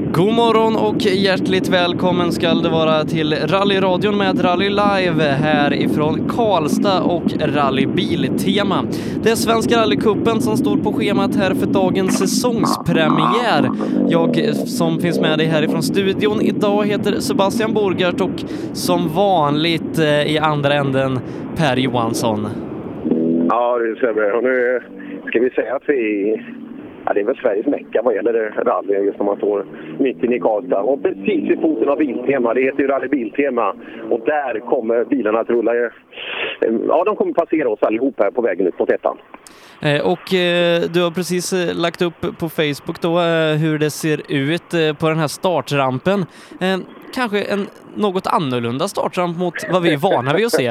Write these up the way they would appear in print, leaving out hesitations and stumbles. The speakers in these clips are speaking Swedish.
God morgon och hjärtligt välkommen ska det vara till Rallyradion med Rally Live här ifrån Karlstad och Rally Biltema. Det är Svenska rallycupen som står på schemat här för dagens säsongspremiär. Jag som finns med dig härifrån studion idag heter Sebastian Borgart och som vanligt i andra änden Per Johansson. Ja, det är bra. Och nu ska vi säga att det är väl Sveriges mecka vad gäller rally just när man står mitt inne i Karlstad. Och precis i foten av Biltema, det heter ju Rally Biltema. Och där kommer bilarna att rulla. Ja, de kommer passera oss allihop här på vägen ut mot ettan. Och du har precis lagt upp på Facebook då hur det ser ut på den här startrampen. Kanske en något annorlunda startramp mot vad vi är vana vid att se.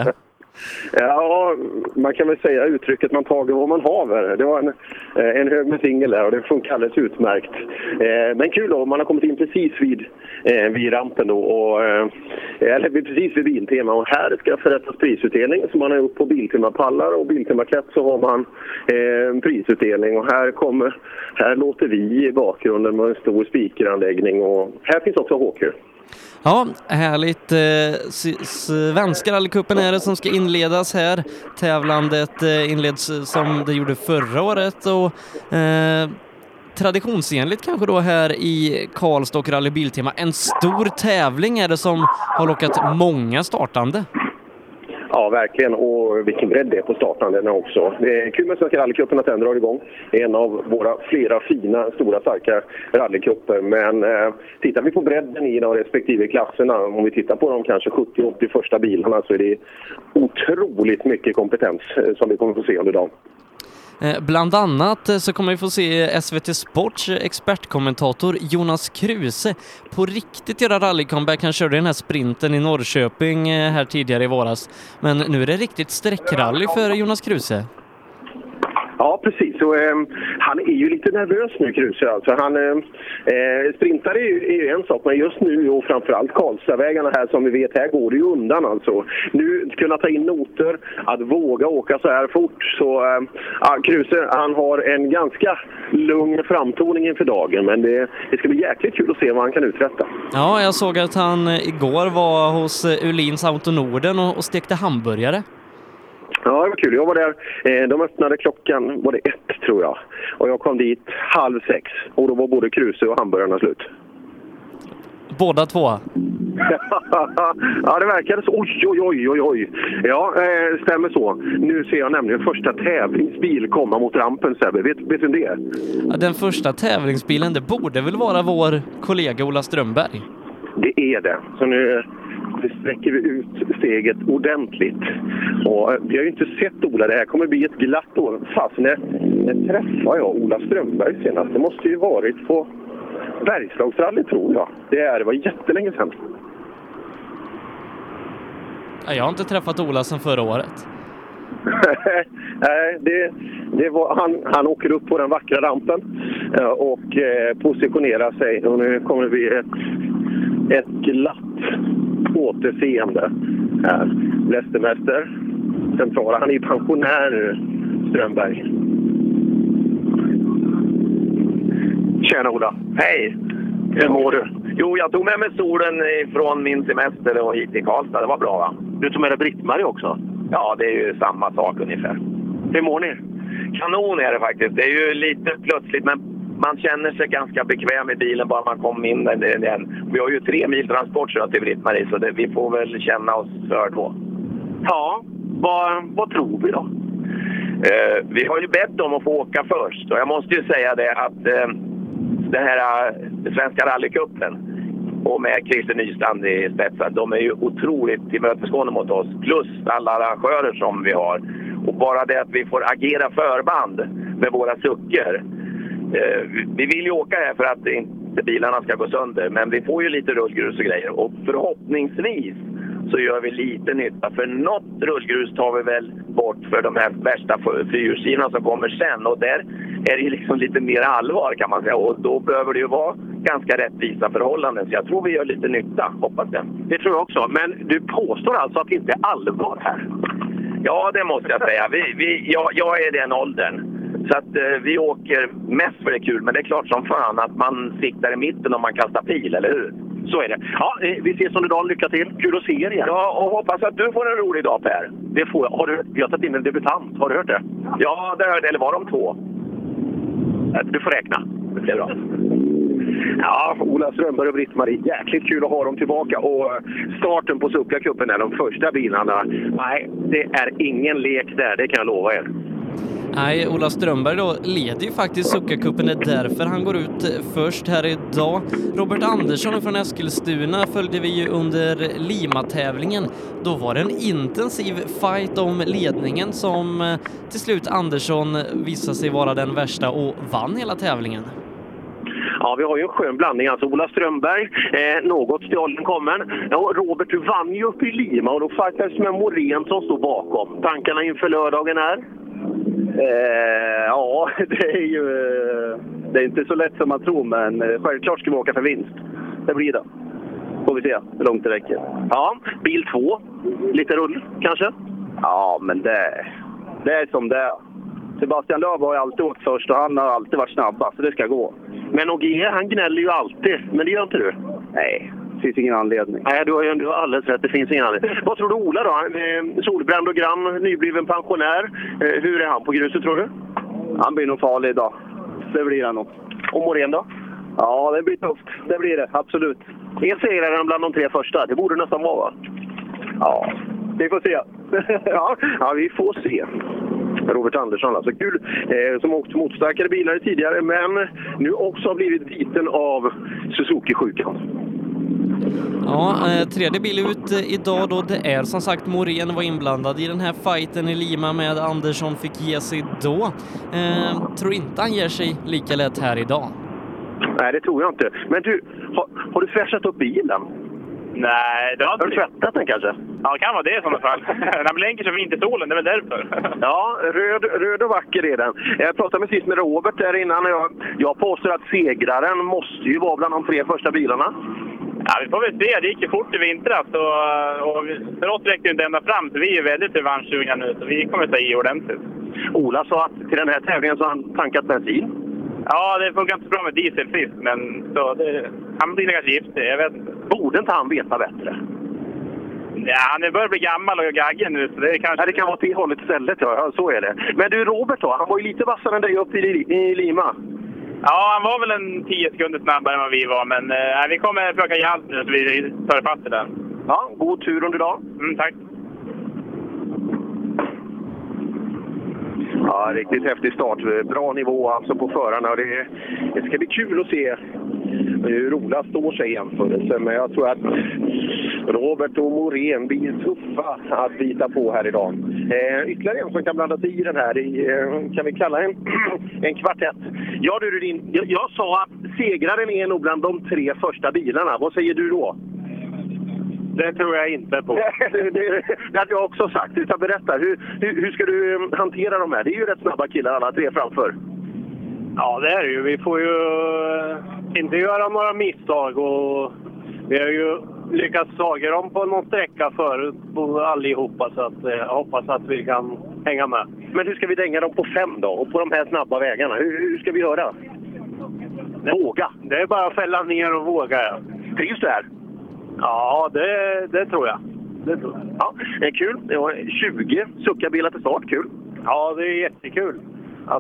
Ja, man kan väl säga uttrycket man tager vad man haver. Det var en hög med singel där och det funkar alldeles utmärkt. Men kul då, man har kommit in precis vid rampen då. Eller precis vid Biltema. Och här ska förrättas prisutdelning som man har gjort på Biltema-pallar och Biltema-klätt så har man prisutdelning. Och här låter vi i bakgrunden med en stor speakeranläggning och här finns också HQ. Ja, härligt. Svenska rallycupen är det som ska inledas här. Tävlandet inleds som det gjorde förra året och traditionsenligt kanske då här i Karlstad och Rally Biltema. En stor tävling är det som har lockat många startande. Ja, verkligen. Och vilken bredd det är på startanden också. Det är kul med Svenska rallycupen att den drar igång. En av våra flera fina, stora, starka rallycuper. Men tittar vi på bredden i de respektive klasserna, om vi tittar på de kanske 70-80 första bilarna så är det otroligt mycket kompetens som vi kommer få se under dagen. Bland annat så kommer vi få se SVT Sports expertkommentator Jonas Kruse på riktigt göra rallycomeback. Han körde den här sprinten i Norrköping här tidigare i våras. Men nu är det riktigt sträckrally för Jonas Kruse. Ja, precis. Och, han är ju lite nervös nu, Kruse. Alltså, sprintar är ju en sak, men just nu och framförallt Karlstadvägarna här som vi vet, här går det ju undan. Alltså. Nu kunna ta in noter, att våga åka så här fort. Så Kruse, han har en ganska lugn framtoning inför dagen, men det ska bli jäkligt kul att se vad han kan uträtta. Ja, jag såg att han igår var hos Ulins Auto Norden och stekte hamburgare. Ja, det var kul. Jag var där. De öppnade klockan, var det 1 tror jag. Och jag kom dit 5:30. Och då var både Kruse och hamburgarna slut. Båda två? Ja, det verkade så. Oj. Ja, stämmer så. Nu ser jag nämligen första tävlingsbil komma mot rampen, Sebbe. Vet du det? Ja, den första tävlingsbilen, det borde väl vara vår kollega Ola Strömberg? Det är det. Så nu sträcker vi ut steget ordentligt. Och vi har ju inte sett Ola. Det här kommer bli ett glatt år. Fast när träffade jag Ola Strömberg senast? Det måste ju varit på Bergslagsrally, tror jag. Det var jättelänge sedan. Jag har inte träffat Ola sedan förra året. Nej, det var, han åker upp på den vackra rampen och positionerar sig. Och nu kommer vi ett glatt återseende här. Lästermäster centrala. Han är pensionär nu, Strömberg. Tjena Ola. Hej. Hur mår du? Jo, jag tog med mig solen från min semester och hit till Karlstad. Det var bra, va? Du tog med dig Britt-Marie också? Ja, det är ju samma sak ungefär. Hur mår ni? Kanon är det faktiskt. Det är ju lite plötsligt, men man känner sig ganska bekväm i bilen bara man kommer in. Vi har ju 3 mil transport till Britt-Marie, så vi får väl känna oss för då. Ja, vad tror vi då? Vi har ju bett om att få åka först. Och jag måste ju säga det att den här Svenska rallycupen och med Christer Nystrand i spetsen, de är ju otroligt tillmötesgående mot oss. Plus alla arrangörer som vi har. Och bara det att vi får agera förband med våra sucker. Vi vill ju åka här för att inte bilarna ska gå sönder. Men vi får ju lite rullgrus och grejer. Och förhoppningsvis så gör vi lite nytta. För något rullgrus tar vi väl bort för de här värsta fyrhjulsdrivna som kommer sen. Och där är det liksom lite mer allvar, kan man säga. Och då behöver det ju vara ganska rättvisa förhållanden. Så jag tror vi gör lite nytta, hoppas det. Det tror jag också. Men du påstår alltså att det inte är allvar här? Ja, det måste jag säga. Jag är i den åldern. Så att vi åker mest för det kul, men det är klart som fan att man siktar i mitten om man kastar pil, eller hur? Så är det. Ja, vi ses under dagen. Lycka till. Kul att se er igen. Ja, och hoppas att du får en rolig dag, Per. Det får jag. Vi har tagit in en debutant. Har du hört det? Ja, det hörde. Eller var de 2? Du får räkna. Det blir bra. Ja, Ola Strömberg och Britt-Marie. Jäkligt kul att ha dem tillbaka. Och starten på Suzuka-cupen är de första bilarna. Nej, det är ingen lek där. Det kan jag lova er. Nej, Ola Strömberg då leder ju faktiskt Suzuka-cupen, det är därför han går ut först här idag. Robert Andersson från Eskilstuna följde vi ju under Lima-tävlingen. Då var det en intensiv fight om ledningen som till slut Andersson visade sig vara den värsta och vann hela tävlingen. Ja, vi har ju en skön blandning. Alltså Ola Strömberg, något stjålen kommer. Ja, Robert, du vann ju upp i Lima och då fightades med Morén som står bakom. Tankarna inför lördagen här? Ja, det är inte så lätt som man tror, men självklart ska vi åka för vinst. Det blir det. Får vi se hur långt det räcker. Ja, bil 2. Lite rull kanske? Ja, men det är som det är. Sebastian Löv har ju alltid åkt först och han har alltid varit snabbast, så det ska gå. Men Ogier, han gnäller ju alltid. Men det gör inte du? Nej, det finns ingen anledning. Nej, du har alldeles rätt. Det finns ingen anledning. Vad tror du Ola då? Solbränd och grann, nybliven pensionär. Hur är han på gruset tror du? Han blir nog farlig idag. Det blir han nog. Och Morén då? Ja, det blir tufft. Det blir det, absolut. En segrare bland de 3 första. Det borde nästan vara, va? Ja, vi får se. ja, vi får se. Robert Andersson, alltså kul. Som åkt motstarkare bilar tidigare, men nu också har blivit biten av Suzuki-sjukan. Ja, tredje bil ut idag då. Det är som sagt Morén var inblandad i den här fighten i Lima med Andersson fick ge sig då. Tror inte han ger sig lika lätt här idag. Nej, det tror jag inte. Men du, har du fräschat upp bilen? Nej, det har du tvättat den kanske? Ja, det kan vara det i sådana fall. Den blänker så fint i solen, det är väl därför. Ja, röd och vacker är den. Jag pratade precis med Robert där innan. Jag påstår att segraren måste ju vara bland de 3 första bilarna. Ja, vi får väl se. Det gick ju fort i vintras och för oss räckte ju inte ända fram, så vi är väldigt revanschsugna nu, så vi kommer ta i ordentligt. Ola sa att till den här tävlingen så har han tankat bensin. Ja, det funkar inte så bra med diesel sist, men så han blir kanske giftig, jag vet inte. Borde inte han veta bättre? Ja, han börjar bli gammal och gaggen nu, så det kanske... Ja, det kan vara till hållet istället, ja, så är det. Men du Robert då, han var ju lite vassare än dig upp i Lima. Ja, han var väl en 10 sekunder snabbare än vad vi var, men vi kommer plocka hjälp nu så vi tar fast det där. Ja, god tur under dagen. Tack. Ja, riktigt häftig start. Bra nivå alltså på förarna. Och det ska bli kul att se hur Ola står sig i jämförelse. Men jag tror att Robert och Morén blir tuffa att bita på här idag. Ytterligare en som kan blanda sig i den här. Kan vi kalla en kvartett. Ja, jag sa att segraren är nog bland de 3 första bilarna. Vad säger du då? Det tror jag inte på. Det hade jag också sagt. Utan berätta, hur ska du hantera de här? Det är ju rätt snabba killar alla 3 framför. Ja, det är det ju. Vi får ju inte göra några misstag. Och vi har ju lyckats saga dem på någon sträcka förut allihopa. Så att jag hoppas att vi kan hänga med. Men hur ska vi dänga dem på 5 då? Och på de här snabba vägarna? Hur ska vi göra? Våga! Det är bara att fälla ner och våga, ja. Trivs du här? Ja, det tror jag. Ja, det är kul. Det var 20 Suzuka-bilar till start. Kul. Ja, det är jättekul att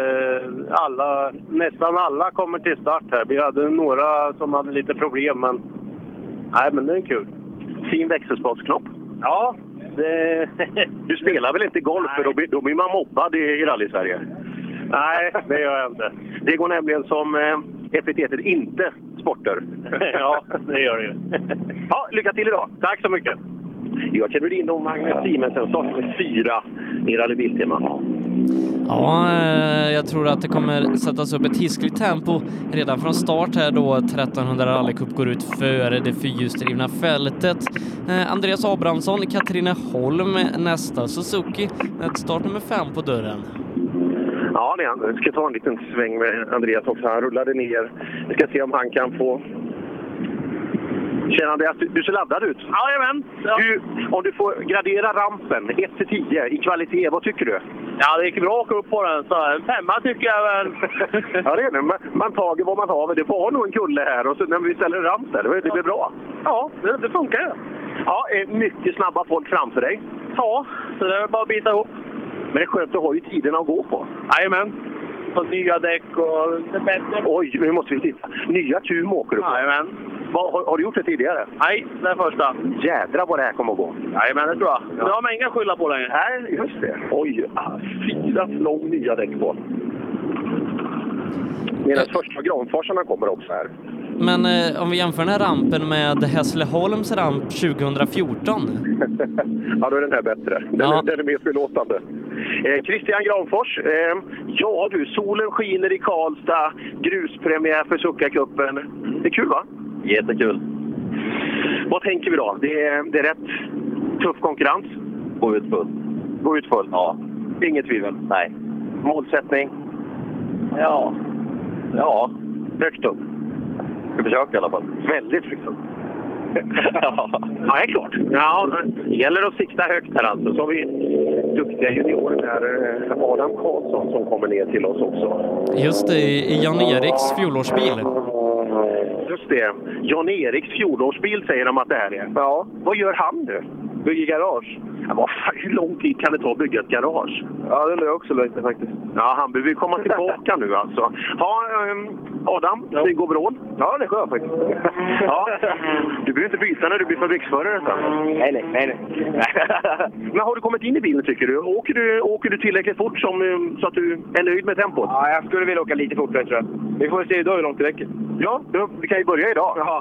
nästan alla kommer till start här. Vi hade några som hade lite problem, men det är kul. Fin växelspatsknopp. Ja. Du spelar väl inte golf, för då blir man mobbad i rally-Sverige? Nej, det gör jag inte. Det går nämligen som epitetet inte sporter. Ja, det gör det ju. Ja, lycka till idag. Tack så mycket. Jag känner in om Magnus Simensen startar med 4 i rallybiltema. Ja, jag tror att det kommer sättas upp ett hiskligt tempo redan från start här då 1300 rallycup går ut före det fyrhjulsdrivna fältet. Andreas Abrahamsson, Katrineholm nästa Suzuki, med start nummer 5 på dörren. Ja, det är han. Vi ska ta en liten sväng med Andreas också. Han rullade ner. Vi ska se om han kan få... Tjena Andreas, du ser laddad ut. Jajamän. Ja. Om du får gradera rampen 1-10 i kvalitet, vad tycker du? Ja, det gick bra att åka upp på den. Så en 5 tycker jag väl. Ja, det är det. Man tager vad man har. Men det var nog en kulle här. Och så när vi ställer en ramp där, det blir bra. Ja, det funkar ju. Ja, mycket snabba folk framför dig. Ja, så det är bara att bita ihop. Men det är skönt att ha ju tiden att gå på. Jajamän. På nya däck och det bättre. Oj, nu måste vi titta. Nya Tum åker du på. Jajamän. Har du gjort det tidigare? Nej, det är första. Jädra vad det här kommer att gå. Jajamän, det tror jag. Nu har man inga skylla på längre. Nej, just det. Oj, 4 lång nya däck på. Medan första Granforsarna kommer också här. Men om vi jämför den här rampen med Hässleholms ramp 2014. Ja, då är den här bättre. Den är mer förlåtande. Christian Granfors. Ja du, solen skiner i Karlstad. Gruspremiär för Succa-cupen. Det är kul, va? Jättekul. Vad tänker vi då? Det är rätt tuff konkurrens. Gå ut full. Gå ut full? Ja. Inget tvivel? Nej. Målsättning? Ja. Högt upp? Ska försöka i alla fall. Väldigt högt upp. Ja, det är klart. Ja, det gäller att sikta högt här alltså. Så har vi duktiga juniorer här. Adam Karlsson som kommer ner till oss också. Just det, i Jan-Eriks fjolårsbil. Just det. Jan-Eriks fjolårsbil säger de att det här är. Ja. Vad gör han nu? Bygger garage. Ja, hur lång tid kan det ta att bygga ett garage? Ja, det undrar jag också lite faktiskt. Ja, han behöver komma tillbaka nu alltså. Ja, Adam, det går bra. Ja, det går faktiskt. Ja. Du behöver inte byta när du blir fabriksförare. Nej. Men har du kommit in i bilen tycker du? Åker du tillräckligt fort så att du är nöjd med tempot? Ja, jag skulle vilja åka lite fortare tror jag. Vi får se idag hur långt det räcker. Ja, vi kan ju börja idag. Ja.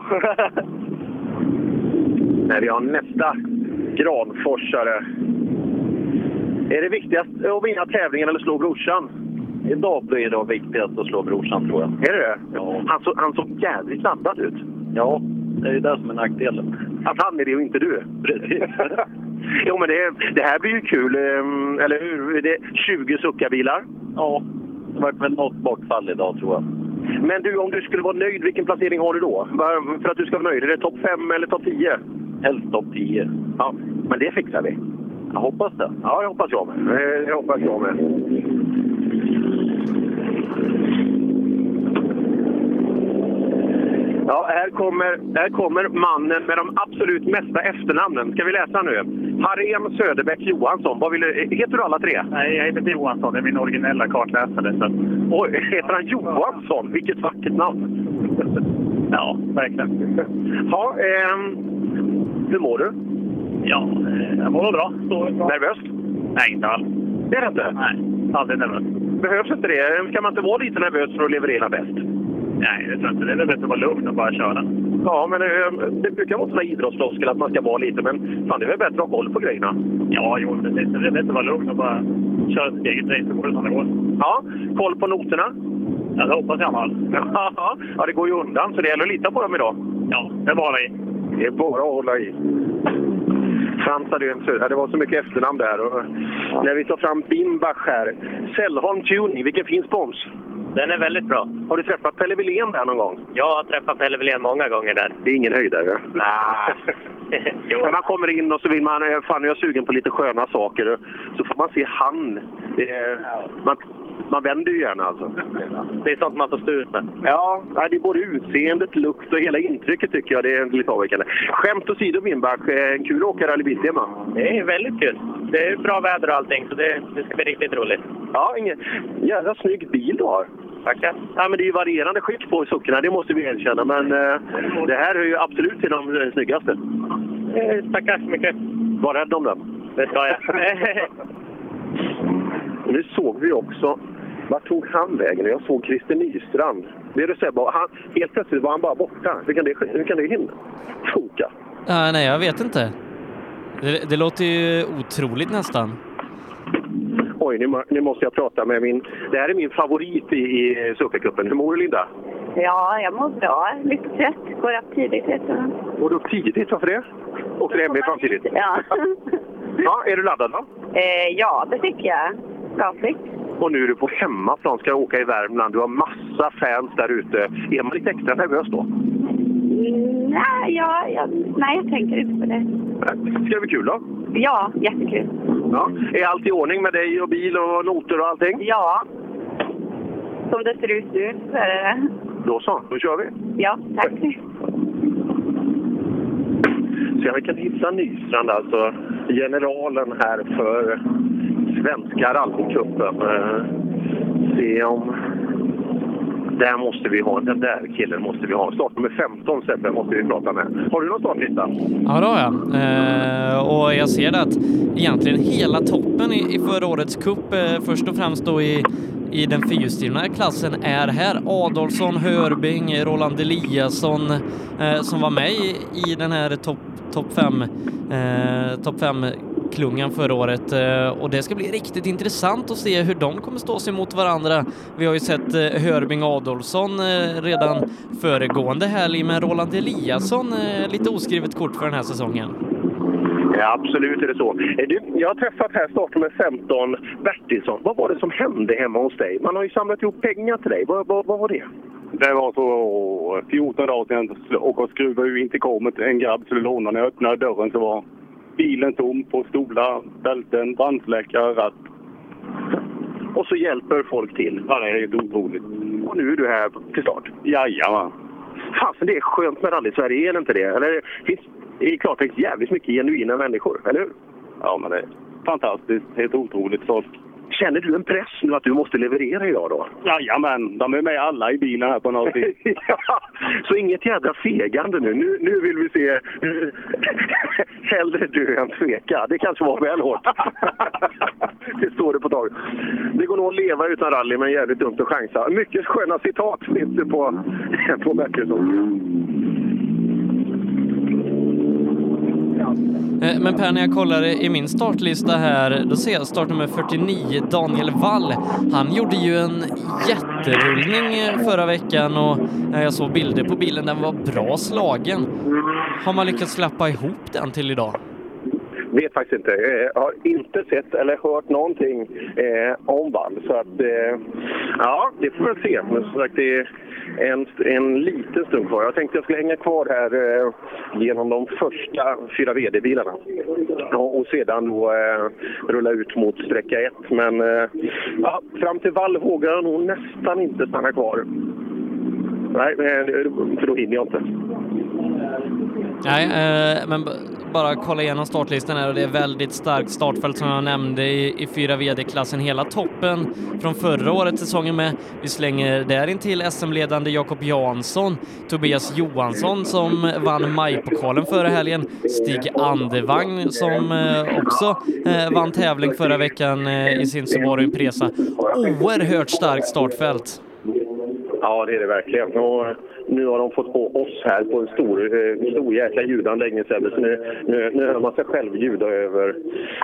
När vi har nästa Granforsare. Är det viktigast att vinna tävlingen eller slå brorsan? Idag blir det viktigast att slå brorsan tror jag. Är det det? Ja. Han såg jävligt laddad ut. Ja, det är ju det som är nackdelen. Att han är det och inte du. Precis. Jo, men det här blir ju kul. Eller hur? Det är 20 Succa-bilar. Ja, det var väl något bortfall idag tror jag. Men du, om du skulle vara nöjd, vilken placering har du då? För att du ska vara nöjd, är det topp 5 eller topp 10? Helst topp 10. Ja, men det fixar vi. Jag hoppas det. Ja, jag hoppas jag med. Jag hoppas jag med. Ja, här kommer mannen med de absolut mesta efternamnen. Ska vi läsa nu? Harem Söderbäck Johansson. Heter du alla tre? Nej, jag heter Johansson. Det är min originella kartläsare. Så. Oj, heter han Johansson? Vilket vackert namn. Ja, verkligen. Ja, hur mår du? Ja, jag mår bra. Nervös? Nej, inte alls. Det är det inte? Nej, aldrig nervös. Behövs inte det? Kan man inte vara lite nervös för att leverera bäst? Nej, det tror jag inte. Det är bättre att vara lugn och bara köra. Ja, men det brukar vara såna idrottsfloskler att man ska vara lite, men fan, det är väl bättre att ha koll på grejerna? Ja, jo, det är bättre att vara lugn och bara köra sitt eget race och gå det som det går. Ja, koll på noterna? Ja, det hoppas jag mal. Ja, det går ju undan, så det gäller att lita på dem idag. Ja, det är bara i. Det är bara att hålla i. Frans hade ju det var så mycket efternamn där. Och när vi tar fram Bimbach här. Sällholm Tuning, vilken fin spons. Den är väldigt bra. Har du träffat Pelle Wilén där någon gång? Jag har träffat Pelle Wilén många gånger där. Det är ingen höjdare. Nej. När man kommer in och så vill man, fan jag är sugen på lite sköna saker. Så får man se han. Man vänder ju gärna alltså. Det är sånt man får stå ut med. Ja, det är både utseendet, lukt och hela intrycket tycker jag. Det är lite avvikande. Skämt åsido Bimbach, kul att åka rallybiltema. Det är väldigt kul. Det är bra väder och allting så det ska bli riktigt roligt. Ja, jävla snygg bil du har. Tackar. Ja, men det är ju varierande skick på Succorna, det måste vi erkänna. Men det här är ju absolut till de snyggaste. Tackar så mycket. Var rädd om dem. Det ska jag. Nu såg vi också, vart tog han vägen? Jag såg Christer Nystrand. Det du säger, helt plötsligt var han bara borta. Hur kan det hinna? Funka? Nej, jag vet inte. Det låter ju otroligt nästan. Oj, nu måste jag prata med det här är min favorit i Succa-cupen. Hur mår du, Linda? Ja, jag mår bra. Lite trött. Går upp tidigt. Går du upp tidigt? Varför det? Åker du hem samtidigt? Ja. Ja, är du laddad då? Ja, det tycker jag. Bra flytt. Och nu är du på hemmaplan, ska åka i Värmland. Du har massa fans där ute. Är man lite extra nervös då? Nej, jag tänker inte på det. Ska det bli kul då? Ja, jättekul. Ja. Är allt i ordning med dig och bil och noter och allting? Ja. Som det ser ut nu så är det. Då så, då kör vi. Ja, tack. Så vi kan hitta Nystrand, alltså generalen här för svenska rallycupen. Se om... Där måste vi ha, den där killen måste vi ha. Startnummer 15 Sebbe måste vi prata med. Har du någon startlista? Ja, det har jag. Och jag ser att egentligen hela toppen i förra årets cup, först och främst då i den fyrhjulsdrivna klassen, är här. Adolfsson, Hörbing, Roland Eliasson som var med i den här topp 5 klungan förra året, och det ska bli riktigt intressant att se hur de kommer stå sig mot varandra. Vi har ju sett Hörbing Adolfsson redan föregående helg, men Roland Eliasson lite oskrivet kort för den här säsongen. Ja, absolut är det så. Jag har träffat här startnummer 15 Bertilsson. Vad var det som hände hemma hos dig? Man har ju samlat ihop pengar till dig. Vad var det? Det var så 14 dagar sedan och skruvade ju inte kommit en grabb skulle låna. När jag öppnade dörren så var bilen tom på stolar, bälten, brandsläckare, ratt. Och så hjälper folk till. Ja, det är helt otroligt. Och nu är du här till start? Jajamän. Fasen, det är skönt med rally i Sverige, är det inte det? Eller det är klart det finns jävligt mycket genuina människor, eller hur? Ja, men det är fantastiskt. Helt otroligt folk. Känner du en press nu att du måste leverera idag då? Jajamän, de är med alla i bilen här på något vis. Ja, så inget jädra fegande nu. Nu vill vi se hellre dö än tveka. Det kanske var väl hårt. Det står det på taget. Det går nog att leva utan rally, men jävligt dumt att chansa. Mycket sköna citat finns det på Bertilsson. Men Per, när jag kollar i min startlista här, då ser jag startnummer 49, Daniel Wall. Han gjorde ju en jätterullning förra veckan och jag såg bilder på bilen, den var bra slagen. Har man lyckats släppa ihop den till idag? Vet faktiskt inte. Jag har inte sett eller hört någonting om Wall. Så att, ja, det får vi se. Men som sagt, det är en liten stund kvar. Jag tänkte jag skulle hänga kvar här genom de första 4 VD-bilarna. Och sedan då rulla ut mot sträcka 1. Men ja, fram till Wall vågar jag nog nästan inte stanna kvar. Nej, för då hinner jag inte. Nej, men bara kolla igenom startlistan här och det är väldigt starkt startfält som jag nämnde i 4 VD-klassen. Hela toppen från förra årets säsongen med. Vi slänger där in till SM-ledande Jakob Jansson, Tobias Johansson som vann majpokalen förra helgen, Stig Andevang som också vann tävling förra veckan i sin Subaru Impresa. Oerhört starkt startfält. Ja, det är det verkligen. Och nu har de fått på oss här på en stor jäkla ljudanläggning. Så nu hör man sig själv ljuda över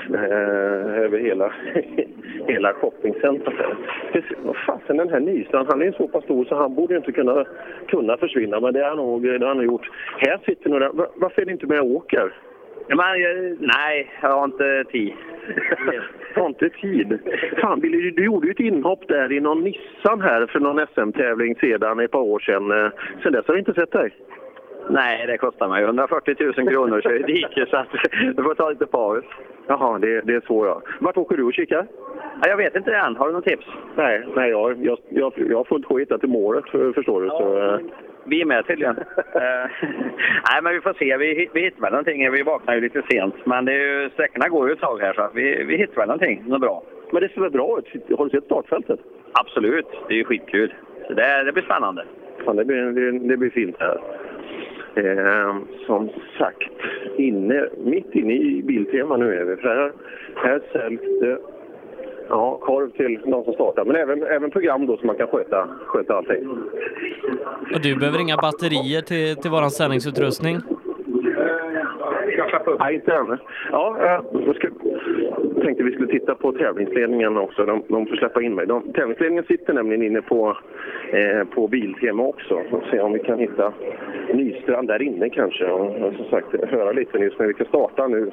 hela shoppingcentret. Vad fasen, den här Nystrand, han är ju så pass stor så han borde inte kunna försvinna. Men det har han gjort. Här sitter några. Varför är det inte med och åker? Ja, men, nej, jag har inte tid. Jag har inte tid. Fan, du gjorde ju ett inhopp där i någon Nissan här för någon SM-tävling sedan ett par år sedan. Sen dess har jag inte sett dig. Nej, det kostar mig 140 000 kronor så det gick så att du får ta lite paus. Jaha, det är så ja. Vart åker du och kikar? Ja, jag vet inte än. Har du någon tips? Nej, jag har fullt skit till målet, förstår du. Så, vi är med tydligen. Nej, men vi får se. Vi hittar väl någonting. Vi vaknar ju lite sent. Men sträckorna går ju ett tag här så vi hittar väl någonting. Något bra. Men det ser väl bra ut? Har du sett startfältet? Absolut. Det är ju skitkul. Så det blir spännande. Fan, det blir fint här. Som sagt, mitt inne i Biltema nu är vi. För här säljs det korv till de som startar. Men även program då som man kan sköta allting. Och du behöver inga batterier till våran sändningsutrustning? Nej, inte än. Ja, jag tänkte vi skulle titta på tävlingsledningen också. De får släppa in mig. Tävlingsledningen sitter nämligen inne på Biltema också. Och se om vi kan hitta Nystrand där inne kanske. Och som sagt, höra lite nyss när vi kan starta nu.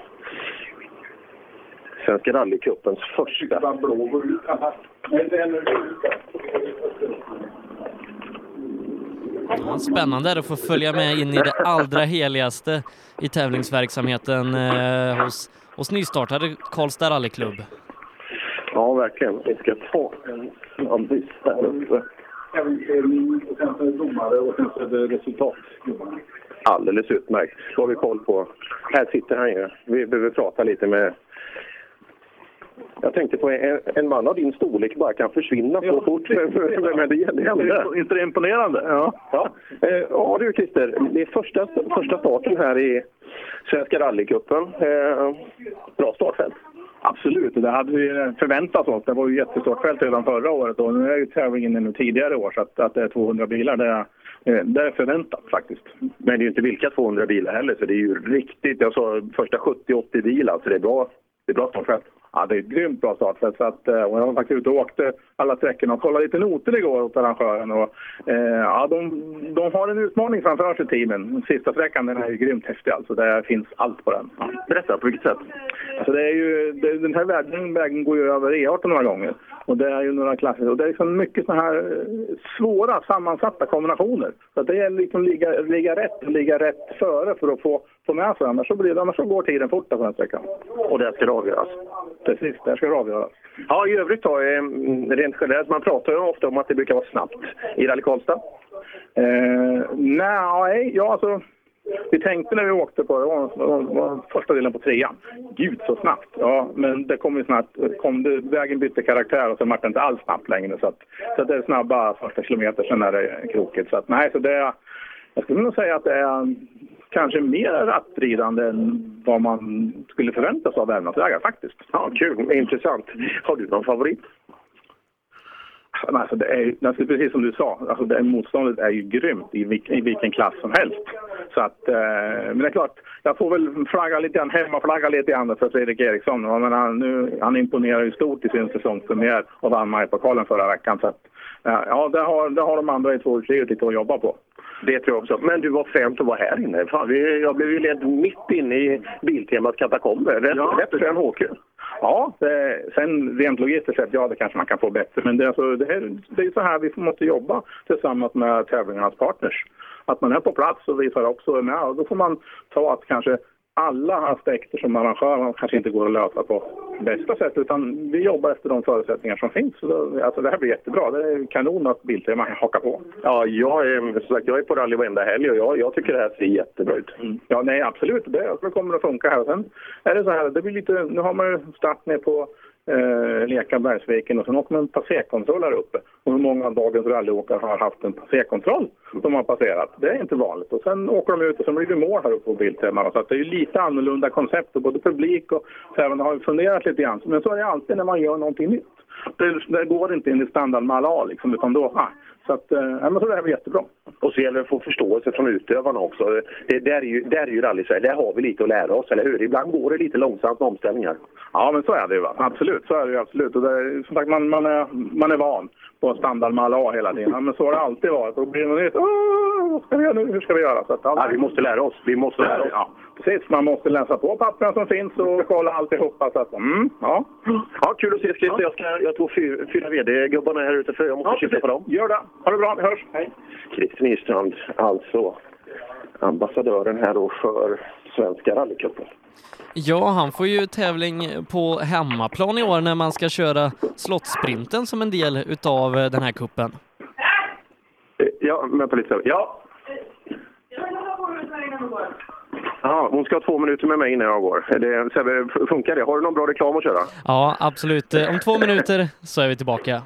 Svenska rallycupens första. Ja, spännande att få följa med in i det allra heligaste i tävlingsverksamheten hos nystartade Karlstad rallyklubb. Ja, verkligen. Vi ska ta en snabbis här uppe. Och sen så är det domare och sen så är det resultat. Alldeles utmärkt. Då har vi koll på. Här sitter han ju. Vi behöver prata lite med... Jag tänkte på en man av din storlek bara kan försvinna så fort. Men det händer. Inte det imponerande? Ja. Ja du Christer, det är första starten här i Svenska rallycupen. Bra startfält. Absolut, det hade vi förväntat oss. Det var ju jättestort fält redan förra året och nu är ju tävlingen ännu tidigare år så att det är 200 bilar. Det är förväntat faktiskt. Men det är ju inte vilka 200 bilar heller så det är ju riktigt, jag sa första 70-80 bilar så det är bra startfält. Ja, det är ett grymt bra startfält. Så att, och jag var faktiskt ute och åkte alla sträckorna och kollade lite noter igår åt arrangören. Och, ja, de har en utmaning framför sig teamen. Sista sträckan den är ju grymt häftig alltså. Det finns allt på den. Ja. Berätta, på vilket sätt? Alltså det är ju, den här vägen går ju över E18 några gånger. Och det är ju några klasser. Och det är liksom mycket såna här svåra sammansatta kombinationer. Så att det är liksom ligga rätt före för att få med sig. Annars så går tiden fort på den sträckan. Och det ska avgöras. Precis, det ska avgöras. Ja, i övrigt då, rent generellt, man pratar ju ofta om att det brukar vara snabbt i Rally Karlstad. Nej, ja alltså, vi tänkte när vi åkte på, det var första delen på 3:an. Gud så snabbt, ja, men det kom ju snabbt, vägen bytte karaktär och så var det inte alls snabbt längre. Så det är snabba första kilometer, sen är det krokigt. Så att, nej, så det, jag skulle nog säga att det är kanske mer rattridande än vad man skulle förvänta sig av Värmlandsvägar faktiskt. Ja, kul. Intressant. Har du någon favorit? Alltså det är precis som du sa. Alltså motståndet är ju grymt i vilken klass som helst. Så att, men det är klart, jag får väl hemmaflagga lite grann för Fredrik Eriksson. Han imponerar ju stort i sin säsongspremiär och vann majpokalen förra veckan. Så att, ja, det har de andra i 2 lite att jobba på. Det tror jag också. Men du var främt att vara här inne. Fan, jag blev ju ledd mitt inne i Biltemas katakomber. Rätt för en HQ. Ja, sen rent logistiskt sett, ja det kanske man kan få bättre. Men det är så här vi måste jobba tillsammans med tävlingarnas partners. Att man är på plats och visar också med. Och då får man ta att kanske alla aspekter som arrangör kanske inte går att lösa på bästa sätt. Utan vi jobbar efter de förutsättningar som finns. Så alltså det här blir jättebra. Det är kanon att Biltema hakar på. Ja, jag är på rally varenda helg och jag tycker det här ser jättebra ut. Ja, nej absolut. Det kommer att funka här. Sen är det så här, det blir lite, nu har man ju start ner på Leka Bergsviken och sen åker man en passerkontroll här uppe. Och hur många av dagens rallyåkare har haft en passerkontroll som har passerat? Det är inte vanligt. Och sen åker de ut och så blir det mål här uppe på Biltema. Så att det är ju lite annorlunda koncept och både publik och även har funderat lite grann. Men så är det alltid när man gör någonting nytt. Det går inte in i standardmall A liksom, utan då... Så att, men så det här blir jättebra. Och så gäller det att få förståelse från utövarna också. Där är ju rally-Sverige. Där har vi lite att lära oss, eller hur? Ibland går det lite långsamt med omställningar. Ja, men så är det ju. Absolut, så är det ju absolut. Och det är, som sagt, man är van på standardmall A hela tiden. Ja, men så har det alltid varit. Och blir det något nytt, vad ska vi göra nu? Hur ska vi göra? Så att, vi måste lära oss. Ja, precis. Man måste läsa på papperna som finns och kolla alltihopa. Så att, ja. Ja, kul att se Christer. Jag tror 4 vd-gubbarna här ute för jag måste kika på dem. Gör det. Ha det bra, vi hörs. Hej. Christer Nystrand, alltså ambassadören här då för Svenska rallycupen. Ja, han får ju tävling på hemmaplan i år när man ska köra slottsprinten som en del utav den här kuppen. Ja, men på lite. Ja. Ja, hon ska ha 2 minuter med mig innan jag går. Funkar det? Har du någon bra reklam att köra? Ja, absolut. Om 2 minuter så är vi tillbaka.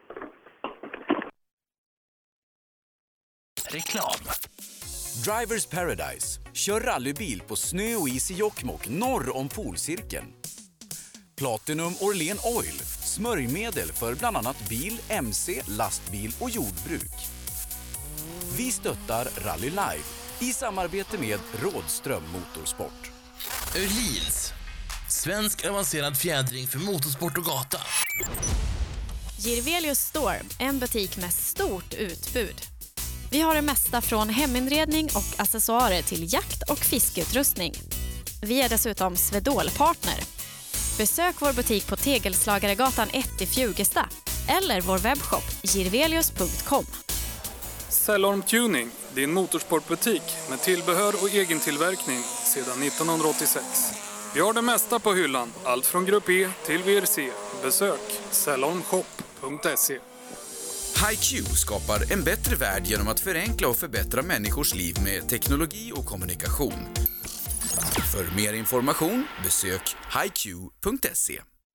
Reklam. Drivers Paradise. Kör rallybil på snö och is i Jokkmokk norr om polcirkeln. Platinum Orlen Oil. Smörjmedel för bland annat bil, MC, lastbil och jordbruk. Vi stöttar Rally Live i samarbete med Rådström Motorsport. Öhlins. Svensk avancerad fjädring för motorsport och gata. Jirvelius Store, en butik med stort utbud. Vi har det mesta från heminredning och accessoarer till jakt- och fiskeutrustning. Vi är dessutom Swedol-partner. Besök vår butik på Tegelslagaregatan 1 i Fjugesta eller vår webbshop jirvelius.com. Cellorm Tuning, din motorsportbutik med tillbehör och egen tillverkning sedan 1986. Vi har det mesta på hyllan, allt från Grupp E till VRC. Besök cellonshop.se. HiQ skapar en bättre värld genom att förenkla och förbättra människors liv med teknologi och kommunikation. För mer information, besök hiq.se.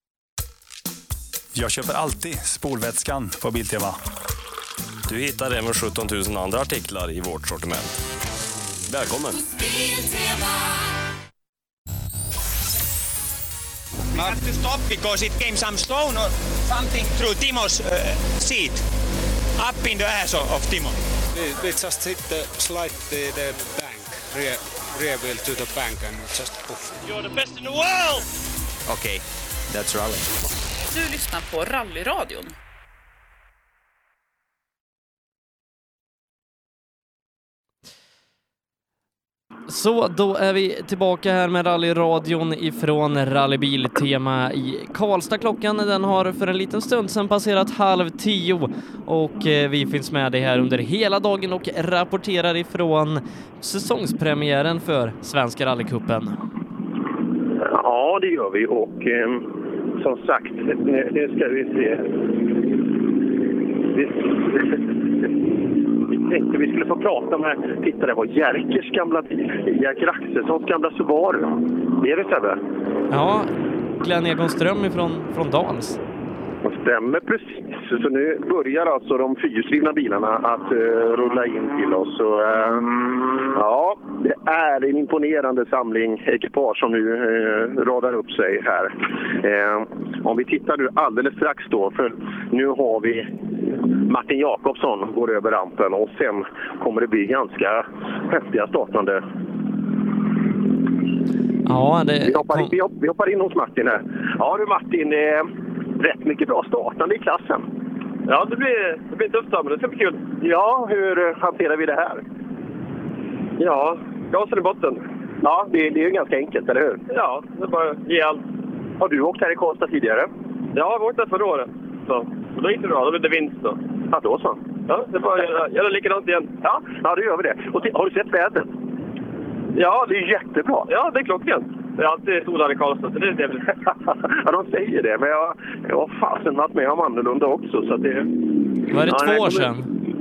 Jag köper alltid spolvätskan på Biltema. Du hittar även 17 000 andra artiklar i vårt sortiment. Välkommen! We have to stop because it came some stone or something through Timo's seat, up in the ass of Timo. We just hit the slide the bank, rear wheel to the bank and just poof. You're the best in the world! Okay, that's rally. Du lyssnar på Rallyradion. Så då är vi tillbaka här med rallyradion ifrån Rallybiltema i Karlstad. Klockan den har för en liten stund sedan passerat 9:30 och vi finns med dig här under hela dagen och rapporterar ifrån säsongspremiären för Svenska rallycupen. Ja, det gör vi och som sagt, nu ska vi se. Vi tänkte vi skulle få prata med, titta det var Jerkers gamla bil, Jerker Axelssons gamla Subaru. Det är det, Sebbe? Ja, Glenn Egonström från Dals. Det stämmer precis. Så nu börjar alltså de fyrhjulsdrivna bilarna att rulla in till oss. Så, ja, det är en imponerande samling ekipage som nu radar upp sig här. Om vi tittar nu alldeles strax då, för nu har vi Martin Jakobsson går över rampen och sen kommer det bli ganska häftiga startande. Ja, vi hoppar in hos Martin här. Ja du Martin, rätt mycket bra startande i klassen. Ja, det blir tufft men det ska bli kul. Ja, hur hanterar vi det här? Ja, gasen i botten. Ja, det är ju ganska enkelt, eller hur? Ja, det är bara ge allt. Har du åkt här i Karlstad tidigare? Ja, jag har åkt där förra året. Så då gick det bra, då blev det vinst då. Ja, då så. Ja, det är bara göra likadant igen. Ja, det gör vi det. Och har du sett vädret? Ja, det är jättebra. Ja, det är klockan. Det är alltid solar i Karlstad, så det är trevligt. Ja, de säger det, men jag har fasen varit med om annorlunda också, så att det... Var det 2 år sedan?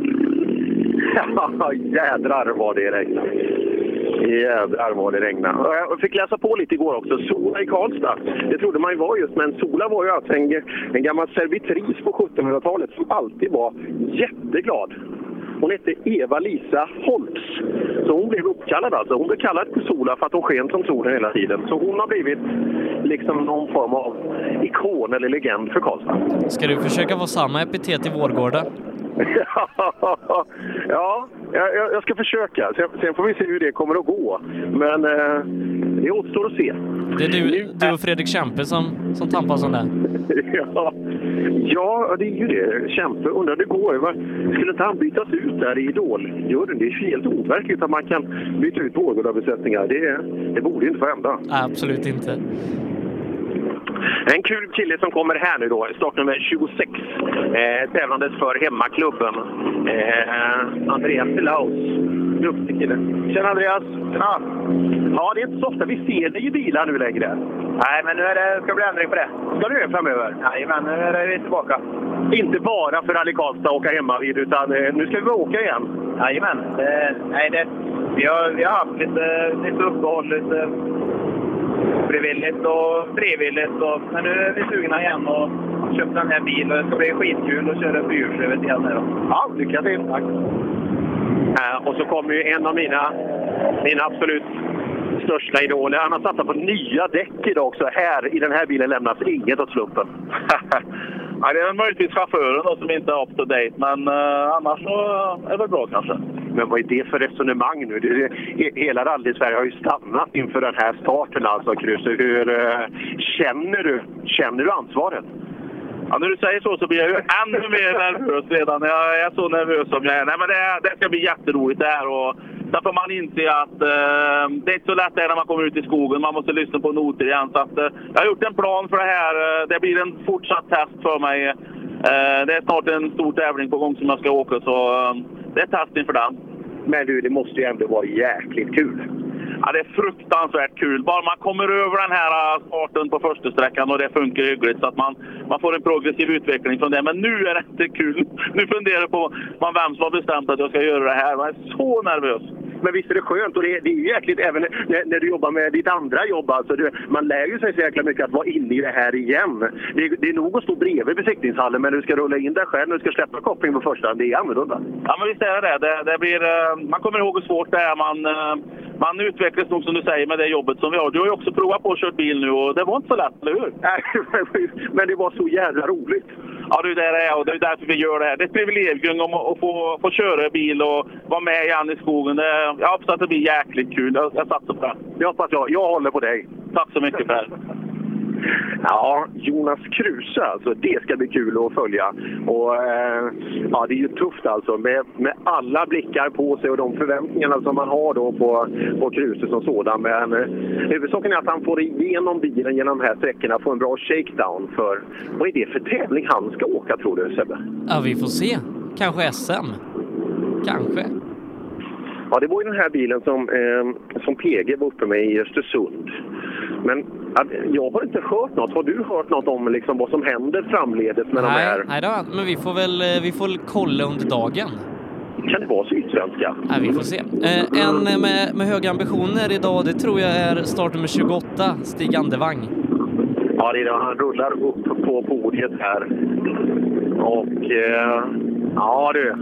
Ja, jädrar vad det regnar. Jädrar vad det regnar. Jag fick läsa på lite igår också. Sola i Karlstad. Det trodde man ju var just, men Sola var ju alltså en gammal servitris på 1700-talet som alltid var jätteglad. Hon hette Eva-Lisa Holtz. Så hon blev uppkallad alltså. Hon blev kallad till Sola för att hon sken som solen hela tiden. Så hon har blivit liksom någon form av ikon eller legend för Karlstad. Ska du försöka få samma epitet i Vårgårda? Ja, jag ska försöka. Sen får vi se hur det kommer att gå. Men det återstår att se. Det är du och Fredrik Kempe som tampas om det. Ja, det är ju det. Kempe, undrar det går. Skulle inte han bytas ut där i Idol? Gör det är helt overkligt att man kan byta ut Vårgårda-besättningar. Det borde inte få hända. Absolut inte. En kul kille som kommer här nu då, startnummer 26, tävlandes för hemmaklubben. Andreas Laus, duktig kille. Tjena Andreas! Tjena! Ja, det är inte så ofta vi ser dig i bilar nu längre. Nej, men nu ska det bli ändring på det. Ska du framöver? Nej, men nu är vi tillbaka. Inte bara för Rally Karlstad åka hemma vid, utan nu ska vi åka igen. Jajamän. Vi har haft lite uppehåll, lite frivilligt och frivilligt. Men nu är vi sugna igen och köpt den här bilen. Det ska bli skitkul att köra fyrhjulsdrivet igen här då. Ja, lycka till. Tack. Och så kommer ju en av mina absolut största idoler. Han har satsat på nya däck idag också. Här i den här bilen lämnas inget åt slumpen. Ja, det är möjligtvis chauffören då, som inte är up to date, men annars så är det bra kanske. Men vad är det för resonemang nu? Hela rally-Sverige har ju stannat inför den här starten alltså, Krysse. Hur känner du ansvaret? Ja, när du säger så blir jag ju ännu mer nervös redan. Jag är så nervös som jag är. Nej, men det ska bli jätteroligt det här. Och där får man inse att det är inte så lätt när man kommer ut i skogen. Man måste lyssna på noter igen. Så att, jag har gjort en plan för det här. Det blir en fortsatt test för mig. Det är snart en stor tävling på gång som jag ska åka. Så det är test inför den. Men du, det måste ju ändå vara jäkligt kul. Ja, det är fruktansvärt kul. Bara man kommer över den här starten på första sträckan och det funkar hyggligt så att man får en progressiv utveckling från det. Men nu är det inte kul. Nu funderar jag på vem som har bestämt att jag ska göra det här. Man är så nervös. Men visst är det skönt, och det är ju jäkligt även när du jobbar med ditt andra jobb. Alltså, man lär ju sig så jäkla mycket att vara inne i det här igen. Det är nog att stå bredvid besiktningshallen, men du ska rulla in där själv när du ska släppa koppling på första. Det är annorlunda. Ja, men visst är det. Det blir, man kommer ihåg hur svårt det är. Man utvecklas nog, som du säger, med det jobbet som vi har. Du har ju också provat på att köra bil nu och det var inte så lätt, eller hur? Nej, men det var så jävla roligt. Ja, det är där det är och det är därför vi gör det här. Det är ett privilegium att få köra bil och vara med igen i skogen. Jag hoppas att det blir jäkligt kul. Jag satsar på det. Jag hoppas jag håller på dig. Tack så mycket, Per. Ja, Jonas Kruse alltså, det ska bli kul att följa. Och ja, det är ju tufft alltså med alla blickar på sig och de förväntningarna som man har då på Kruse som sådan. Men huvudsaken är att han får igenom bilen genom de här sträckorna, få en bra shakedown. För vad är det för tävling han ska åka, tror du, Sebbe? Ja, vi får se. Kanske SM. Kanske. Ja, det var ju den här bilen som PG var uppe med i Östersund. Men jag har inte hört något. Har du hört något om liksom vad som händer framledes med de här? Nej då, men vi får kolla under dagen. Kan det vara sydsvenska? Nej, vi får se. En med höga ambitioner idag, det tror jag är startnummer 28, Stig Andevang. Ja, det är det. Han rullar upp på podiet här. Och ja du.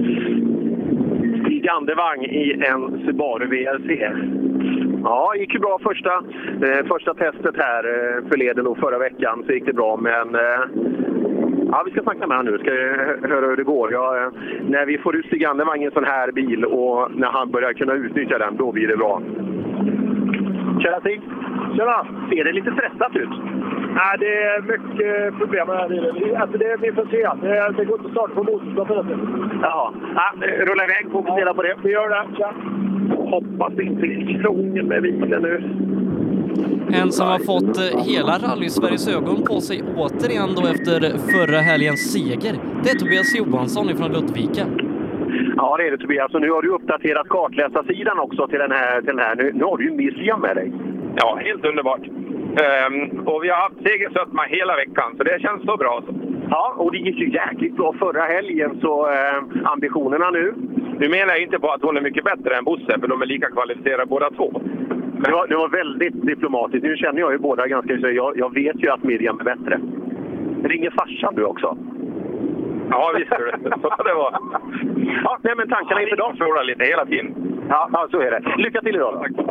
Stig Andevang i en Subaru VRC. Ja, gick ju bra första testet här förleden och förra veckan, så gick det bra. Men ja, vi ska snacka med honom nu. Ska höra hur det går. När vi får ut Stig Andevang i en sån här bil och när han börjar kunna utnyttja den, då blir det bra. Tjena Stig! Tjena! Ser det lite stressat ut? Nej, det är mycket problem med den här bilen. Alltså vi får se. Det går inte att starta på motorstoppet. Jaha. Ja, rulla iväg, fokusera på det. Vi gör det. Tja. Hoppas det inte är krångel med bilen nu. En som har fått hela Rally-Sveriges ögon på sig återigen då efter förra helgens seger, det är Tobias Johansson från Ludvika. Ja, det är det, Tobias. Och nu har du uppdaterat kartläsarsidan också till den här. Nu har du ju Miriam med dig. Ja, helt underbart. Och vi har haft segersötma hela veckan, så det känns så bra. Ja, och det gick ju jäkligt bra förra helgen, så ambitionerna nu. Du menar inte på att hon är mycket bättre än Bosse, för de är lika kvalificerade båda två. Det var väldigt diplomatiskt. Nu känner jag ju båda ganska... Jag vet ju att Miriam är bättre. Ringer farsan du också? Ja, visst är det. Så det var. Ja, nej, men tankarna inför dagen frågar lite hela tiden. Ja, så är det. Lycka till idag. Tack.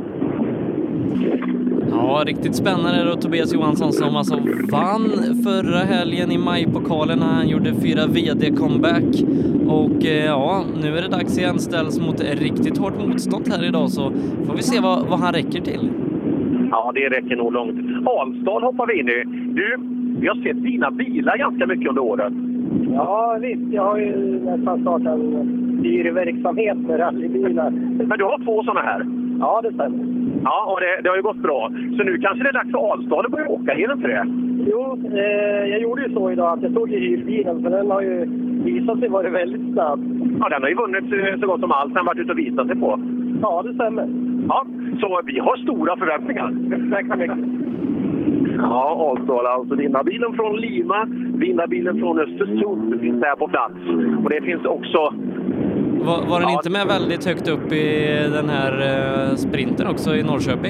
Ja, riktigt spännande då Tobias Johansson som alltså vann förra helgen i majpokalen när han gjorde 4 VD-comeback. Och ja, nu är det dags igen, ställs mot riktigt hårt motstånd här idag, så får vi se vad han räcker till. Ja, det räcker nog långt. Alsdal hoppar vi in i. Du, vi har sett dina bilar ganska mycket under året. Ja, visst. Jag har ju nästan startat en dyrverksamhet med rallybilar. Men du har 2 sådana här? Ja, det stämmer. Ja, och det har ju gått bra. Så nu kanske det är dags för Alsdal att börja åka, är det inte det? Jo, jag gjorde ju så idag att jag tog i hyrbilen, för den har ju visat sig vara väldigt snabb. Ja, den har ju vunnit så gott som allt den varit ute och visat sig på. Ja, det stämmer. Ja, så vi har stora förväntningar. Tack så mycket. Ja, Alsdal, alltså vinnarbilen från Lima, vinnarbilen från Östersund finns där på plats. Och det finns också... Var den inte med väldigt högt upp i den här sprinten också i Norrköping?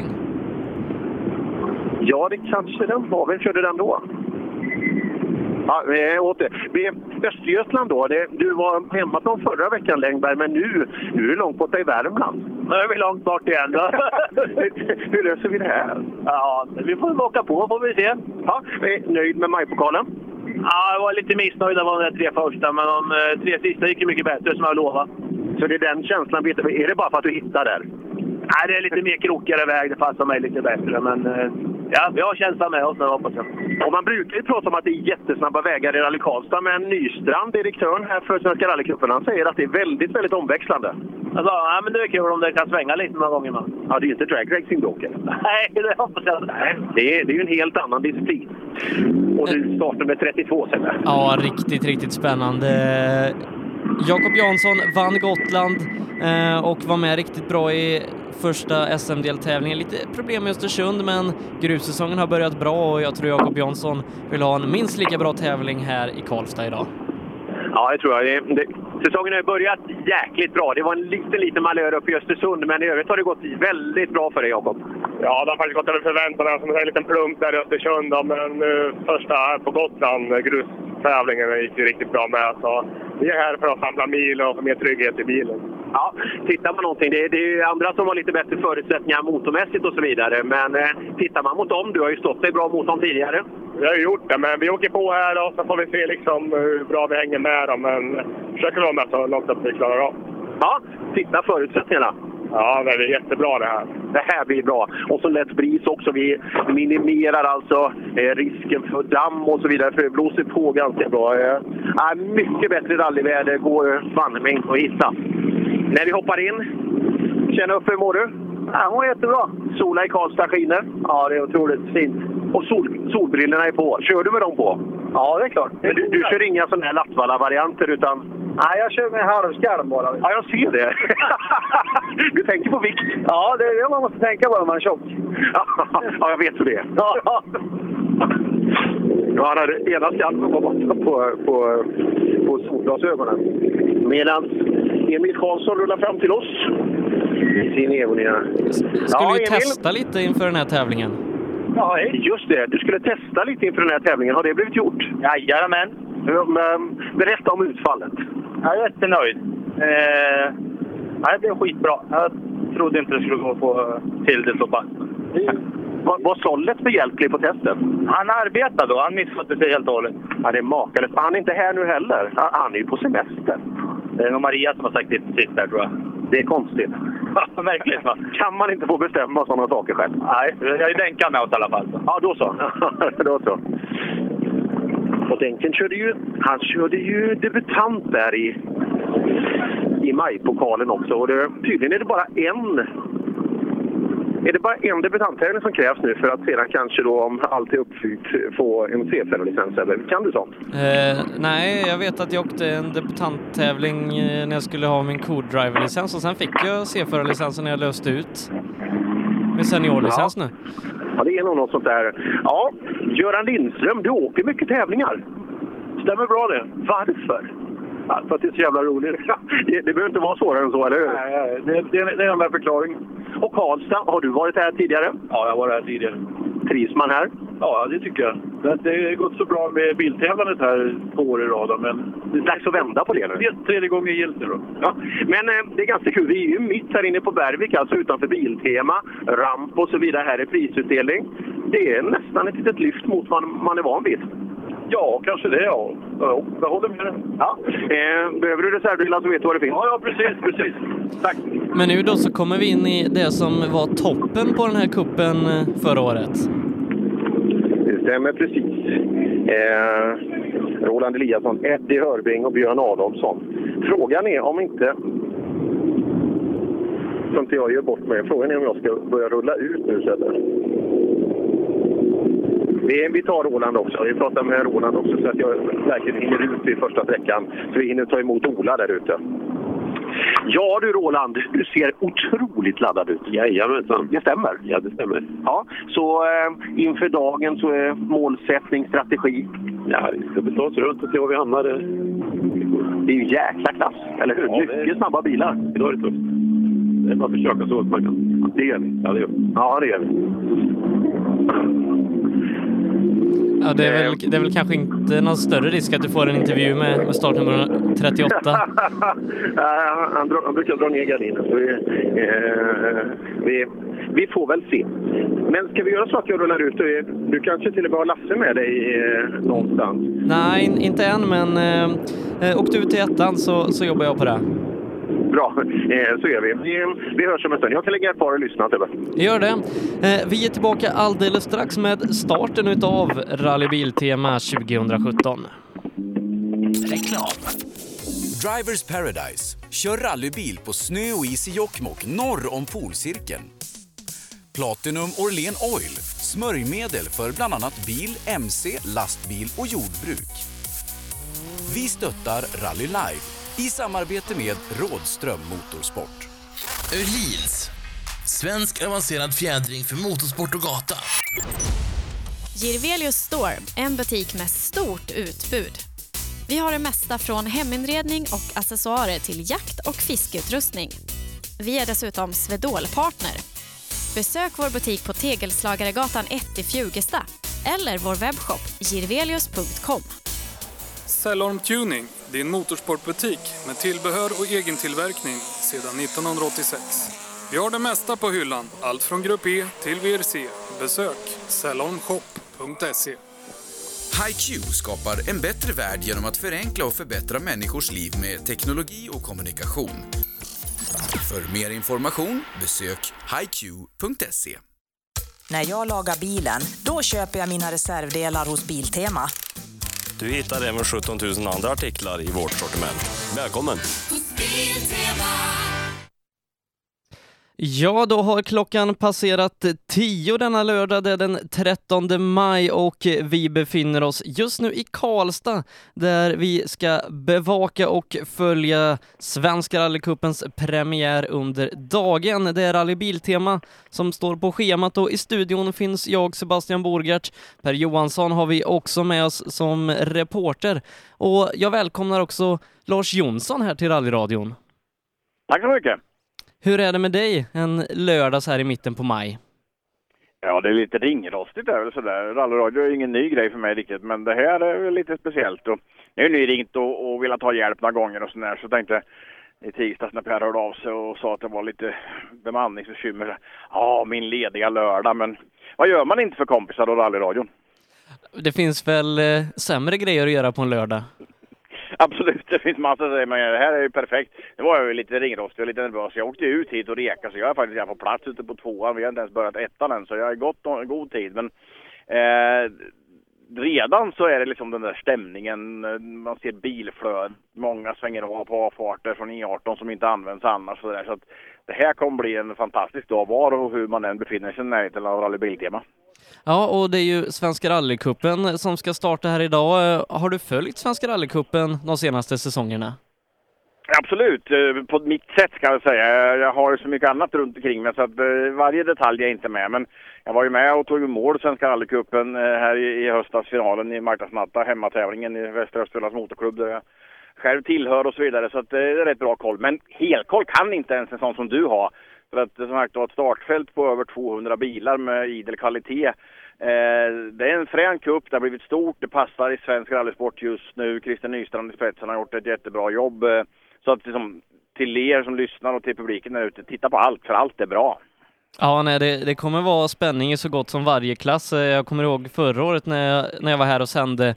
Ja, det kanske den var. Vem körde den då? Ja, Östergötland då. Du var hemma från förra veckan, Längberg, men nu är du långt borta i Värmland. Nu är vi långt bort igen. Hur löser vi det här? Ja, vi får åka på, får vi se. Ja, är nöjd med majpokalen? Ja, jag var lite missnöjd av de 3 första, men de 3 sista gick ju mycket bättre, som jag lovade. Så det är den känslan, är det bara för att du hittar där? Nej, det är lite mer krokigare väg, det passar mig lite bättre, men ja, vi har känslan med oss, hoppas jag. Och man brukar ju prata om att det är jättesnabba vägar i Rally Karlstad, men Nystrand, direktören här för Svenska rallycupen, han säger att det är väldigt, väldigt omväxlande. Alltså, ja, men det är kul om det kan svänga lite några gånger, man. Ja, det är ju inte drag racing då, okej? Nej, det hoppas jag inte. Nej, det är ju en helt annan disciplin. Och du startar med 32 sen. Ja, riktigt spännande. Jakob Jansson vann Gotland och var med riktigt bra i första SM-deltävlingen. Lite problem i Östersund, men grussäsongen har börjat bra och jag tror Jakob Jansson vill ha en minst lika bra tävling här i Karlstad idag. Ja, det tror jag. Säsongen har börjat jäkligt bra. Det var en liten malör upp i Östersund, men i övrigt har det gått väldigt bra för dig, Jakob. Ja, det har faktiskt gått över förväntan. Som en liten plump där i Östersund. Men första här på Gotland, grustävlingen, gick ju riktigt bra med. Så vi är här för att samla mil och få mer trygghet i bilen. Ja, tittar man någonting. Det är ju andra som har lite bättre förutsättningar motormässigt och så vidare. Men tittar man mot dem, du har ju stått dig bra mot dem tidigare. Vi har ju gjort det, men vi åker på här och så får vi se liksom hur bra vi hänger med dem. Men försöker vara med så långt att vi klarar av. Ja, titta förutsättningarna. Ja, det är jättebra det här. Det här blir bra. Och så lätt bris också. Vi minimerar alltså risken för damm och så vidare. För det blåser på ganska bra. Mycket bättre rallyväder går banne inte att hitta. När vi hoppar in, känna upp hur mår du? Ja, hon är jättebra. Sola i Karlstad skiner. Ja, det är otroligt fint. Och solbrillorna är på. Kör du med dem på? Ja, det är klart. Men du kör inga sådana här Lattvalla-varianter utan... Nej, jag kör med halvskarm bara. Ja, jag ser det. Du tänker på vikt. Ja, det är det man måste tänka på när man är tjock. Ja, jag vet hur det är. Ja, han hade ena skalmen var borta på solglasögonen. Medan Emil Karlsson rullar fram till oss i sin Evonia. Skulle ju testa lite inför den här tävlingen. Ja, just det. Du skulle testa lite inför den här tävlingen. Har det blivit gjort? Jajamän. Berätta om utfallet. Jag är jättenöjd. Det är skitbra. Jag trodde inte det skulle gå på till det så pass. Var Sollet behjälplig på testet? Han arbetade då. Han misskötte sig helt och hållet. Ja, det är makalöst. Han är inte här nu heller. Han är ju på semester. Det är nog Maria som har sagt det sist där, tror jag. Det är konstigt. Ja, märkligt, va? Kan man inte få bestämma sådana saker själv? Nej, jag är Denkan med oss i alla fall. Ja, då så. Och Denken körde ju debutant där i majpokalen också. Och tydligen är det bara en debutanttävling som krävs nu för att sedan kanske då, om allt är uppfyllt, få en C-förarlicens. Eller kan du sånt? Nej, jag vet att jag åkte en debutanttävling när jag skulle ha min co-driver-licens och sen fick jag C-förarlicensen när jag löste ut med seniorlicens nu. Ja, det är nog något sånt där. Ja, Göran Lindström, du åker mycket tävlingar. Stämmer bra det. Varför? Ja, för att det är så jävla roligt. Det behöver inte vara svårare än så, eller hur? Nej, det är den där förklaringen. Och Karlstad, har du varit här tidigare? Ja, jag har varit här tidigare. Trivs man här? Ja, det tycker jag. Det har gått så bra med biltävlandet här 2 år i rad, men... Det är dags att vända på det nu. Det är 3:e gången gillt nu då. Ja, men det är ganska kul. Vi är ju mitt här inne på Bergvik, alltså utanför Biltema, ramp och så vidare. Här är prisutdelning. Det är nästan ett litet lyft mot vad man är van vid. Ja, kanske det, ja. Jag håller med dig. Ja. Behöver du reservdelar så vet du vad det finns? Ja, precis. Tack. Men nu då så kommer vi in i det som var toppen på den här kuppen förra året. Det stämmer precis. Roland Eliasson, Eddie Hörbring och Björn Adolfsson. Frågan är om inte... Som inte jag gör bort mig. Frågan är om jag ska börja rulla ut nu så. Vi tar Roland också. Vi pratar med Roland också så att jag verkligen hinner ut i första sträckan. Så vi hinner ta emot Ola där ute. Ja du Roland, du ser otroligt laddad ut. Jajamensan. Det stämmer? Ja, det stämmer. Ja, så inför dagen så är målsättning, strategi? Ja, vi ska bestå oss runt och se var vi hamnar. Det är ju jäkla klass, eller hur? Ja, mycket snabba bilar. Idag är det tufft. Det är bara att försöka så gott man kan. Det gör vi. Ja, det gör vi. Ja, det gör vi. Ja, det är väl kanske inte någon större risk att du får en intervju med startnummer 38. Han brukar dra ner gardinen. Så vi får väl se. Men ska vi göra så att jag rullar ut? Du kanske till och med har Lasse med dig någonstans? Nej, inte än, men åk du ut till ettan så jobbar jag på det. Bra, så gör vi. Vi hörs om en stund. Jag kan lägga ett par och lyssna till det. Gör det. Vi är tillbaka alldeles strax med starten utav Rally Biltema 2017. Reklam. Drivers Paradise. Kör rallybil på snö och is i Jokkmokk norr om polcirkeln. Platinum Orlen Oil. Smörjmedel för bland annat bil, MC, lastbil och jordbruk. Vi stöttar Rally Live. I samarbete med Rådström Motorsport. Öhlins, svensk avancerad fjädring för motorsport och gata. Girvelius Store, en butik med stort utbud. Vi har det mesta från heminredning och accessoarer till jakt- och fiskeutrustning. Vi är dessutom Swedol-partner. Besök vår butik på Tegelslagaregatan 1 i Fjugesta eller vår webbshop girvelius.com. Cellorm Tuning, din motorsportbutik med tillbehör och egen tillverkning sedan 1986. Vi har det mesta på hyllan, allt från Grupp E till VRC. Besök cellormshop.se. HiQ skapar en bättre värld genom att förenkla och förbättra människors liv med teknologi och kommunikation. För mer information, besök hiq.se. När jag lagar bilen, då köper jag mina reservdelar hos Biltema. Du hittar även 17 000 andra artiklar i vårt sortiment. Välkommen! Ja, då har klockan passerat 10 denna lördag, det är den 13 maj och vi befinner oss just nu i Karlstad där vi ska bevaka och följa Svenska rallycupens premiär under dagen. Det är Rally Biltema som står på schemat och i studion finns jag, Sebastian Borgart. Per Johansson har vi också med oss som reporter och jag välkomnar också Lars Jonsson här till Rallyradion. Tack så mycket. Hur är det med dig en lördags här i mitten på maj? Ja, det är lite ringrostigt där, sådär. Rallyradio är ingen ny grej för mig riktigt, men det här är lite speciellt. Och jag har ju ringt och velat ha hjälp några gånger och sådär, så tänkte i tisdags när Per hörde av sig och sa att det var lite bemanningsbekymmer. Ja, min lediga lördag, men vad gör man inte för kompisar och rallyradion? Det finns väl sämre grejer att göra på en lördag? Absolut, det finns massor att säga, men det här är ju perfekt. Nu var jag ju lite ringrostig och lite nervös. Jag åkte ut hit och reka, så jag är faktiskt på plats ute på 2:an. Vi har inte ens börjat 1:an än, så jag har god tid. Men redan så är det liksom den där stämningen. Man ser bilflöd. Många svänger av på avfarter från E18 som inte används annars. Så att det här kommer bli en fantastisk dag var och hur man än befinner sig i närheten av Rally Biltema. Ja, och det är ju Svenska rallycupen som ska starta här idag. Har du följt Svenska rallycupen de senaste säsongerna? Absolut, på mitt sätt kan jag säga. Jag har så mycket annat runt omkring mig så att varje detalj är inte med. Men jag var ju med och tog mål Svenska rallycupen här i höstasfinalen i marknadsnatta, hemmatävlingen i Västra Österlands motorklubb där jag själv tillhör och så vidare. Så att det är rätt bra koll. Men helkoll kan inte ens en sån som du ha. För att som sagt, ett startfält på över 200 bilar med idel kvalitet. Det är en frän cup, det har blivit stort, det passar i svensk rallysport just nu. Christer Nystrand i spetsen har gjort ett jättebra jobb. Så att liksom, till er som lyssnar och till publiken där ute, titta på allt, för allt är bra. Ja, nej, det kommer vara spänning i så gott som varje klass. Jag kommer ihåg förra året när jag var här och sände.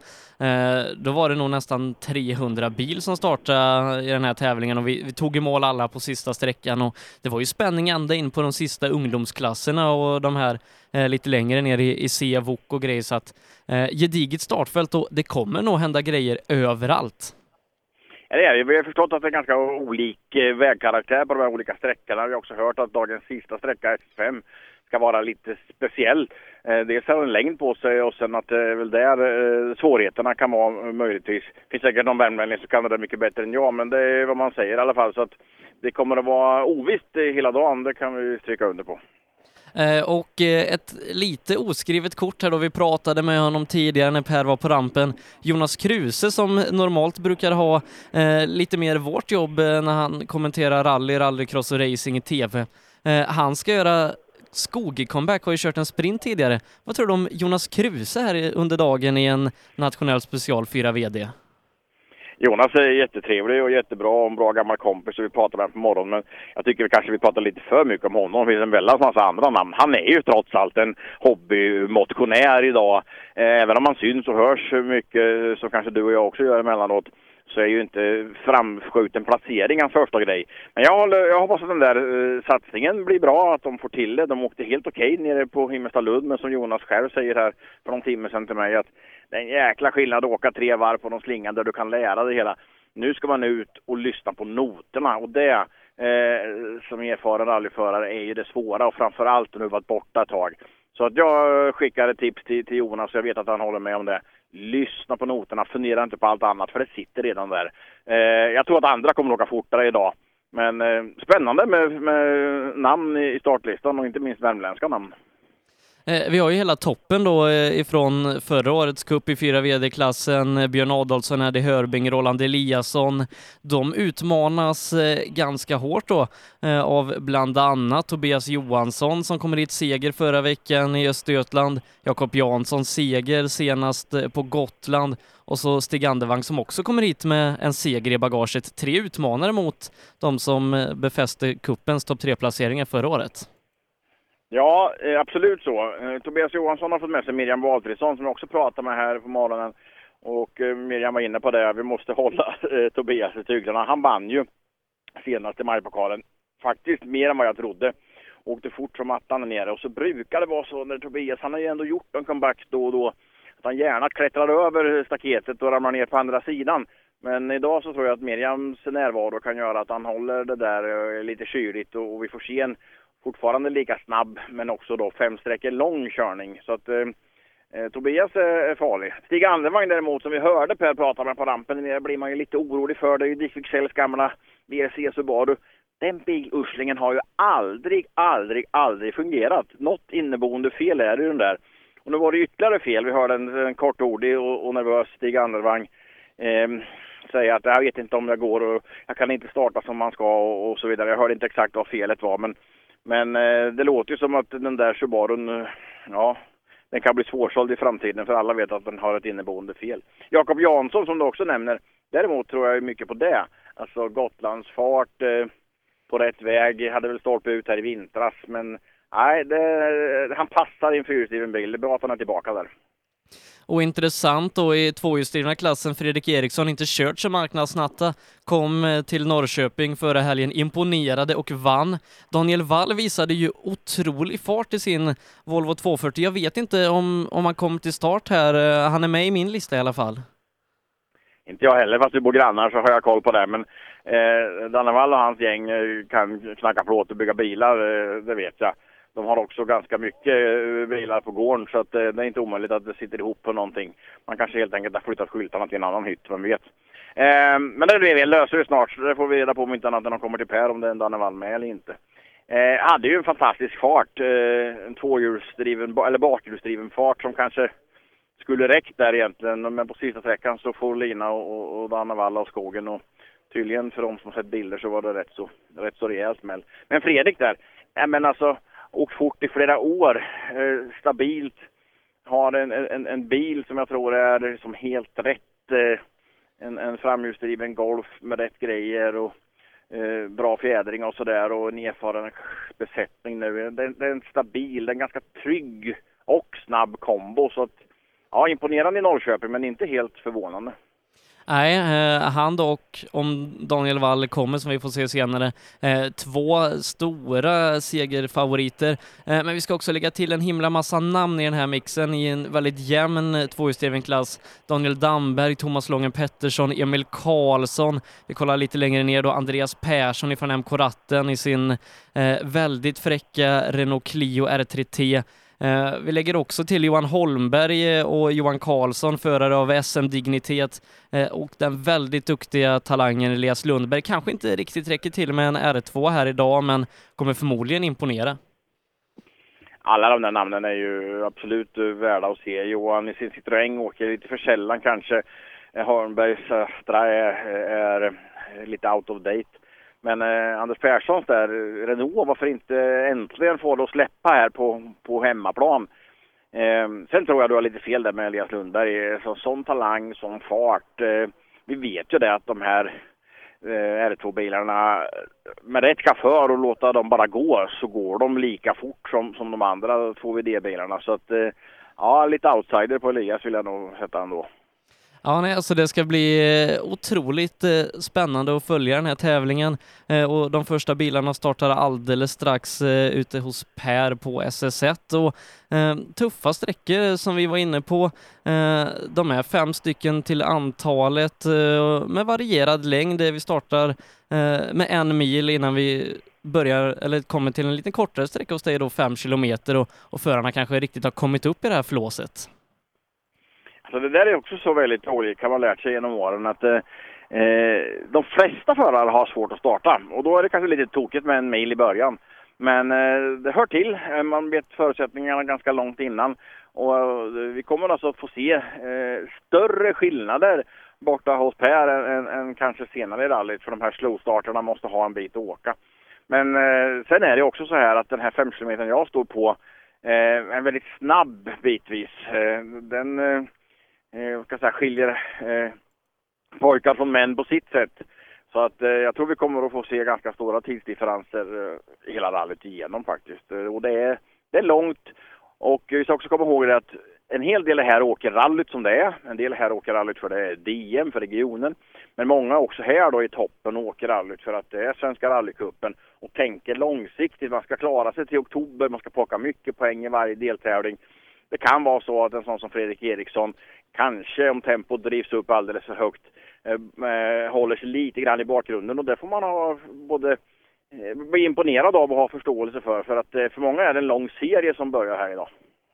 Då var det nog nästan 300 bil som startade i den här tävlingen och vi tog i mål alla på sista sträckan och det var ju spänning ända in på de sista ungdomsklasserna och de här lite längre ner i C, VOK och grejer, så att gediget startfält och det kommer nog hända grejer överallt. Ja, det är. Vi har förstått att det är ganska olik vägkaraktär på de här olika sträckorna. Vi har också hört att dagens sista sträcka S5 ska vara lite speciell. Dels har en längd på sig och sen att det är väl där svårigheterna kan vara möjligtvis. Det finns säkert någon värmlänning som kan det mycket bättre än jag, men det är vad man säger i alla fall. Så att det kommer att vara ovisst hela dagen, det kan vi stryka under på. Och ett lite oskrivet kort här då, vi pratade med honom tidigare när Per var på rampen. Jonas Kruse som normalt brukar ha lite mer vårt jobb när han kommenterar rallycross och racing i tv. Han ska göra skog-comeback, har ju kört en sprint tidigare. Vad tror du om Jonas Kruse här under dagen i en nationell special 4 VD? Jonas är jättetrevlig och jättebra och en bra gammal kompis och vi pratar med honom på morgonen, men jag tycker vi pratar lite för mycket om honom. Det finns en väldigt massa andra namn. Han är ju trots allt en hobbymotionär idag. Även om man syns och hörs mycket, som kanske du och jag också gör emellanåt, så är ju inte framskjuten placering hans första grej. Men jag hoppas att den där satsningen blir bra, att de får till det. De åkte helt okej nere på Himmelstalund, men som Jonas själv säger här för någon timme sedan till mig, att det är en jäkla skillnad att åka 3 varv på de slingan där du kan lära dig hela. Nu ska man ut och lyssna på noterna, och det som erfaren rallyförare är ju det svåra, och framförallt nu varit borta ett tag. Så att jag skickar ett tips till Jonas, så jag vet att han håller med om det. lyssna på noterna, fundera inte på allt annat för det sitter redan där. Jag tror att andra kommer att åka fortare idag. Men spännande med namn i startlistan och inte minst värmländska namn. Vi har ju hela toppen då ifrån förra årets cup i 4 VD-klassen. Björn Adolfsson, Eddie Hörbing, Roland Eliasson. De utmanas ganska hårt då av bland annat Tobias Johansson som kommer hit seger förra veckan i Östergötland. Jakob Jansson seger senast på Gotland. Och så Stig Andervang som också kommer hit med en seger i bagaget. 3 utmanare mot de som befäste kuppens topp 3-placeringar förra året. Ja, absolut så. Tobias Johansson har fått med sig Miriam Walfridsson som jag också pratade med här på morgonen. Och Miriam var inne på det. Vi måste hålla Tobias i tyglarna. Han vann ju senast i majpokalen. Faktiskt mer än vad jag trodde. Åkte fort som attan nere. Och så brukar det vara så när Tobias, han har ju ändå gjort en comeback då och då. Att han gärna klättrar över staketet och ramlar ner på andra sidan. Men idag så tror jag att Miriams närvaro kan göra att han håller det där lite kyligt. Och vi får se en fortfarande lika snabb men också då 5 sträckor lång körning. Så att Tobias är farlig. Stig Andervang däremot som vi hörde Per prata med på rampen, där blir man ju lite orolig för. Det är ju Dick Wixells gamla VRC Subaru. Den biluslingen har ju aldrig fungerat. Något inneboende fel är det den där. Och nu var det ytterligare fel. Vi hörde en kortordig och nervös Stig Andervang säga att jag vet inte om jag går och jag kan inte starta som man ska och så vidare. Jag hörde inte exakt vad felet var men det låter ju som att den där Subarun, ja, den kan bli svårsåld i framtiden för alla vet att den har ett inneboende fel. Jakob Jansson som du också nämner, däremot tror jag mycket på det. Alltså Gotlands fart på rätt väg, hade väl stolpe ut här i vintras men nej, han passar i en fyrhjulsdriven bil. Det är bra att han är tillbaka där. Och intressant då i tvåhjulsdrivna klassen, Fredrik Eriksson inte kört som marknadsnatta, kom till Norrköping förra helgen, imponerade och vann. Daniel Wall visade ju otrolig fart i sin Volvo 240. Jag vet inte om han kom till start här. Han är med i min lista i alla fall. Inte jag heller, fast vi bor grannar så har jag koll på det. Men Daniel Wall och hans gäng kan knacka plåt och bygga bilar, det vet jag. De har också ganska mycket bilar på gården så att det är inte omöjligt att det sitter ihop på någonting. Man kanske helt enkelt har flyttat skyltarna till en annan hytt, vem vet. Men det blir vi löser det snart så det får vi reda på om inte annat än de kommer till Per om det är en Daniel med eller inte. Hade ju en fantastisk fart, en tvåhjulsdriven eller bakhjulsdriven fart som kanske skulle räckt där egentligen. Men på sista sträckan så får Lina och Daniel och skogen och tydligen för de som sett bilder så var det rätt så rejält smäll. Men Fredrik där, men alltså åkt fort i flera år, stabilt, har en bil som jag tror är som helt rätt, en framhjulsdriven Golf med rätt grejer och bra fjädring och sådär och en erfaren besättning nu. Det är en stabil, en ganska trygg och snabb kombo så att ja, imponerande i Norrköping men inte helt förvånande. Nej, han dock, om Daniel Wall kommer som vi får se senare, 2 stora segerfavoriter. Men vi ska också lägga till en himla massa namn i den här mixen i en väldigt jämn tvåhjulsdriven klass. Daniel Damberg, Thomas Lången Pettersson, Emil Karlsson. Vi kollar lite längre ner då, Andreas Persson ifrån MK Ratten i sin väldigt fräcka Renault Clio R3T. Vi lägger också till Johan Holmberg och Johan Karlsson, förare av SM Dignitet, och den väldigt duktiga talangen Elias Lundberg. Kanske inte riktigt räcker till med en R2 här idag, men kommer förmodligen imponera. Alla de där namnen är ju absolut värda att se. Johan i sin Citroën åker lite för sällan kanske. Holmbergs Astra är lite out of date. Men Anders Perssons där, Renault, varför inte äntligen få det att släppa här på hemmaplan. Sen tror jag du har lite fel där med Elias Lundberg. Sån talang, sån fart. Vi vet ju det att de här R2-bilarna med rätt chaufför och låta dem bara gå så går de lika fort som de andra 2VD-bilarna. Så att ja, lite outsider på Elias vill jag nog sätta ändå. Ja, nej, alltså det ska bli otroligt spännande att följa den här tävlingen och de första bilarna startar alldeles strax ute hos Per på SS1 och tuffa sträckor som vi var inne på. De är 5 stycken till antalet med varierad längd. Vi startar med 1 mil innan vi börjar eller kommer till en lite kortare sträcka hos dig då 5 kilometer och förarna kanske riktigt har kommit upp i det här flåset. Så det där är också så väldigt olika, kan man lärt sig genom åren att de flesta förare har svårt att starta. Och då är det kanske lite tokigt med en mil i början. Men det hör till. Man vet förutsättningarna ganska långt innan. Och vi kommer alltså att få se större skillnader borta hos Per än kanske senare i rallyt. För de här slowstarterna måste ha en bit att åka. Men sen är det också så här att den här 5 km jag står på en väldigt snabb bitvis. Den ska säga, skiljer pojkar från män på sitt sätt. Så att jag tror vi kommer att få se ganska stora tidsdifferenser hela rallyt igenom faktiskt. Och det är långt. Och vi ska också komma ihåg det att en hel del här åker rallyt som det är. En del här åker rallyt för det är DM, för regionen. Men många också här då i toppen åker rallyt för att det är Svenska rallycupen. Och tänker långsiktigt. Man ska klara sig till oktober. Man ska plocka mycket poäng i varje deltävling. Det kan vara så att en sån som Fredrik Eriksson kanske om tempot drivs upp alldeles för högt håller sig lite grann i bakgrunden. Och det får man ha både bli imponerad av och ha förståelse för att för många är det en lång serie som börjar här idag.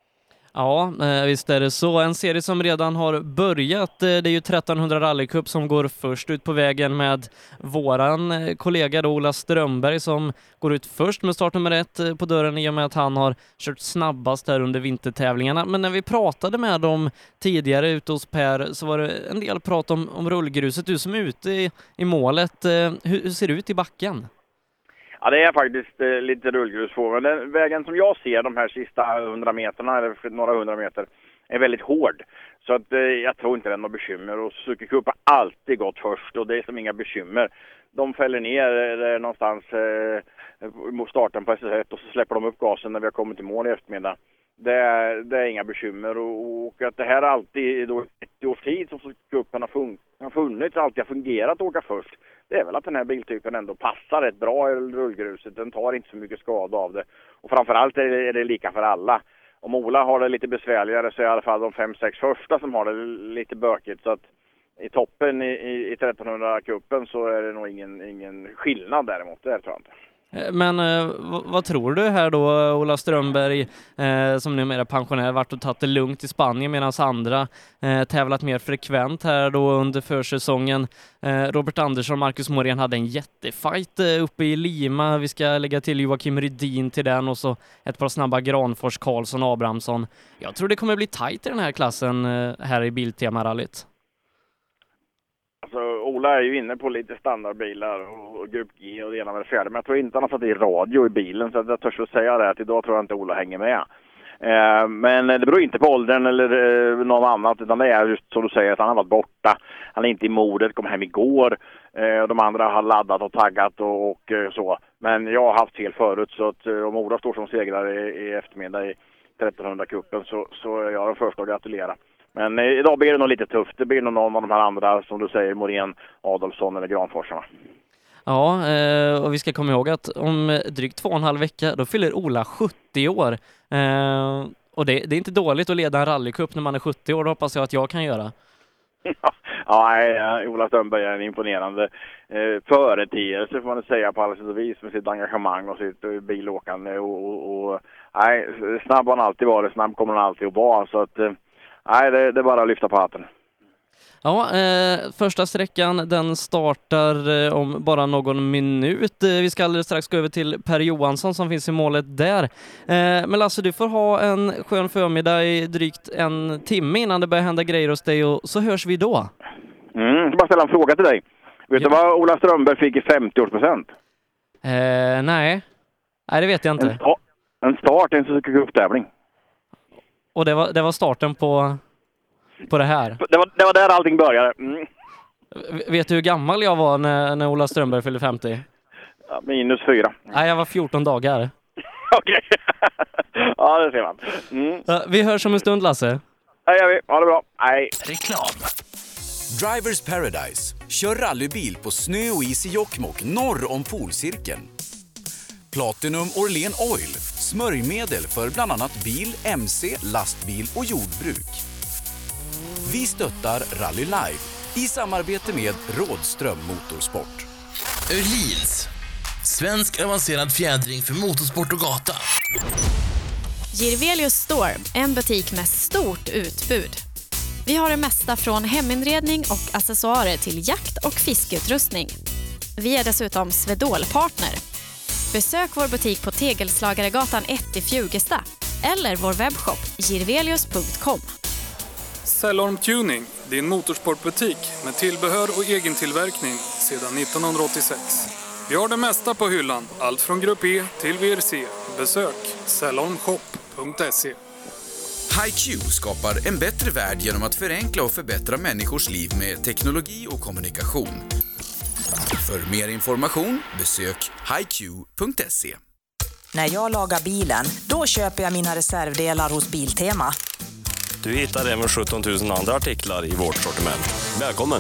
Ja, visst är det så. En serie som redan har börjat, det är ju 1300 rallycup som går först ut på vägen med våran kollega då, Ola Strömberg, som går ut först med startnummer 1 på dörren i och med att han har kört snabbast här under vintertävlingarna. Men när vi pratade med dem tidigare ute hos Per så var det en del prat om rullgruset. Du som är ute i målet, hur ser det ut i backen? Ja, det är faktiskt lite rullgrus på. Men den vägen som jag ser de här sista 100 meterna, eller några 100 meter, är väldigt hård. Så att jag tror inte det är några bekymmer. Och Suzuki Cup har alltid gått först och det är som inga bekymmer. De fäller ner någonstans mot starten på SS1 och så släpper de upp gasen när vi har kommit i mål i eftermiddag. Det är inga bekymmer. Och att det här alltid då 30 års tid som Suzuki Cupen har funnits, alltid har fungerat att åka först. Det är väl att den här biltypen ändå passar rätt bra i rullgruset. Den tar inte så mycket skada av det. Och framförallt är det lika för alla. Om Ola har det lite besvärligare så är i alla fall de 5-6 första som har det lite bökigt. Så att i toppen i 1300-cupen så är det nog ingen skillnad däremot. Det tror jag inte. Men vad tror du här då, Ola Strömberg som numera är pensionär, varit och tagit det lugnt i Spanien medan andra tävlat mer frekvent här då under försäsongen. Robert Andersson och Marcus Morén hade en jättefight uppe i Lima. Vi ska lägga till Joakim Rydin till den och så ett par snabba Granfors, Karlsson, Abrahamsson. Jag tror det kommer bli tajt i den här klassen här i Biltema-rallyt. Alltså, Ola är ju inne på lite standardbilar och Grupp G och det ena med det fjärde. Men jag tror inte han har satt i radio i bilen. Så jag törs säga det att idag tror jag inte Ola hänger med. Men det beror inte på åldern eller någon annat. Utan det är just som du säger att han har varit borta. Han är inte i modet, kom hem igår. De andra har laddat och taggat och så. Men jag har haft fel förut. Så att om Ola står som segrare i eftermiddag i 1300-cupen så är jag den första att gratulera. Men idag blir det nog lite tufft. Det blir nog någon av de här andra, som du säger, Morén, Adolfsson eller Granforsarna. Ja, och vi ska komma ihåg att om drygt 2,5 vecka, då fyller Ola 70 år. Och det är inte dåligt att leda en rallycup när man är 70 år, det hoppas jag att jag kan göra. Ja, Ola Strömberg är en imponerande företeelse får man säga på alla sätt och vis med sitt engagemang och sitt bilåkande. Och snabb har han alltid varit, snabb kommer han alltid att vara. Så att nej, det är bara att lyfta på hatten. Ja, första sträckan den startar om bara någon minut. Vi ska alldeles strax gå över till Per Johansson som finns i målet där. Men Lasse, du får ha en skön förmiddag i drygt en timme innan det börjar hända grejer hos dig och så hörs vi då. Jag ska bara ställa en fråga till dig. Vet du vad Ola Strömberg fick i 50-årspresent? Nej, det vet jag inte. En start i en Suzuki Cup-tävling. Och det var starten på det här. Det var där allting började. Vet du hur gammal jag var när Ola Strömberg fyllde 50? Ja, -4. Nej, jag var 14 dagar. Okej. Ja, det ser man. Vi hörs om en stund, Lasse. Ja, gör vi. Ha det bra. Hej. Reklam. Drivers Paradise. Kör rallybil på snö och is i Jokkmokk norr om polcirkeln. Platinum Orlen Oil. Smörjmedel för bland annat bil, MC, lastbil och jordbruk. Vi stöttar Rally Live i samarbete med Rådström Motorsport. Öhlins. Svensk avancerad fjädring för motorsport och gata. Jirvelius Store, en butik med stort utbud. Vi har det mesta från heminredning och accessoarer till jakt- och fiskeutrustning. Vi är dessutom Swedol-partner. Besök vår butik på Tegelslagaregatan 1 i Fjugesta eller vår webbshop jirvelius.com. Cellorm Tuning, din motorsportbutik med tillbehör och egen tillverkning sedan 1986. Vi har det mesta på hyllan, allt från Grupp E till VRC. Besök cellormshop.se. HiQ skapar en bättre värld genom att förenkla och förbättra människors liv med teknologi och kommunikation. För mer information, besök hiq.se. När jag lagar bilen, då köper jag mina reservdelar hos Biltema. Du hittar även 17 000 andra artiklar i vårt sortiment. Välkommen!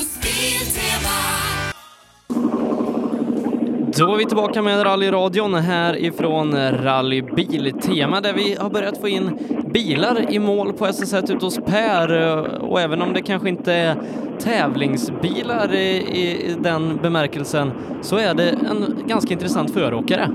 Då är vi tillbaka med rallyradion här ifrån Rally Biltema där vi har börjat få in bilar i mål på SS1 ute hos Per, och även om det kanske inte är tävlingsbilar i den bemärkelsen så är det en ganska intressant föråkare.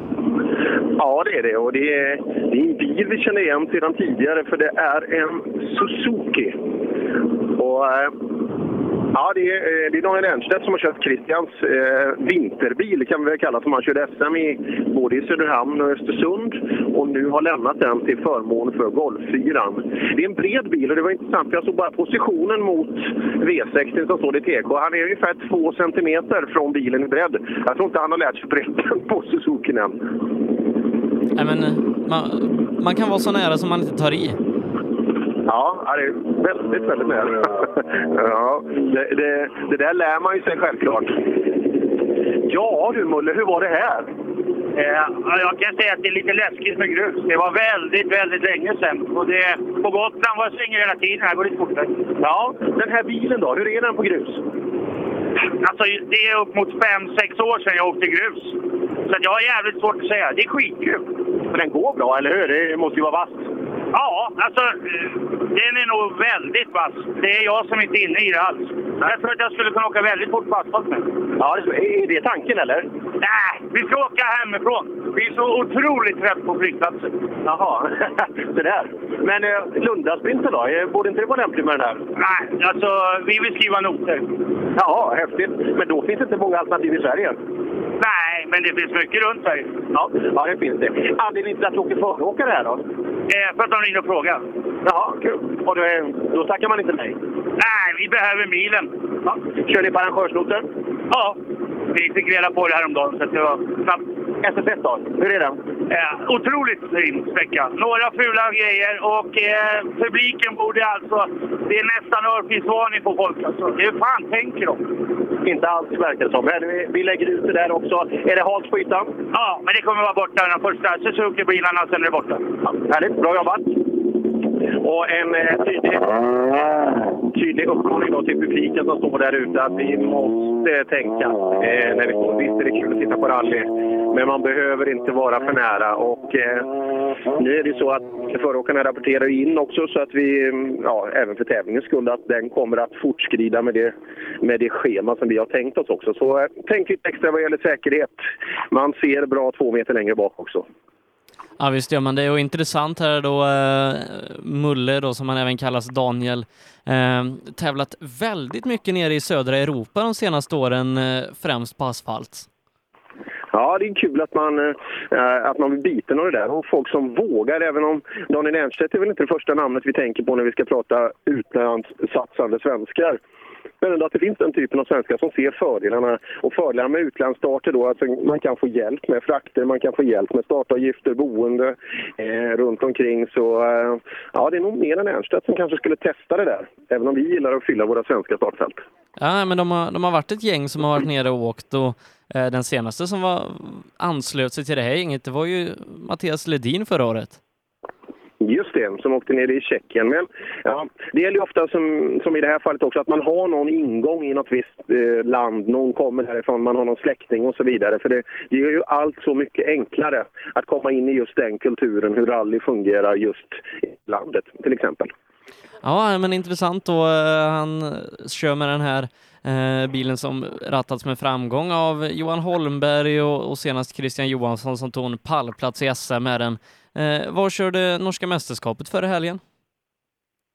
Ja, det är det. Och det är en bil vi känner igen sedan tidigare, för det är en Suzuki. Och ja, det är Daniel Ernstedt som har kört Christians vinterbil, kan vi väl kalla, som han körde SM både i Söderhamn och Östersund, och nu har lämnat den till förmån för Golf 4. Det är en bred bil och det var intressant, för jag såg bara positionen mot V60 som står i TK. Han är ungefär 2 centimeter från bilen i bredd. Jag tror inte han har lärt sig bredden på Suzuki än. Nej, men man kan vara så nära som man inte tar i. Ja, det är väldigt, väldigt nära. Ja, det där lär man ju sig självklart. Ja du Mulle, hur var det här? Jag kan säga att det är lite läskigt med grus. Det var väldigt, väldigt länge sedan. Och på Gotland var det svänger hela tiden. Här går det fortare. Ja, den här bilen då, hur är den på grus? Alltså det är upp mot 5-6 år sedan jag åkte grus. Så jag har jävligt svårt att säga. Det är skitkul. Men den går bra, eller hur? Det måste ju vara vasst. Ja, alltså den är nog väldigt vass. Det är jag som inte är inne i det alls. Jag tror att jag skulle kunna åka väldigt fort på asfalt med. Ja, är det tanken eller? Nej, vi ska åka hemifrån. Vi är så otroligt trött på flygplatsen. Jaha, det där. Men Lundasprinten då? Borde inte det vara lämpligt med den här? Nej, alltså vi vill skriva noter. Ja, häftigt. Men då finns det inte många alternativ i Sverige. Nej, men det finns mycket runt här. Ja, det finns det. Anledningen till att du åker föråkare här då? För att de ringer och frågar. Jaha, kul. Och då tackar man inte nej? Nej, vi behöver bilen. Ja. Kör ni på arrangörsnoter? Ja, vi fick reda på det häromdagen så att det var snabbt. SS1 då, hur är den? Otroligt fin sträcka. Några fula grejer och publiken borde alltså, det är nästan örfinsvarning på folk alltså. Hur fan tänker de? Inte alls verkar det som. Men vi lägger ut det där också. Är det halt på ytan? Ja, men det kommer vara borta den första Suzuki-bilarna, sen är det borta. Ja, härligt, bra jobbat. Och en tydlig uppmaning då till publiken som står där ute att vi måste tänka när vi står. Visst är det kul att titta på rally, men man behöver inte vara för nära. Och nu är det så att föråkarna rapporterar in också, så att vi, även för tävlingens skull, att den kommer att fortskrida med det schema som vi har tänkt oss också. Så tänk lite extra vad gäller säkerhet. Man ser bra 2 meter längre bak också. Ja visst gör man det, och intressant här då Mulle då, som han även kallas, Daniel, tävlat väldigt mycket nere i södra Europa de senaste åren, främst på asfalt. Ja, det är kul att man vill bita av det där, och folk som vågar, även om Daniel Ernstedt är väl inte det första namnet vi tänker på när vi ska prata utlandssatsande svenskar. Men ändå att det finns den typen av svenskar som ser fördelarna, och fördelarna med utlandsstarter då, alltså man kan få hjälp med frakter, man kan få hjälp med startavgifter, boende runt omkring. Så det är nog mer än Ernstedt som kanske skulle testa det där, även om vi gillar att fylla våra svenska startfält. Ja, men de har varit ett gäng som har varit nere och åkt, och den senaste som anslöt sig till det här gänget, det var ju Mattias Ledin förra året. Just det, som åkte ner i Tjeckien. Men det gäller ju ofta som i det här fallet också, att man har någon ingång i något visst land, någon kommer härifrån, man har någon släkting och så vidare. För det gör ju allt så mycket enklare att komma in i just den kulturen, hur rally fungerar just i landet till exempel. Ja, men intressant då. Han kör med den här bilen som rattats med framgång av Johan Holmberg och senast Christian Johansson som tog en pallplats i SM med den. Var körde norska mästerskapet förra helgen?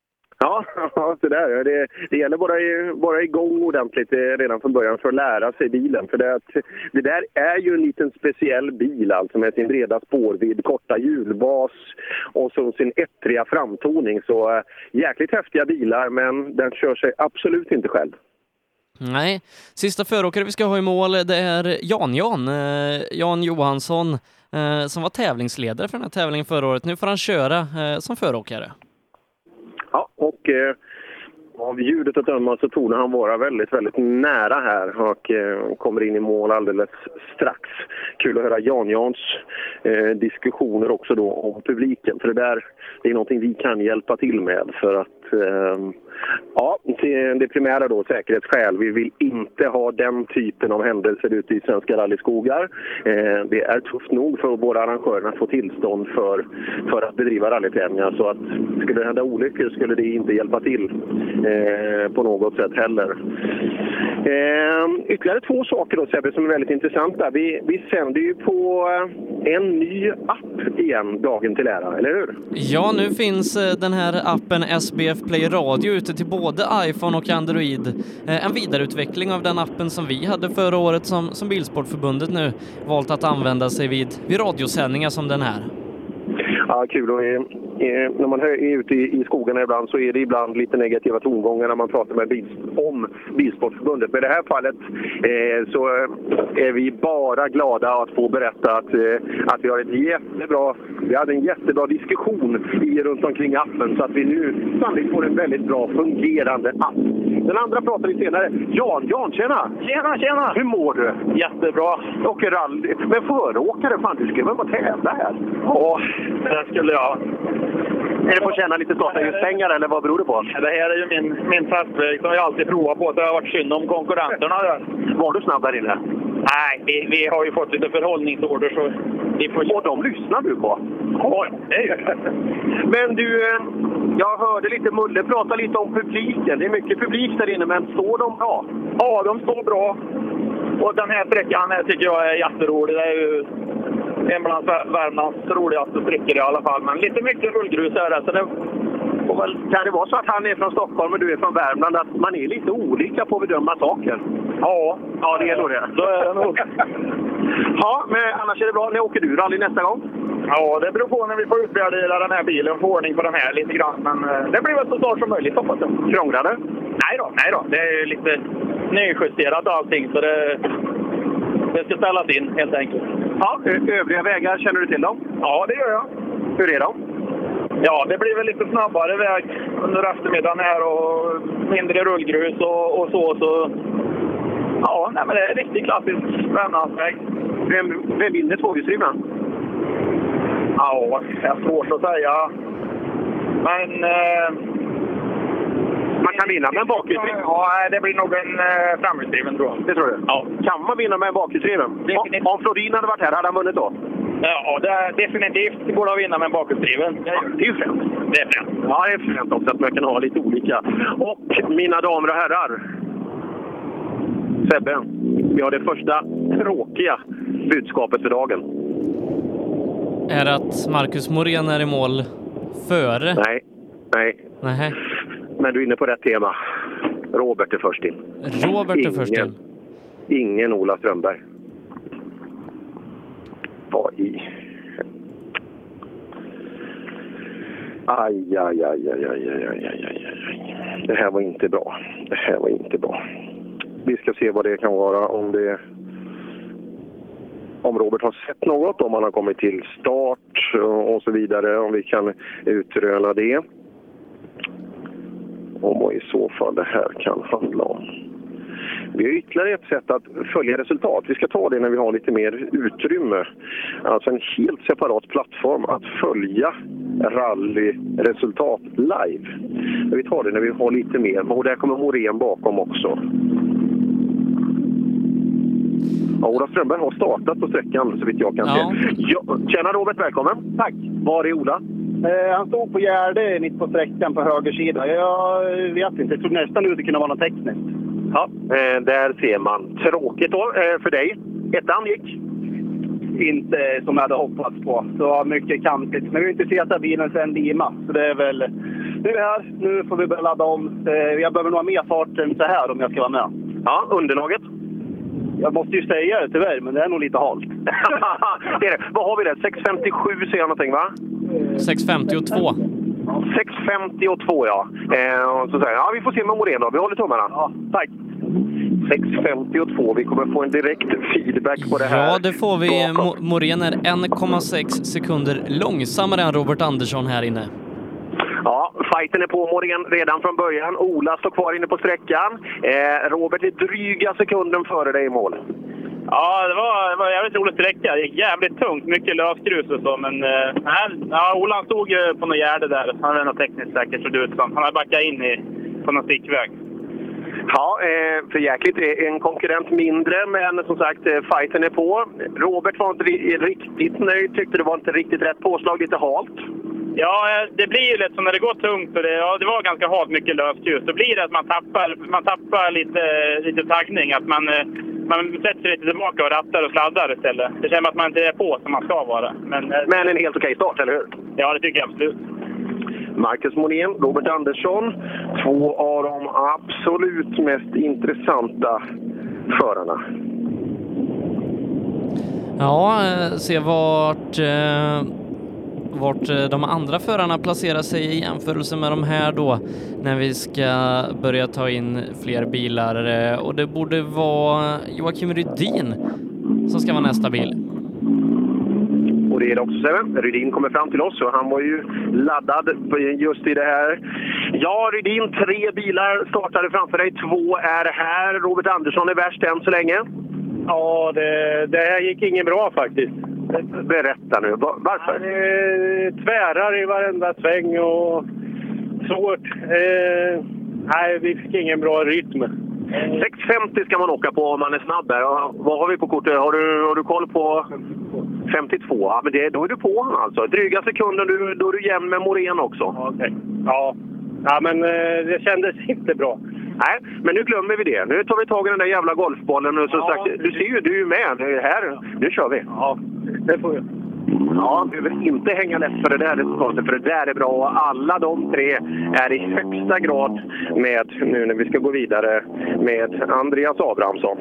Ja, det där. Det gäller bara igång ordentligt redan från början för att lära sig bilen. För det där är ju en liten speciell bil alltså med sin breda spårvidd, korta hjulbas och så sin ettriga framtoning. Så jäkligt häftiga bilar, men den kör sig absolut inte själv. Nej, sista föråkare vi ska ha i mål, det är Jan Johansson som var tävlingsledare för den här tävlingen förra året. Nu får han köra som föråkare. Ja, och av ljudet att döma så tog han vara väldigt, väldigt nära här och kommer in i mål alldeles strax. Kul att höra Jans diskussioner också då om publiken, för det är någonting vi kan hjälpa till med för att det primära då, säkerhetsskäl. Vi vill inte ha den typen av händelser ute i svenska rallyskogar. Det är tufft nog för båda arrangörerna att få tillstånd för att bedriva rallytävlingar, så att skulle det hända olyckor skulle det inte hjälpa till på något sätt heller. Ytterligare 2 saker då, Sebbe, som är väldigt intressanta. Vi sänder ju på en ny app igen dagen till ära, eller hur? Ja, nu finns den här appen SBF Play Radio ute till både iPhone och Android. En vidareutveckling av den appen som vi hade förra året som Bilsportförbundet nu valt att använda sig vid radiosändningar som den här. Ja, kul. Och när man är ute i skogarna ibland så är det ibland lite negativa tongångar när man pratar om Bilsportförbundet. Men i det här fallet så är vi bara glada att få berätta att vi hade en jättebra diskussion runt omkring appen, så att vi nu sannolikt får en väldigt bra fungerande app. Den andra pratar vi senare. Jan, tjena! Tjena! Hur mår du? Jättebra. Och rally. Men föråkare, fan, du skulle väl bara tävla här? Ja, det skulle jag. Är det på att känna lite startljuspengar eller vad beror det på? Det här är ju min testväg som jag alltid provar på. Det har varit synd om konkurrenterna där. Var du snabb där inne? Nej, vi har ju fått lite förhållningsorder så... Och de lyssnar du på? Ja, det är ju. Men du, jag hörde lite Mulle prata lite om publiken. Det är mycket publik där inne, men står de bra? Ja, de står bra. Och den här sträckan här tycker jag är jätterolig. Det är ju en bland Värmlands roligaste sträckor i alla fall. Men lite mycket rullgrus är det. Så det kan det vara så att han är från Stockholm och du är från Värmland, att man är lite olika på att bedöma saker? Ja, det är nog det. Så är det nog. Ja, men annars är det bra. När åker du rally nästa gång? Ja, det beror på när vi får utvärdera den här bilen, få ordning på den här lite grann. Men det blir väl så snart som möjligt, hoppas jag. Krånglar det? Nej då. Det är lite nyjusterat allting, så det ska ställas in helt enkelt. Ja, övriga vägar, känner du till dem? Ja, det gör jag. Hur är de? Ja, det blir väl lite snabbare väg under eftermiddagen här och mindre rullgrus och så. Ja, men det är en riktigt klassisk Värmlandsväg. Vem vinner tvåhjulsdrivna? Ja, det är svårt att säga. Men... man kan vinna med en bakhjulsdriven? Ja, det blir nog en framhjulsdriven, tror jag. Det tror du? Ja. Kan man vinna med en bakhjulsdriven? Om Florin hade varit här, hade han vunnit då? Ja, det är definitivt går att vinna med en bakhjulsdriven. Det är ju främt. Det är främt. Ja, det är främt också att man kan ha lite olika. Och mina damer och herrar, Sebbe, vi har det första tråkiga budskapet för dagen. Är det att Marcus Morén är i mål före? Nej. Men du är inne på rätt tema. Robert är först in. Ingen Ola Strömberg. Vad i... Aj. Det här var inte bra. Vi ska se vad det kan vara, om Robert har sett något, om han har kommit till start och så vidare, om vi kan utröna det. Och vad i så fall det här kan handla om. Vi har ytterligare ett sätt att följa resultat. Vi ska ta det när vi har lite mer utrymme. Alltså en helt separat plattform att följa rallyresultat live. Men vi tar det när vi har lite mer. Och där kommer Morén bakom också. Ja, Ola Strömberg har startat på sträckan så vitt jag kan se. Tjena Robert, välkommen. Tack. Var är Ola? Han stod på Gärde mitt på sträckan på höger sida. Jag vet inte, jag tror nästan att det kunde vara något tekniskt. Ja, där ser man. Tråkigt då för dig. Ettan gick? Inte som jag hade hoppats på. Så mycket kantigt. Men vi har inte sett bilen sen Lima. Så det är väl Nu är vi här. Nu får vi börja ladda om. Jag behöver nog ha mer fart än så här om jag ska vara med. Ja, underlaget? Jag måste ju säga det tyvärr, men det är nog lite halt. Det är det. Vad har vi där? 6.57 ser jag någonting, va? 6.52. 6.52, ja. Så säger jag, vi får se med Morén då. Vi håller tummarna. Ja, tack. 6.52. Vi kommer få en direkt feedback på det här. Ja, det får vi. Morén är 1,6 sekunder långsammare än Robert Andersson här inne. Ja, fighten är på Morén redan från början. Ola står kvar inne på sträckan. Robert är dryga sekunden före dig i mål. Ja, det var jävligt roligt sträcka. Det gick jävligt tungt, mycket lösgrus och så. Men Ola stod ju på något gärde där. Han var något tekniskt säkert så ut som. Han har backat in på någon stickväg. Ja, för jäkligt är en konkurrent mindre, men som sagt, fighten är på. Robert var inte riktigt nöjd, tyckte det var inte riktigt rätt påslag, lite halt. Ja, det blir ju lätt så när det går tungt och det var ganska halt, mycket lösljus. Då blir det att man tappar lite taggning, att man sätter sig lite tillbaka och rattar och sladdar istället. Det känns att man inte är på som man ska vara. Men en helt okej start, eller hur? Ja, det tycker jag absolut. Marcus Morén, Robert Andersson, två av de absolut mest intressanta förarna. Ja, se vart de andra förarna placerar sig i jämförelse med de här då när vi ska börja ta in fler bilar. Och det borde vara Joakim Rydin som ska vara nästa bil. Och det är det också, Sebbe. Rydin kommer fram till oss och han var ju laddad just i det här. Ja, Rydin, 3 bilar startade framför dig. 2 är här. Robert Andersson är värst än så länge. Ja, det här gick inget bra faktiskt. Berätta nu, varför? Tvärar i varenda sväng och svårt. Nej, vi fick ingen bra rytm. 6.50 ska man åka på om man är snabb där. Vad har vi på kortet? Har du koll på 52? Ja, men då är du på alltså. Dryga sekunder, då är du jämn med Morén också. Okej. Ja, men det kändes inte bra. Nej, men nu glömmer vi det. Nu tar vi tag i den där jävla golfbollen. Och sagt, du ser ju, du är med. Här, nu kör vi. Ja, det får vi. Ja, du behöver inte hänga lätt för det där resultatet, för det där är bra. Och alla de 3 är i högsta grad med, nu när vi ska gå vidare, med Andreas Abrahamsson.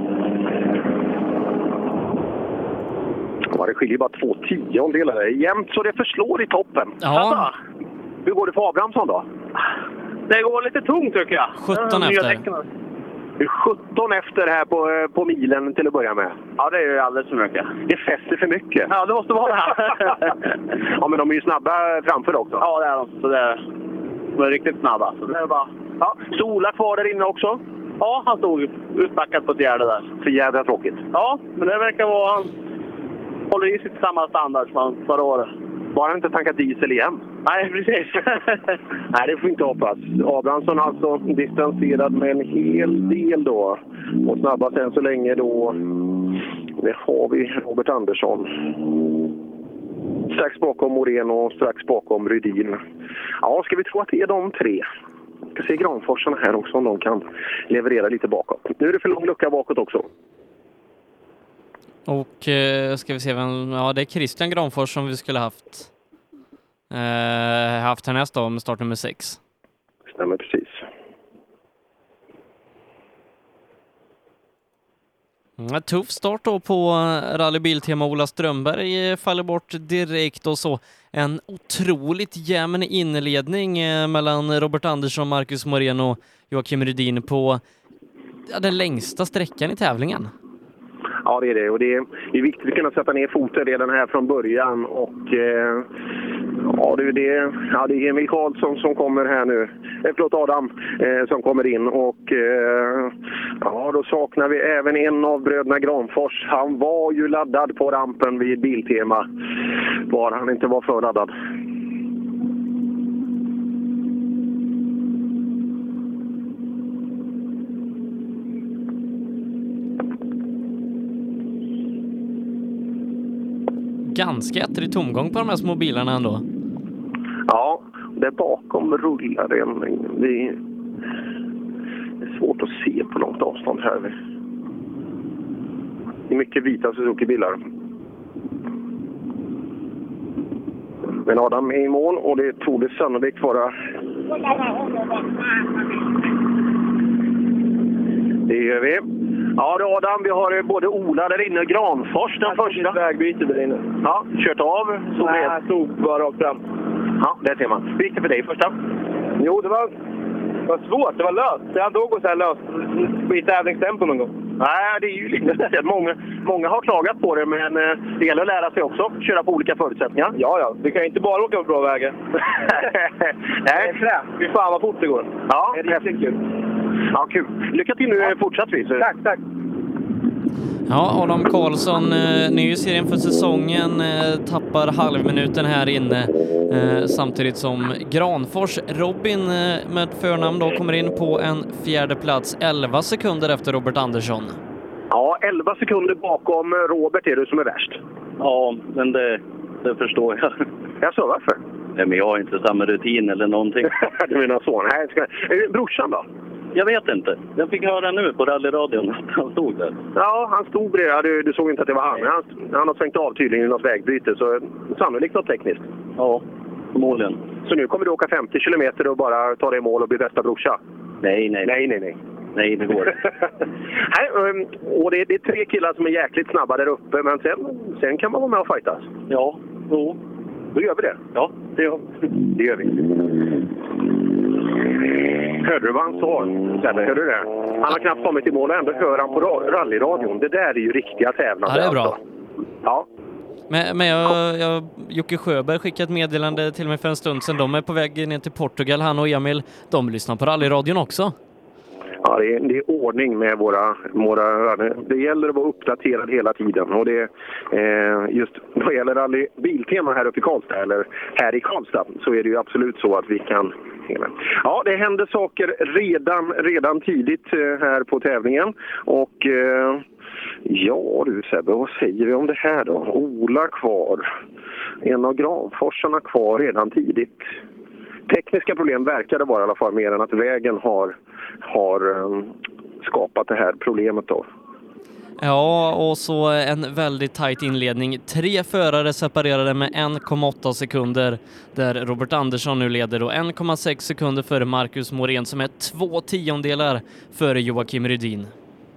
Ja, det skiljer bara 2 tiondelar. Jämnt så det förslår i toppen. Ja. Alltså, hur går det för Abrahamsson då? Det går lite tungt tycker jag. 17 efter. Du är 17 efter här på milen till att börja med. Ja, det är ju alldeles för mycket. Det fäster för mycket. Ja, det måste vara det här. Ja, men de är ju snabba framför också. Ja, det är de. Så de är riktigt snabba. Så det är bara... Ja, så Ola kvar där inne också? Ja, han stod utbackad på ett gärde där. För jävla tråkigt. Ja, men det verkar vara... Han håller i sitt samma standard som förra året. Bara inte tankat diesel igen. Nej, precis. Nej, det får inte hoppas. Abrahamsson alltså distanserad med en hel del då. Och snabbast än så länge då, det har vi Robert Andersson. Strax bakom Morén och strax bakom Rydin. Ja, ska vi tro att det är de 3? Jag ska se Granforsarna här också om de kan leverera lite bakåt. Nu är det för lång lucka bakåt också. Och ska vi se vem... Ja, det är Christian Granfors som vi skulle haft härnäst då med start nummer 6. Stämmer precis. Tuff start då på Rally Biltema. Ola Strömberg faller bort direkt och så en otroligt jämn inledning mellan Robert Andersson, Marcus Morén och Joakim Rydin på den längsta sträckan i tävlingen. Ja, det är det. Och det är viktigt att kunna sätta ner foten redan här från början. Och ja, det är det. Ja, det är Emil Karlsson som kommer här nu. Förlåt, Adam som kommer in. Och ja, då saknar vi även en av bröderna Granfors. Han var ju laddad på rampen vid Biltema. Bara han inte var för laddad. Ganska ettrig tomgång på de här små bilarna ändå. Ja, där bakom rullar en. Det är svårt att se på långt avstånd här. Det är mycket vita Suzuki-bilar. Men Adam är i mål och det tog det sannolikt vara Det gör vi. Ja, då Adam, vi har både Ola där inne, Granfors den första. Vägbyte där inne. Ja, kört av. Nej, stod bara rakt fram. Ja, där ser man. Hur gick det för dig första? Jo, det var svårt. Det var löst. Jag hade gått så här löst i tävlingstempo någon gång. Nej, det är ju lite speciellt. Många har klagat på det, men det gäller att lära sig också. Köra på olika förutsättningar. Ja. Du kan inte bara åka på bra vägar. Nej. Fy fan vad fort det går. Ja, det är riktigt kul. Ja, kul. Lycka till nu fortsattvis. Tack. Ja, Adam Karlsson, ny i serien för säsongen, tappar halvminuten här inne. Samtidigt som Granfors Robin med förnamn då kommer in på en fjärde plats, 11 sekunder efter Robert Andersson. Ja, 11 sekunder bakom Robert är du som är värst. Ja, men det förstår jag. Jaså, varför? Nej, men jag har inte samma rutin eller någonting. Du menar så? Nej, brorsan då? Jag vet inte. Jag fick höra nu på rallyradion att han stod där. Ja, han stod bredvid. Du såg inte att det var han. Han har svängt av tydligen i något vägbyte, så sannolikt något tekniskt. Ja, förmodligen. Så nu kommer du åka 50 kilometer och bara ta dig i mål och bli bästa brorsa? Nej. Nej, det går. Nej, och det är 3 killar som är jäkligt snabba där uppe, men sen kan man vara med och fightas. Ja, jo. Då gör vi det. Ja, det gör vi. Hörde du vad han sa? Hörde du det? Han har knappt kommit i mål och ändå hör han på rallyradion. Det där är ju riktiga tävlande. Ja, det är bra. Alltså. Ja. Men Jocke Sjöberg skickade ett meddelande till mig för en stund sedan. De är på väg ner till Portugal, han och Emil. De lyssnar på rallyradion också. Ja, det är ordning med våra... Det gäller att vara uppdaterad hela tiden. Och det just vad gäller rally Biltema här uppe i Karlstad, eller här i Karlstad, så är det ju absolut så att vi kan... Ja, det händer saker redan tidigt här på tävlingen. Och ja du Sebbe, vad säger vi om det här då? Ola kvar. En av Granforsarna kvar redan tidigt. Tekniska problem verkar det vara i alla fall, mer än att vägen har skapat det här problemet då. Ja, och så en väldigt tajt inledning. 3 förare separerade med 1,8 sekunder, där Robert Andersson nu leder då 1,6 sekunder före Marcus Morén, som är 2/10 före Joakim Rydin.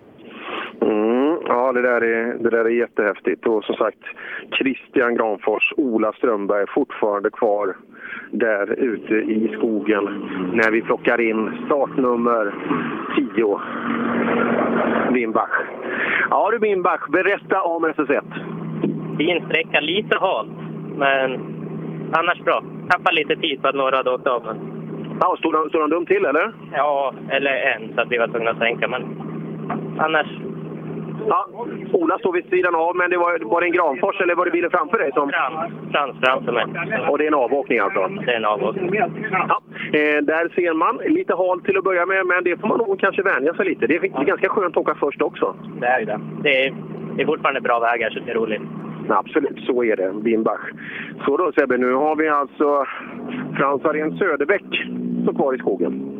Ja, det där är jättehäftigt. Och som sagt, Christian Granfors, Ola Strömberg fortfarande kvar där ute i skogen när vi plockar in startnummer 10, Wimbach. Ja du Wimbach, berätta om SS1. Fin sträcka, lite halt, men annars bra. Tappar lite tid på att några hade åkt av. Men... Ja, stod de dumt till eller? Ja, eller en, så att vi var tvungna att sänka, men annars... Ja, Ola står vid sidan av, men det var det en Granfors eller var det bilen framför dig? Frans framför mig. Och det är en avåkning alltså? Det är en avåkning. Ja, där ser man lite halt till att börja med, men det får man nog kanske vänja sig lite. Det är ganska skönt att åka först också. Det är ju det. Det är fortfarande bra vägar, så det är roligt. Absolut, så är det. Wimbach. Så då Sebbe, nu har vi alltså Frans Arén Söderbäck som kvar i skogen.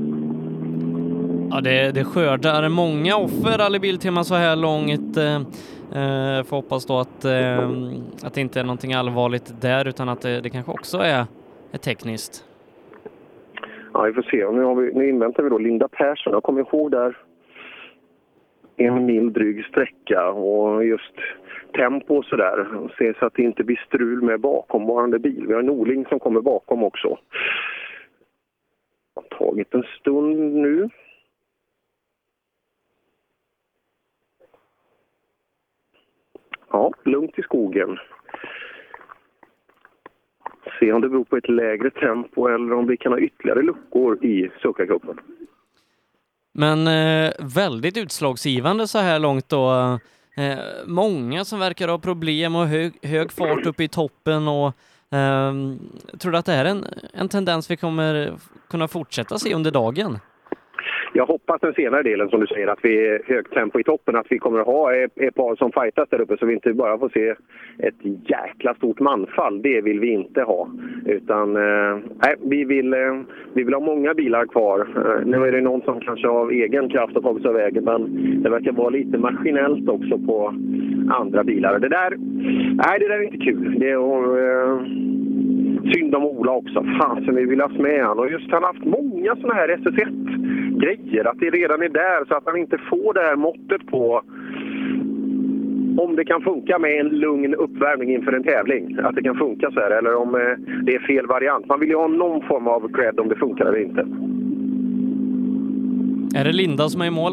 Ja, det skördar många offer Rally Biltema så här långt. Får hoppas då att det inte är någonting allvarligt där, utan att det kanske också är tekniskt. Ja, vi får se. Nu inväntar vi då Linda Persson. Jag kommer ihåg där en mil dryg sträcka och just tempo och sådär. Se så att det inte blir strul med bakomvarande bil. Vi har en Norling som kommer bakom också. Det har tagit en stund nu. Ja, lugnt i skogen. Se om det beror på ett lägre tempo eller om vi kan ha ytterligare luckor i Succa-cupen. Men väldigt utslagsgivande så här långt då. Många som verkar ha problem och hög fart uppe i toppen. Och tror du att det här är en tendens vi kommer kunna fortsätta se under dagen? Jag hoppas den senare delen som du säger, att vi är högt tempo i toppen, att vi kommer att ha ett par som fightas där uppe så vi inte bara får se ett jäkla stort manfall. Det vill vi inte ha. Utan vi vill ha många bilar kvar. Nu är det någon som kanske av egen kraft har tagit sig av vägen, men det verkar vara lite maskinellt också på andra bilar. Det där är inte kul. Det är synd synd om Ola också. Fasen, vi vill ha med han. Och just han har haft många såna här SS1-grejer. Att det redan är där så att han inte får det här måttet på om det kan funka med en lugn uppvärmning inför en tävling. Att det kan funka så här. Eller om det är fel variant. Man vill ju ha någon form av cred om det funkar eller inte. Är det Linda som är i mål?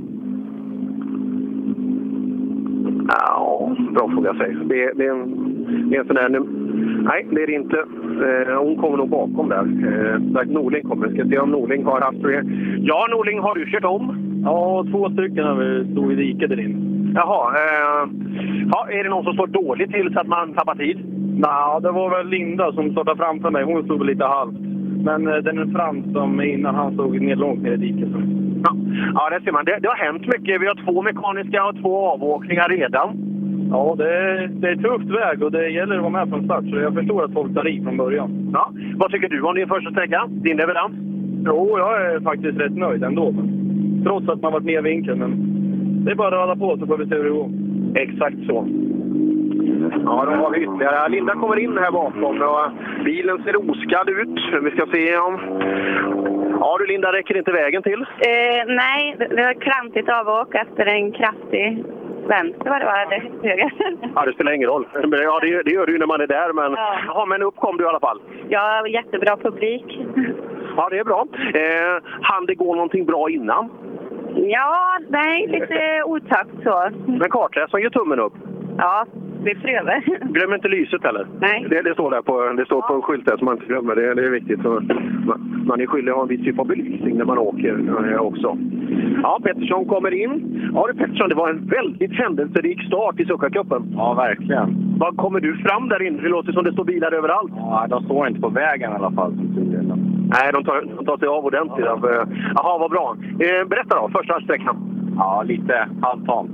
Ja, bra fråga jag säger. Det är en sån här... Nej, det är det inte. Hon kommer nog bakom där. Norling kommer. Ska se om Norling har haft det. Ja, Norling, har du kört om? Ja, 2 stycken har vi stod i diket där inne. Jaha. Ja, är det någon som står dåligt till så att man tappar tid? Nej, det var väl Linda som startade framför mig. Hon stod lite halvt. Men den är Frans som innan han stod ner långt ner i diket. Ja, det ser man. Det har hänt mycket. Vi har 2 mekaniska och 2 avåkningar redan. Ja, det är tufft väg och det gäller att vara med från start. Så jag förstår att folk tar i från början. Ja. Vad tycker du om din första sträcka? Din leverans? Jo, jag är faktiskt rätt nöjd ändå. Trots att man varit med i vinkeln. Men det är bara att rada på så får vi se hur det går. Exakt så. Ja, då har vi ytterligare. Linda kommer in här bakom och bilen ser oskadd ut. Vi ska se om... Ja du Linda, räcker inte vägen till? Nej, det var klantigt avåk efter en kraftig vänster vad det var. Höger. Ja, det spelar ingen roll. Ja, det gör du ju när man är där. Men, ja, men upp kom du i alla fall. Ja, jättebra publik. Ja, det är bra. Han det går någonting bra innan? Ja, nej, lite otakt så. Men kartläsaren gör tummen upp? Ja, vi prövar. Glöm inte lyset heller. Nej. Det står där på en skylt där som man inte glömmer. Det är viktigt. Så man är skyldig att ha en viss typ av belysning när man åker också. Ja, Pettersson kommer in. Ja, Pettersson, det var en väldigt händelserik start i Succa-cupen. Ja, verkligen. Vad kommer du fram där inne? Det låter som det står bilar överallt. Ja, de står inte på vägen i alla fall. Nej, de tar sig av ordentligt. Ja. Jaha, vad bra. Berätta då, första sträckan. Ja, lite halvtant.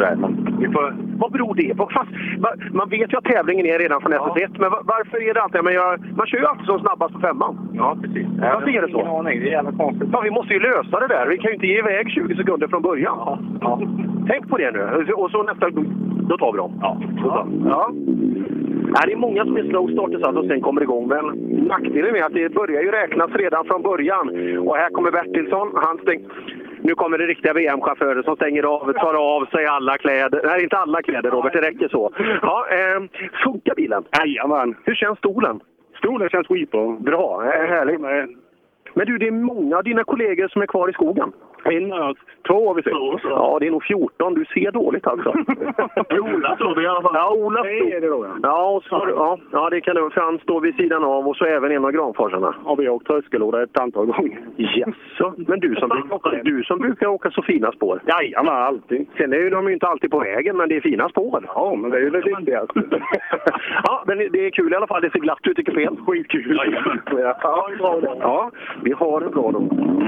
Vad beror det på? Fast, man vet ju att tävlingen är redan från SS1, men varför är det alltid? Men man kör ju alltid som snabbast på 5:an. Ja, precis. Varför är det så? Ingen aning, det är jävla konstigt. Ja, vi måste ju lösa det där. Vi kan ju inte ge iväg 20 sekunder från början. Ja. Tänk på det nu. Och så nästa gång, då tar vi dem. Ja. Det är många som är slow starters och sen kommer igång. Men nackdelen är att det börjar ju räknas redan från början. Och här kommer Bertilsson. Nu kommer det riktiga VM-chaufförer som tar av sig alla kläder. Nej, inte alla kläder, Robert. Det räcker så. Ja, funkar bilen? Jajamän. Hur känns stolen? Stolen känns skitbra. Bra, härligt. Men du, det är många av dina kollegor som är kvar i skogen. 2 har vi sett. Ja, det är nog 14. Du ser dåligt alltså. Ola står det i alla fall. Ja, Ola står det då. Ja, det kan det. Frans står vid sidan av och så även en av Granforsarna. Ja, vi har åkt tröskelåda ett antal gånger. Jaså, men du som brukar åka så fina spår. Jajamän, alltid. Sen är de ju inte alltid på vägen, men det är fina spår. Ja, men det är ju det viktigaste. Ja, men det är kul i alla fall. Det ser glatt ut i kupén. Skitkul. Ja, vi har det bra då.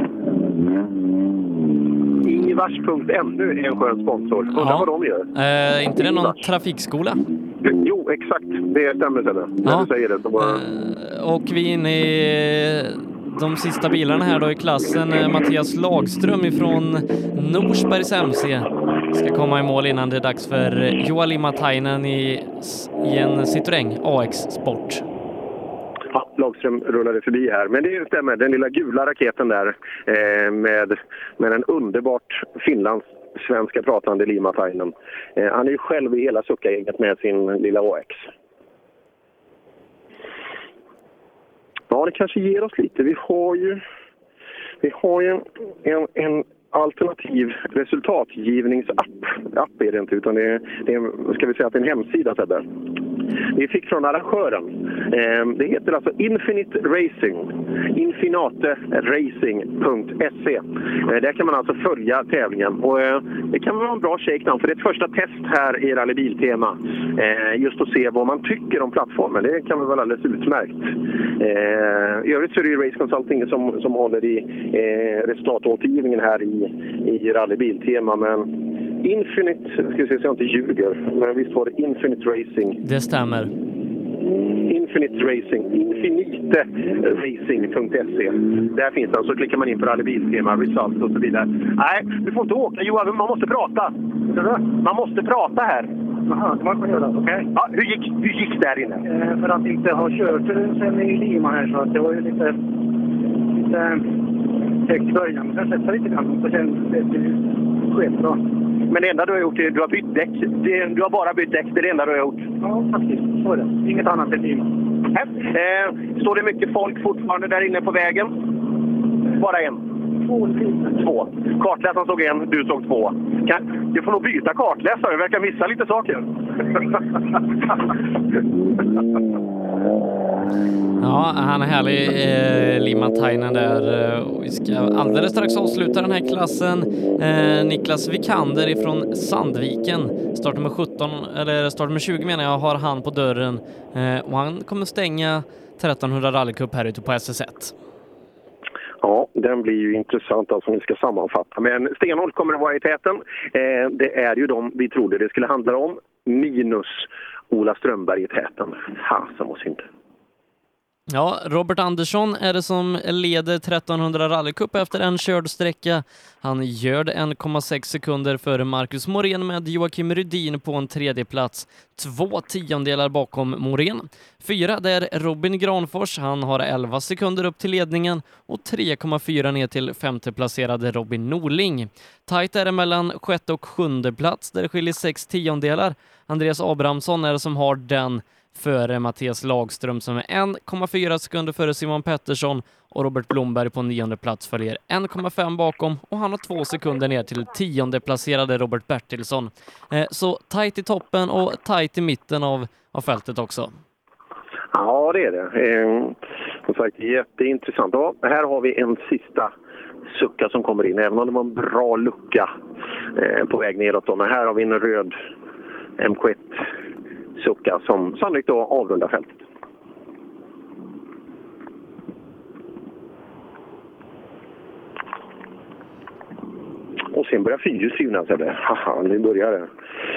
Ingvars.nu är en skön sponsor. Undrar vad de gör. Inte det någon trafikskola? Jo, exakt. Det stämmer sen. När du säger det. Och vi är inne i de sista bilarna här då i klassen. Mattias Lagström ifrån Norsbergs MC ska komma i mål innan det är dags för Joali Matainen i en Citroën AX Sport. Ja, Lagström rullade förbi här. Men det stämmer, den lilla gula raketen där med en underbart finlandssvenska pratande Lima Tainen. Han är ju själv i hela Succa-gänget med sin lilla AX. Ja, det kanske ger oss lite. Vi har ju en alternativ resultatgivningsapp. App är det inte, utan det är ska vi säga att det är en hemsida så där. Vi fick från arrangören. Det heter alltså Infinite Racing. Infinateracing.se. Där kan man alltså följa tävlingen. Och det kan vara en bra shakedown, för det är ett första test här i Rally Biltema. Just att se vad man tycker om plattformen. Det kan vara alldeles utmärkt. I övrigt så är det ju Race Consulting som håller i resultatåtergivningen här i Rally Biltema. Men Infinite, ska vi se så jag inte ljuger, men visst var det Infinite Racing. Det stämmer. Infiniteracing.se. Där finns den, så klickar man in på rallybiltema, result och så vidare. Nej, du får inte åka Johan, man måste prata. Man måste prata här. Jaha, det var man göra. Okej. Ja, hur gick där inne? För att inte ha kört sen i Lima här, så att det var ju lite högt i början. Men sen släppte lite grann och sen blev det skett då. Men det enda du har gjort är du har bytt däck. Du har bara bytt däck, det är det enda du har gjort. Ja, faktiskt. Så är det. Inget annat än Lima. Står det mycket folk fortfarande där inne på vägen? Bara en? Två. Kartläsaren såg en, du såg två. Du får nog byta kartläsare, du verkar missa lite saker. Ja, han är härlig, Limatainen där. Vi ska alldeles strax avsluta den här klassen. Niklas Vikander ifrån Sandviken, startnummer 20 menar jag, har han på dörren. Och han kommer stänga 1300 rallycup här ute på SS1. Ja, den blir ju intressant alltså, om vi ska sammanfatta. Men stenhårt kommer det vara i täten. Det är ju de vi trodde det skulle handla om. Minus Ola Strömberg i täten. Fasen måste inte. Ja, Robert Andersson är det som leder 1300 rallycup efter en körd sträcka. Han gör det 1,6 sekunder före Marcus Morén med Joakim Rydin på en tredje plats. 2 tiondelar bakom Morén. 4 där Robin Granfors, han har 11 sekunder upp till ledningen och 3,4 ner till femteplacerade Robin Norling. Tajt är det mellan sjätte och sjunde plats där det skiljer 6 tiondelar. Andreas Abrahamsson är det som har den före Mattias Lagström som är 1,4 sekunder före Simon Pettersson, och Robert Blomberg på 9:e plats följer 1,5 bakom, och han har 2 sekunder ner till 10:e placerade Robert Bertilsson. Så tajt i toppen och tajt i mitten av fältet också. Ja, det är det. Som sagt, jätteintressant. Ja, här har vi en sista sucka som kommer in, även om det var en bra lucka på väg neråt då. Men här har vi en röd MK1 sucka som sannolikt då avrundar fältet. Och sen börjar fyrhjul synas. Haha, nu börjar det.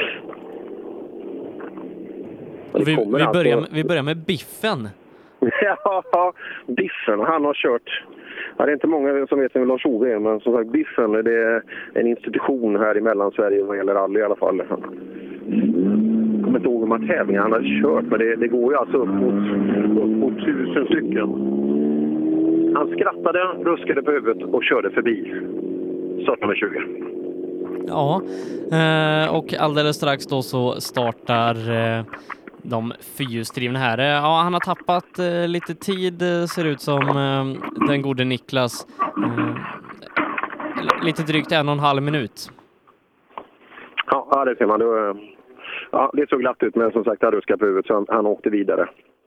Vi börjar med Biffen. Ja, Biffen. Han har kört. Ja, det är inte många som vet vem Lars-Ove är, men som sagt, Biffen, det är en institution här i Mellansverige vad gäller rally i alla fall. Jag kommer inte ihåg hur många tävlingar han har kört, men det går ju alltså upp mot 1000 stycken. Han skrattade, ruskade på huvudet och körde förbi startnummer 20. Ja, och alldeles strax då så startar de fyrhjulsdrivna här. Ja, han har tappat lite tid, ser ut som den gode Niklas. Lite drygt 1,5 minut. Ja, det ser man. Ja, det såg glatt ut, men som sagt, han ruskade på huvudet så han åkte vidare.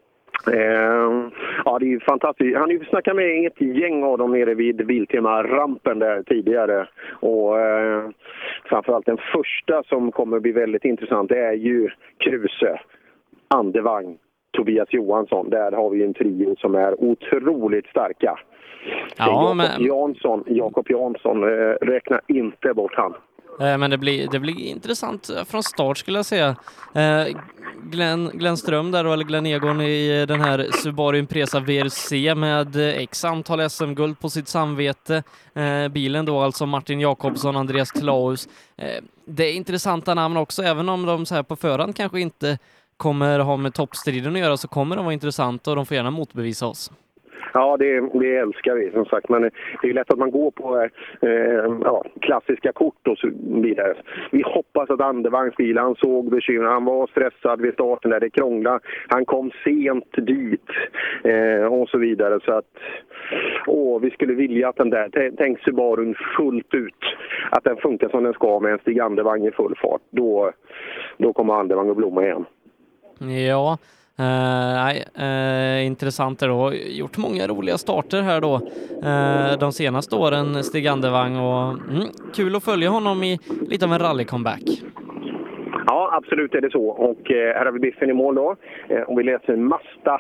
Ja, det är fantastiskt. Han har ju snackat med ett gäng av dem nere vid Biltema-rampen där tidigare. Och framförallt den första som kommer att bli väldigt intressant, det är ju Kruse, Andevang, Tobias Johansson. Där har vi en trio som är otroligt starka. Ja, Jakob Jansson räknar inte bort han. Men det blir intressant från start skulle jag säga. Glenn Ström där, eller Glenn Egon i den här Subaru Impreza VRC med x antal SM-guld på sitt samvete. Bilen då alltså Martin Jakobsson, Andreas Klaus. Det är intressanta namn också, även om de så här på förhand kanske inte kommer ha med toppstriden att göra, så kommer de vara intressanta och de får gärna motbevisa oss. Ja, det älskar vi som sagt, men det är lätt att man går på klassiska kort och så vidare. Vi hoppas att Andevangs bil, han såg bekymmer, han var stressad vid starten där det krånglade, han kom sent dit och så vidare, så att vi skulle vilja att den där, tänk Subarun fullt ut, att den funkar som den ska med en Stig Andevang i full fart, då kommer Andevang att blomma igen. Ja, intressant då. Gjort många roliga starter här då de senaste åren, Stig Andevang, och kul att följa honom i lite av en rally-comeback. Ja, absolut är det så. Och här har vi Biffen i mål då. Om vi läser Mazda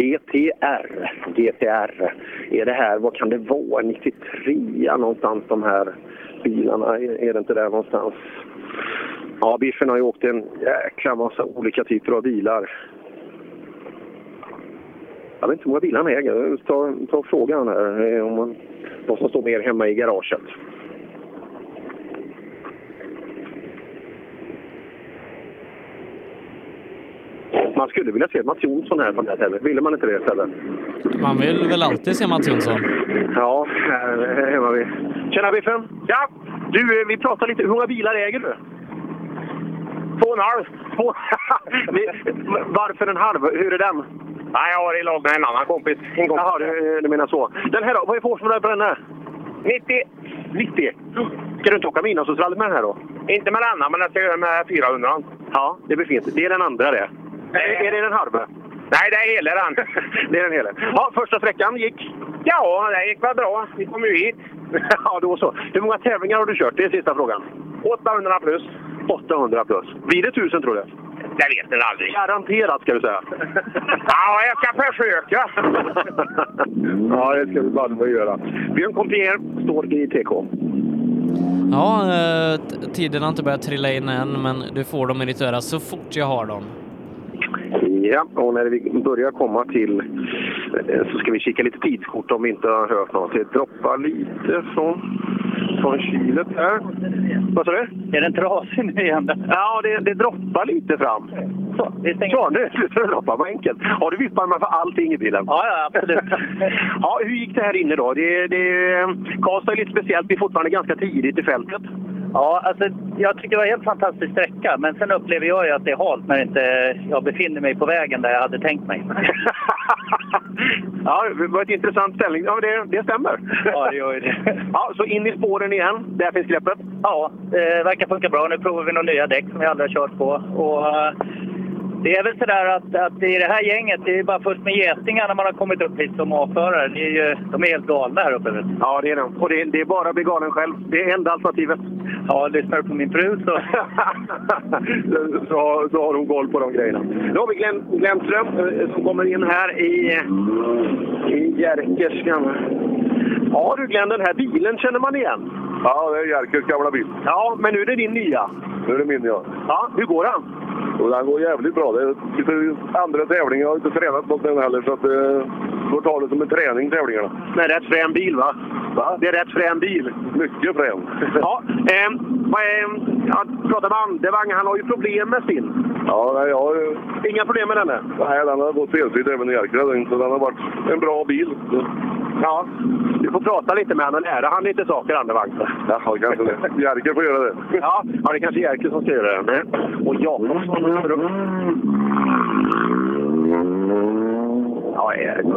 GTR. Är det här, vad kan det vara? 93 någonstans, de här bilarna. Är det inte där någonstans? Ja, Biffen har ju åkt en jäkla massa olika typer av bilar. Jag vet inte hur många bilar han äger. Ta frågan här om vad som står mer hemma i garaget. Man skulle vilja se Mats Jonsson här på det här stället. Ville man inte det istället? Man vill väl alltid se Mats Jonsson? Ja, här hemma vi. Tjena Biffen! Ja! Du, vi pratar lite. Hur många bilar äger du? 2,5. Varför en halv? Hur är den? Nej, jag har i lag med en annan kompis. Jaha, du menar så. Den här då? Vad är årsmodell på den här? 90. Ska du inte åka med inlandsrally med den här då? Inte med denna, men jag ska göra med 400. Ja, det blir fint. Det är den andra det. Är det den halva? Nej, det är hela den. Det är den hela. Ja, första sträckan gick? Ja, det gick väl bra. Vi kom ju hit. Ja, då så. Hur många tävlingar har du kört? Det är sista frågan. 800 plus. 800 plus. Blir det 1000 tror du? Det vet jag aldrig. Garanterat ska du säga. Ja, jag ska försöka. Ja, det ska vi bara göra. Björn Compier står i TK. Ja, tiden har inte börjat trilla in än, men du får dem i ditt öra så fort jag har dem. Ja, och när vi börjar komma till så ska vi kika lite tidskort om vi inte har hört något. Det droppar lite från kylet här. Vad sa du? Är den trasig nu igen? Ja, det droppar lite fram. Så, vi stänger. Ja, nu slutar det droppa. Vad enkelt. Har du vipparmar för allting i bilen? Ja, absolut. Ja, hur gick det här inne då? Karlstad är lite speciellt. Vi är fortfarande ganska tidigt i fältet. Ja, alltså jag tycker det var en helt fantastisk sträcka. Men sen upplever jag ju att det är halt när inte jag befinner mig på vägen där jag hade tänkt mig. Ja, det var ett intressant ställning. Ja, det stämmer. Ja, det gör ju det. Ja, så in i spåren igen. Där finns greppet. Ja, det verkar funka bra. Nu provar vi några nya däck som vi aldrig har kört på. Och det är väl sådär att i det här gänget, det är bara först med getingar när man har kommit upp hit som avförare. De är helt galna här uppe. Ja, det är de. Och det är bara att bli galen själv. Det är enda alternativet. Ja, lyssnar på min fru så... så har hon koll på de grejerna. Nu har vi Glenn Ström som kommer in här i Jerkers gamla. Ja du Glenn, den här bilen känner man igen. Ja, det är Jerkers gamla bil. Ja, men nu är det din nya. Nu är det min, ja. Ja, hur går den? Och den går jävligt bra. Det är lite andra tävlingar. Jag har inte tränat mot den heller, så att det går ta det som en träning, tävlingarna. Men rätt frän bil, va? Det är rätt frän bil. Mycket frän. Ja, jag pratar med Andevang. Han har ju problem med sin. Ja, nej, jag har... Inga problem med den? Nej, den har gått felfritt även i Jerker. Så den har varit en bra bil. Ja, du får prata lite med han och lära han lite saker, Andevang. Ja, kanske det. Jerker får göra det. Ja, det är kanske Jerker som ska göra det. Och Jakobsson. Ja,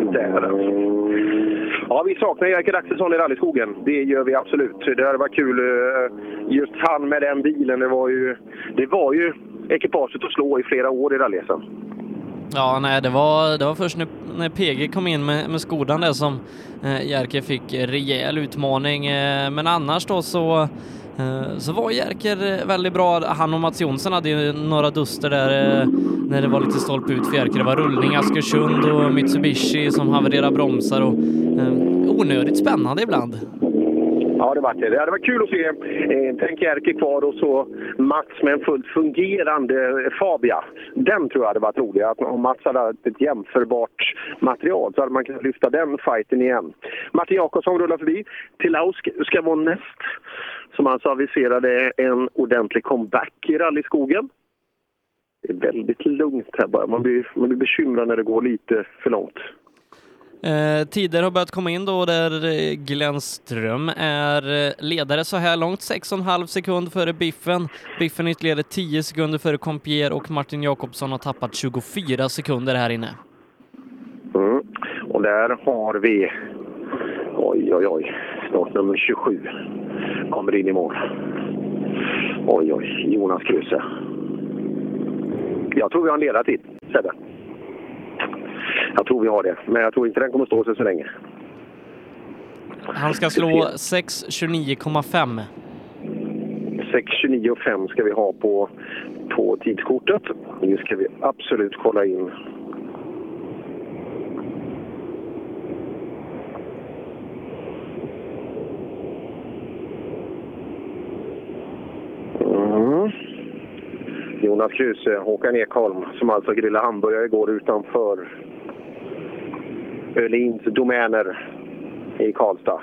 ja, vi saknar Jerker Axelsson i rallyskogen. Det gör vi absolut. Det hade varit kul. Just han med den bilen. Det var ju ekipaget att slå i flera år i rallysen. Ja, nej, det var först när PG kom in med Skodan där som Jerker fick rejäl utmaning. Men annars då så var Jerker väldigt bra. Han och Mats Jonsson hade ju några duster där när det var lite stolp ut för Jerker. Det var rullning Askersund och Mitsubishi som havererade bromsar och onödigt spännande ibland. Ja, det var det. Det hade varit kul att se Tänk Jerker kvar och så Mats med en fullt fungerande Fabia. Den tror jag hade varit rolig. Att om Mats hade ett jämförbart material så hade man kunnat lyfta den fighten igen. Martin Jakobsson rullar förbi. Tillaus ska vara näst. Som alltså aviserade en ordentlig comeback i rallyskogen. Det är väldigt lugnt här bara. Man blir bekymrad när det går lite för långt. Tider har börjat komma in då där Glenn Ström är ledare så här långt. 6,5 sekund före Biffen. Biffen ytterligare 10 sekunder före Compier och Martin Jakobsson har tappat 24 sekunder här inne. Och där har vi oj, snart nummer 27 kommer in i mål. Oj, Jonas Kruse. Jag tror vi har en ledartid, Sebbe. Jag tror vi har det, men jag tror inte den kommer stå sig så länge. Han ska slå 6.29,5. 6.29,5 ska vi ha på tidskortet. Nu ska vi absolut kolla in. Jonas Kruse, Håkan Ekholm som alltså grillade hamburgare igår utanför Öhlins domäner i Karlstad.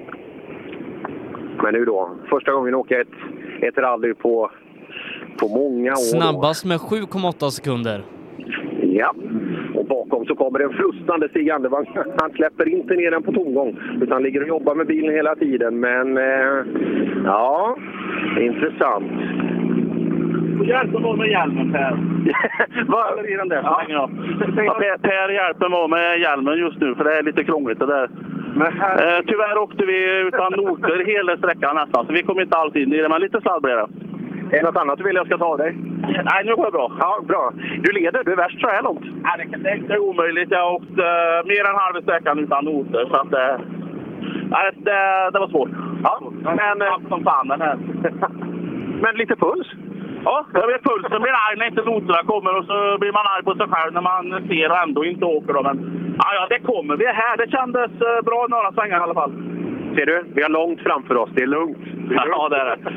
Men nu då, första gången åker ett rally på många år. Snabbast med 7,8 sekunder. Ja, och bakom så kommer en frustande Stig Andervang. Han släpper inte ner den på tomgång utan ligger och jobbar med bilen hela tiden. Men ja, intressant. Hjälper mig med hjälmen, Per. Vad är den där? Ja. Per hjälper mig med hjälmen just nu, för det är lite krångligt det där. Tyvärr åkte vi utan noter hela sträckan nästan, så vi kom inte alls in i det, men lite sladd blev det. Är det något annat du vill jag ska ta dig? Nej, nu går det bra. Ja, bra. Du leder, du är värst så här långt. Nej, det är omöjligt. Jag har åkt mer än halva sträckan utan noter, så att det var svårt. Ja, men som fan den här. Men lite puls? Ja, jag vet pulsen blir arg när inte noterna kommer och så blir man arg på sig själv när man ser och ändå inte åker då. Men ja, det kommer. Vi är här. Det kändes bra i några svängar i alla fall. Ser du? Vi har långt framför oss. Det är lugnt. Ja, det är det.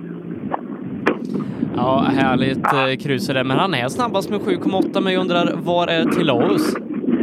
Ja, härligt krusare där. Men han är snabbast med 7,8, men jag undrar, var är Tillaus?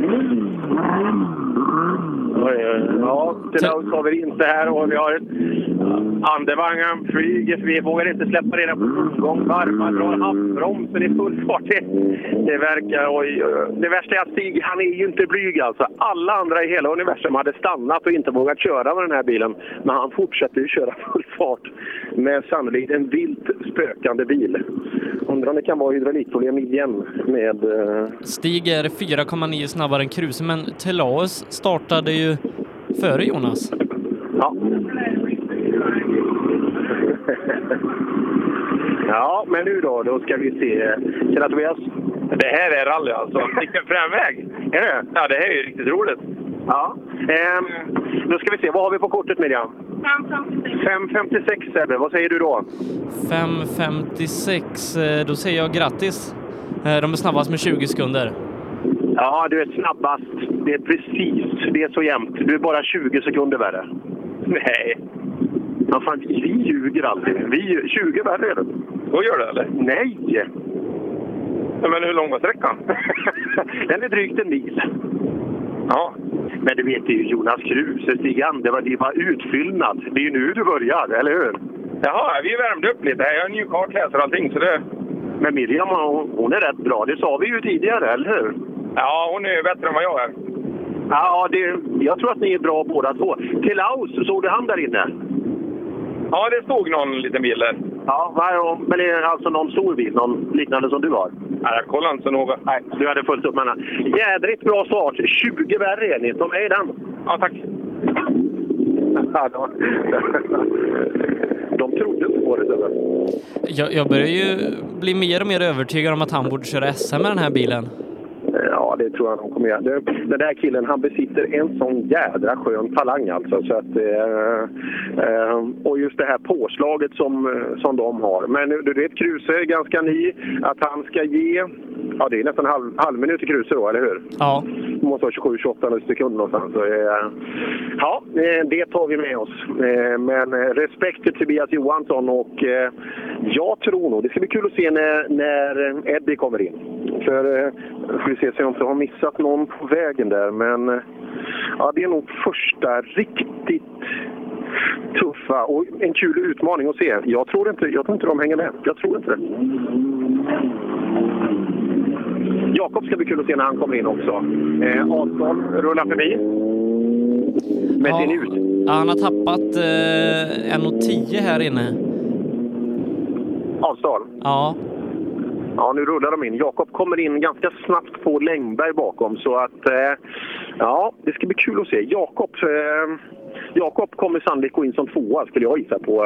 Ja, Tillaus har vi inte här och vi har Andervang flyger. Vi vågar inte släppa det på tomgång. Varma drar handbromsen i full fart. Det verkar, det värsta är att Stig, han är ju inte blyg alltså. Alla andra i hela universum hade stannat och inte vågat köra med den här bilen. Men han fortsätter ju köra full fart med sannolikt en vilt spökande bil. Undrar om det kan vara hydraulikproblem igen med... Stig är 4,9 snabbare än Kruse, men Tillaus startade ju före Jonas. Ja. Ja, men nu då ska vi se. Tjena Tobias. Det här är rally alltså. Vilken framväg. Är det? Ja, det här är ju riktigt roligt. Ja. Nu ska vi se, vad har vi på kortet, Miriam? 5.56 är det. Vad säger du då? 5.56, då säger jag grattis. De är snabbast med 20 sekunder. Ja, du är snabbast. Det är precis. Det är så jämnt. Du är bara 20 sekunder värre. Nej. Ja, fan, vi ljuger alltid. Vi 20 värre är det. Vad gör det eller? Nej! Ja, men hur lång var sträckan? Den är drygt en mil. Ja. Men du vet ju, Jonas Kruse, Stig Andervang, det var utfyllnad. Det är ju nu du börjar, eller hur? Jaha, vi värmde upp lite här. Jag har en ny kartläsare och allting, så det... Men Miriam, hon är rätt bra. Det sa vi ju tidigare, eller hur? Ja, hon är bättre än vad jag är. Ja, jag tror att ni är bra båda två. Tillaus, såg du han där inne? Ja, det stod någon liten bil där. Ja, men det är alltså någon stor bil, någon liknande som du har? Nej, jag kollar inte så noga. Nej, du hade fullt upp med den. Jädrigt bra start. 20 värre är ni. De är i den. Ja, tack. De trodde inte på det. Jag börjar ju bli mer och mer övertygad om att han borde köra SM med den här bilen. Ja, det tror jag de kommer göra. Den där killen, han besitter en sån jädra skön talang alltså. Så att, och just det här påslaget som de har. Men du vet, Kruse är ganska ny. Att han ska ge... Ja, det är nästan halv minut till Kruse då, eller hur? Ja. Det måste vara 27-28 sekunder någonstans. Så, ja, det tar vi med oss. Men respekt till Tobias Johansson och jag tror nog, det ska bli kul att se när Eddie kommer in. För får vi se så jag inte har missat någon på vägen där. Men ja, det är nog första riktigt tuffa och en kul utmaning att se. Jag tror inte de hänger med. Jag tror inte det. Jakob ska bli kul att se när han kommer in också. Adolf rullar förbi. Med sin ut. Ja, han har tappat 1,10 här inne. Avstånd? Ja. Ja, nu rullar de in. Jakob kommer in ganska snabbt på Längberg bakom. Så att, ja, det ska bli kul att se. Jakob kommer sannolikt gå in som tvåa, skulle jag gissa på.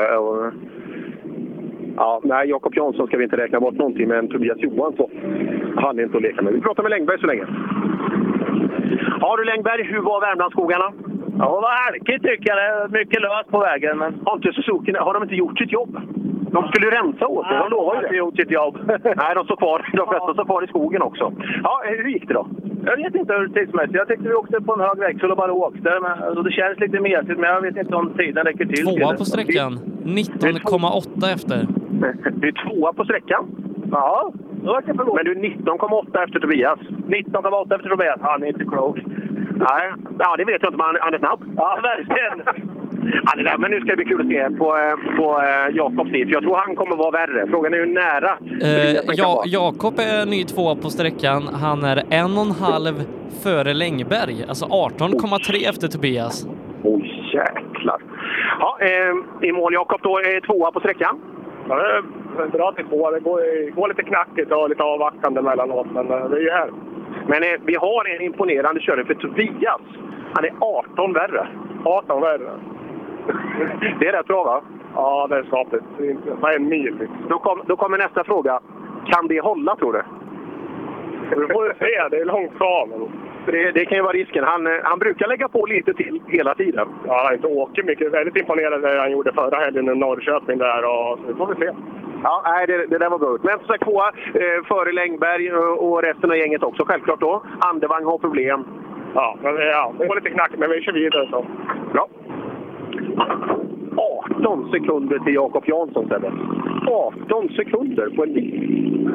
Ja, nej, Jakob Jansson ska vi inte räkna bort någonting, men Tobias Johansson, han är inte att leka med. Vi pratar med Längberg så länge. Ja du Längberg, hur var Värmlandsskogarna? Ja, det var härligt tycker jag. Det är mycket löst på vägen. Men... Har de inte gjort sitt jobb? De skulle rensa åt det, de lovar ju det. De har inte gjort sitt jobb. Nej, de flesta står kvar i skogen också. Ja, hur gick det då? Jag vet inte hur tidsmässigt. Jag tyckte vi åkte på en hög växel och bara åkte. Alltså, det känns lite mesigt, men jag vet inte om tiden räcker till. Tvåa på sträckan. 19,8 efter. Du är tvåa på sträckan? Ja, då var jag förlåt. Men du är 19,8 efter Tobias. 19,8 efter Tobias. Han är inte klok. Nej, ja, det vet jag inte, men han är snabb. Ja, verkligen. Ja, men nu ska det bli kul att se på Jakobs tid. Jag tror han kommer vara värre. Frågan är hur nära. Jakob är ny 2 på sträckan. Han är 1,5 före Längberg. Alltså 18,3 efter Tobias. Oj, jäklar. Ja, i mål Jakob då är 2 på sträckan. Ja, det är bra till 2. Det går lite knackigt och lite avvaktande mellanåt, men det är ju här. Men vi har en imponerande körare för Tobias. Han är 18 värre. 18 värre. Det är rätt bra, va? Ja, det är skapligt. Det är inte en mil. Då kommer nästa fråga. Kan det hålla, tror du? Det får vi se. Det är långt kvar. Det kan ju vara risken. Han brukar lägga på lite till hela tiden. Ja, han har inte åkt mycket. Väldigt imponerad det han gjorde förra helgen i Norrköping där. Och så får vi se. Ja, nej, det där var bra. Men så sagt 2 före Längberg och resten av gänget också. Självklart då. Andevang har problem. Ja, det var lite knackigt, men vi kör vidare så. Bra. 18 sekunder till Jakob Jansson, Sebbe. 18 sekunder på en bil.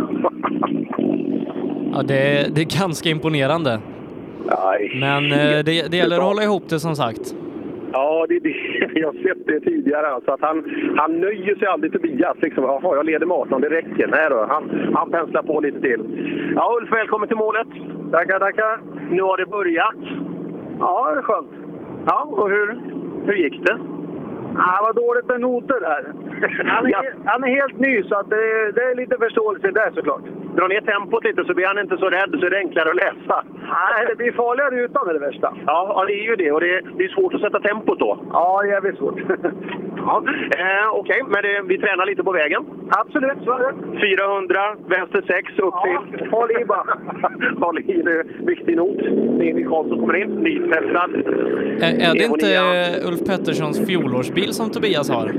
Ja, det är ganska imponerande. Nej. Men det gäller att hålla ihop det, som sagt. Ja, det är det. Jag har sett det tidigare. Alltså att han nöjer sig aldrig till Tobias. Liksom, jaha, jag leder med 18, det räcker. Nej då, han penslar på lite till. Ja, Ulf, välkommen till målet. Tackar. Nu har det börjat. Ja, det är skönt. Ja, och hur gick det? Det var dåligt med noter där. Han är helt ny, så att det är lite förståelse där såklart. Dra ner tempot lite så blir han inte så rädd, så är det enklare att läsa. Nej, det blir farligare utan det värsta. Ja, det är ju det. Och det är svårt att sätta tempot då. Ja, det är jävligt svårt. Ja, okej, men vi tränar lite på vägen. Absolut, så är det. 400, vänster 6, upp till. Håll i bara. Håll i, det är viktig not. Emil Karlsson kommer in, nytestad. Är det inte Ulf Petterssons fjolårsbil som Tobias har?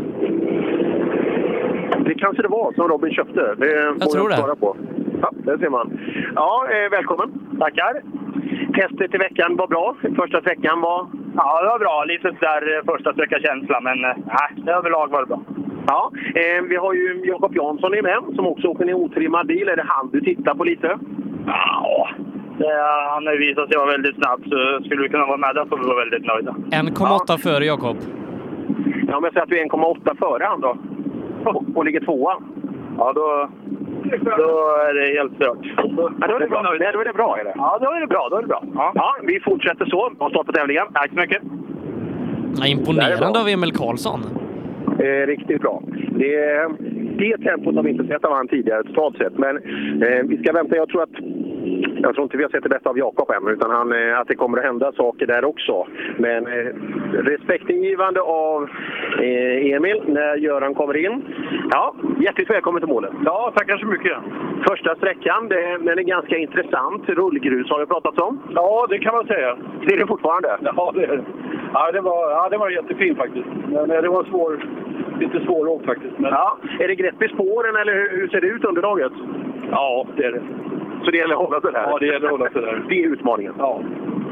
Det kanske det var som Robin köpte. Jag tror det. Svara på. Ja, det ser man. Ja, välkommen. Tackar. Testet i veckan var bra. Första sträckan var... Ja, det var bra. Lite där första sträcka-känsla, men överlag var det bra. Ja, vi har ju Jakob Jansson med, som också åker en otrimmad bil. Är det han du tittar på lite? Ja, han har ju visat sig vara väldigt snabb, så skulle vi kunna vara med där så vi var väldigt nöjda. 1,8 före Jakob. Ja, om jag säger att vi är 1,8 före han då. Och ligger 2. Ja, då är det helt stört. Ja, då är det bra. Nej, då är det bra, är det? Ja, då är det bra. Ja, vi fortsätter så. Bra start på tävlingen. Tack så mycket. Ja, imponerande av Emil Karlsson. Riktigt bra. Det tempot har vi inte sett av han tidigare totalt sett. Men vi ska vänta. Jag tror inte vi har sett det bästa av Jakob än, utan att det kommer att hända saker där också. Men respektingivande av Emil när Göran kommer in. Ja, hjärtligt välkommen till målet. Ja, tackar så mycket. Första sträckan, den är ganska intressant. Rullgrus har vi pratat om. Ja, det kan man säga. Det är det fortfarande? Ja, det är det. Ja, det var jättefint faktiskt. Men det var lite svåråkt faktiskt. Men... Ja, är det grepp i spåren eller hur ser det ut underlaget? Ja, det är det. Så det gäller att hålla sig där? Ja, det gäller att hålla sig där. Det är utmaningen? Ja.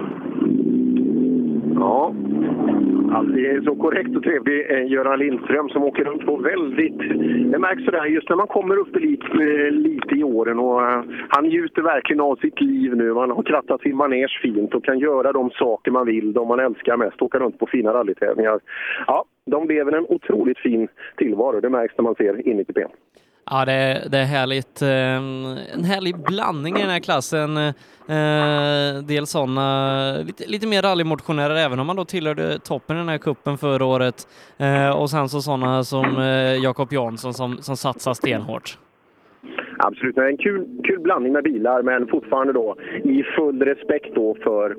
Ja, det är så korrekt och trevlig Göran Lindström som åker runt på väldigt... Det märks sådär just när man kommer upp lite i åren och han njuter verkligen av sitt liv nu. Man har krattat sin manege fint och kan göra de saker man vill, de man älskar mest, åka runt på fina rallytävlingar. Ja, de lever en otroligt fin tillvaro, det märks när man ser in i kupén. Ja, det är härligt. En härlig blandning i den här klassen. Dels sådana lite mer rallymotionärer, även om man då tillhörde toppen i den här kuppen förra året. Och sen så sådana som Jakob Jansson som satsar stenhårt. Absolut, det är en kul blandning med bilar, men fortfarande då i full respekt då för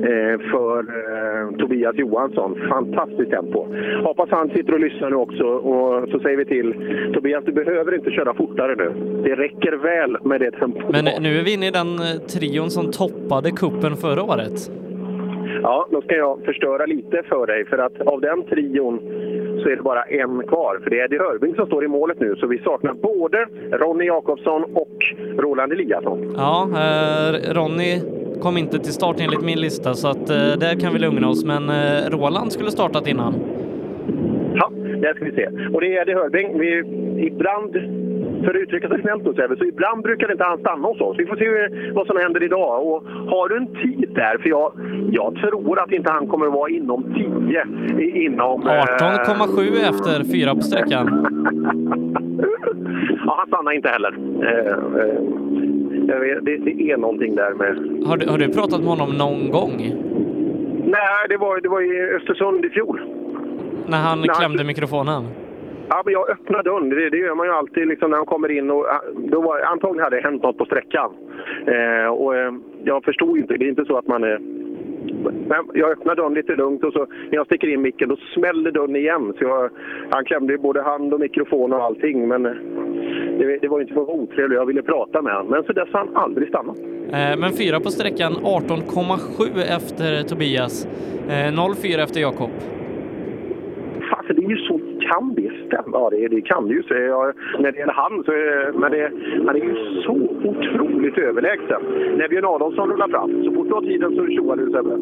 Tobias Johansson. Fantastiskt tempo. Hoppas han sitter och lyssnar nu också, och så säger vi till Tobias, du behöver inte köra fortare nu. Det räcker väl med det tempo. Men nu är vi inne i den trion som toppade kuppen förra året. Ja, då ska jag förstöra lite för dig, för att av den trion så är det bara en kvar. För det är Eddie Hörbing som står i målet nu, så vi saknar både Ronny Jakobsson och Roland Eliasson. Ja, Ronny kom inte till start enligt min lista, så att där kan vi lugna oss. Men Roland skulle startat innan. Ja, det ska vi se. Och det är Eddie Hörbing. Ibland För att uttrycka sig snällt så ibland brukar inte han stanna hos oss. Vi får se vad som händer idag. Och har du en tid där? För jag tror att inte han kommer att vara inom 10. Inom 18,7 efter 4 på sträckan. Ja, han stannar inte heller. Jag vet, det är någonting där med... Har du pratat med honom någon gång? Nej, det var i Östersund i fjol. När han klämde mikrofonen? Ja, men jag öppnade dörren. Det gör man ju alltid liksom, när han kommer in. Och, antagligen hade det hänt något på sträckan. Jag förstod inte. Det är inte så att man är... Jag öppnade dörren lite lugnt och så när jag sticker in micken då smällde dörren igen. Så han klämde både hand och mikrofon och allting. Men det var inte för otrevligt. Jag ville prata med honom. Men så dess han aldrig stannat. Men 4 på sträckan, 18,7 efter Tobias. 0,4 efter Jakob. Fast det är ju så, kan det stämma? Ja, det kan det ju. Så när det gäller han så han är ju så otroligt överlägsen. När Björn Adolfsson rullar fram, så fort du har tiden så tjoar du Sebbe.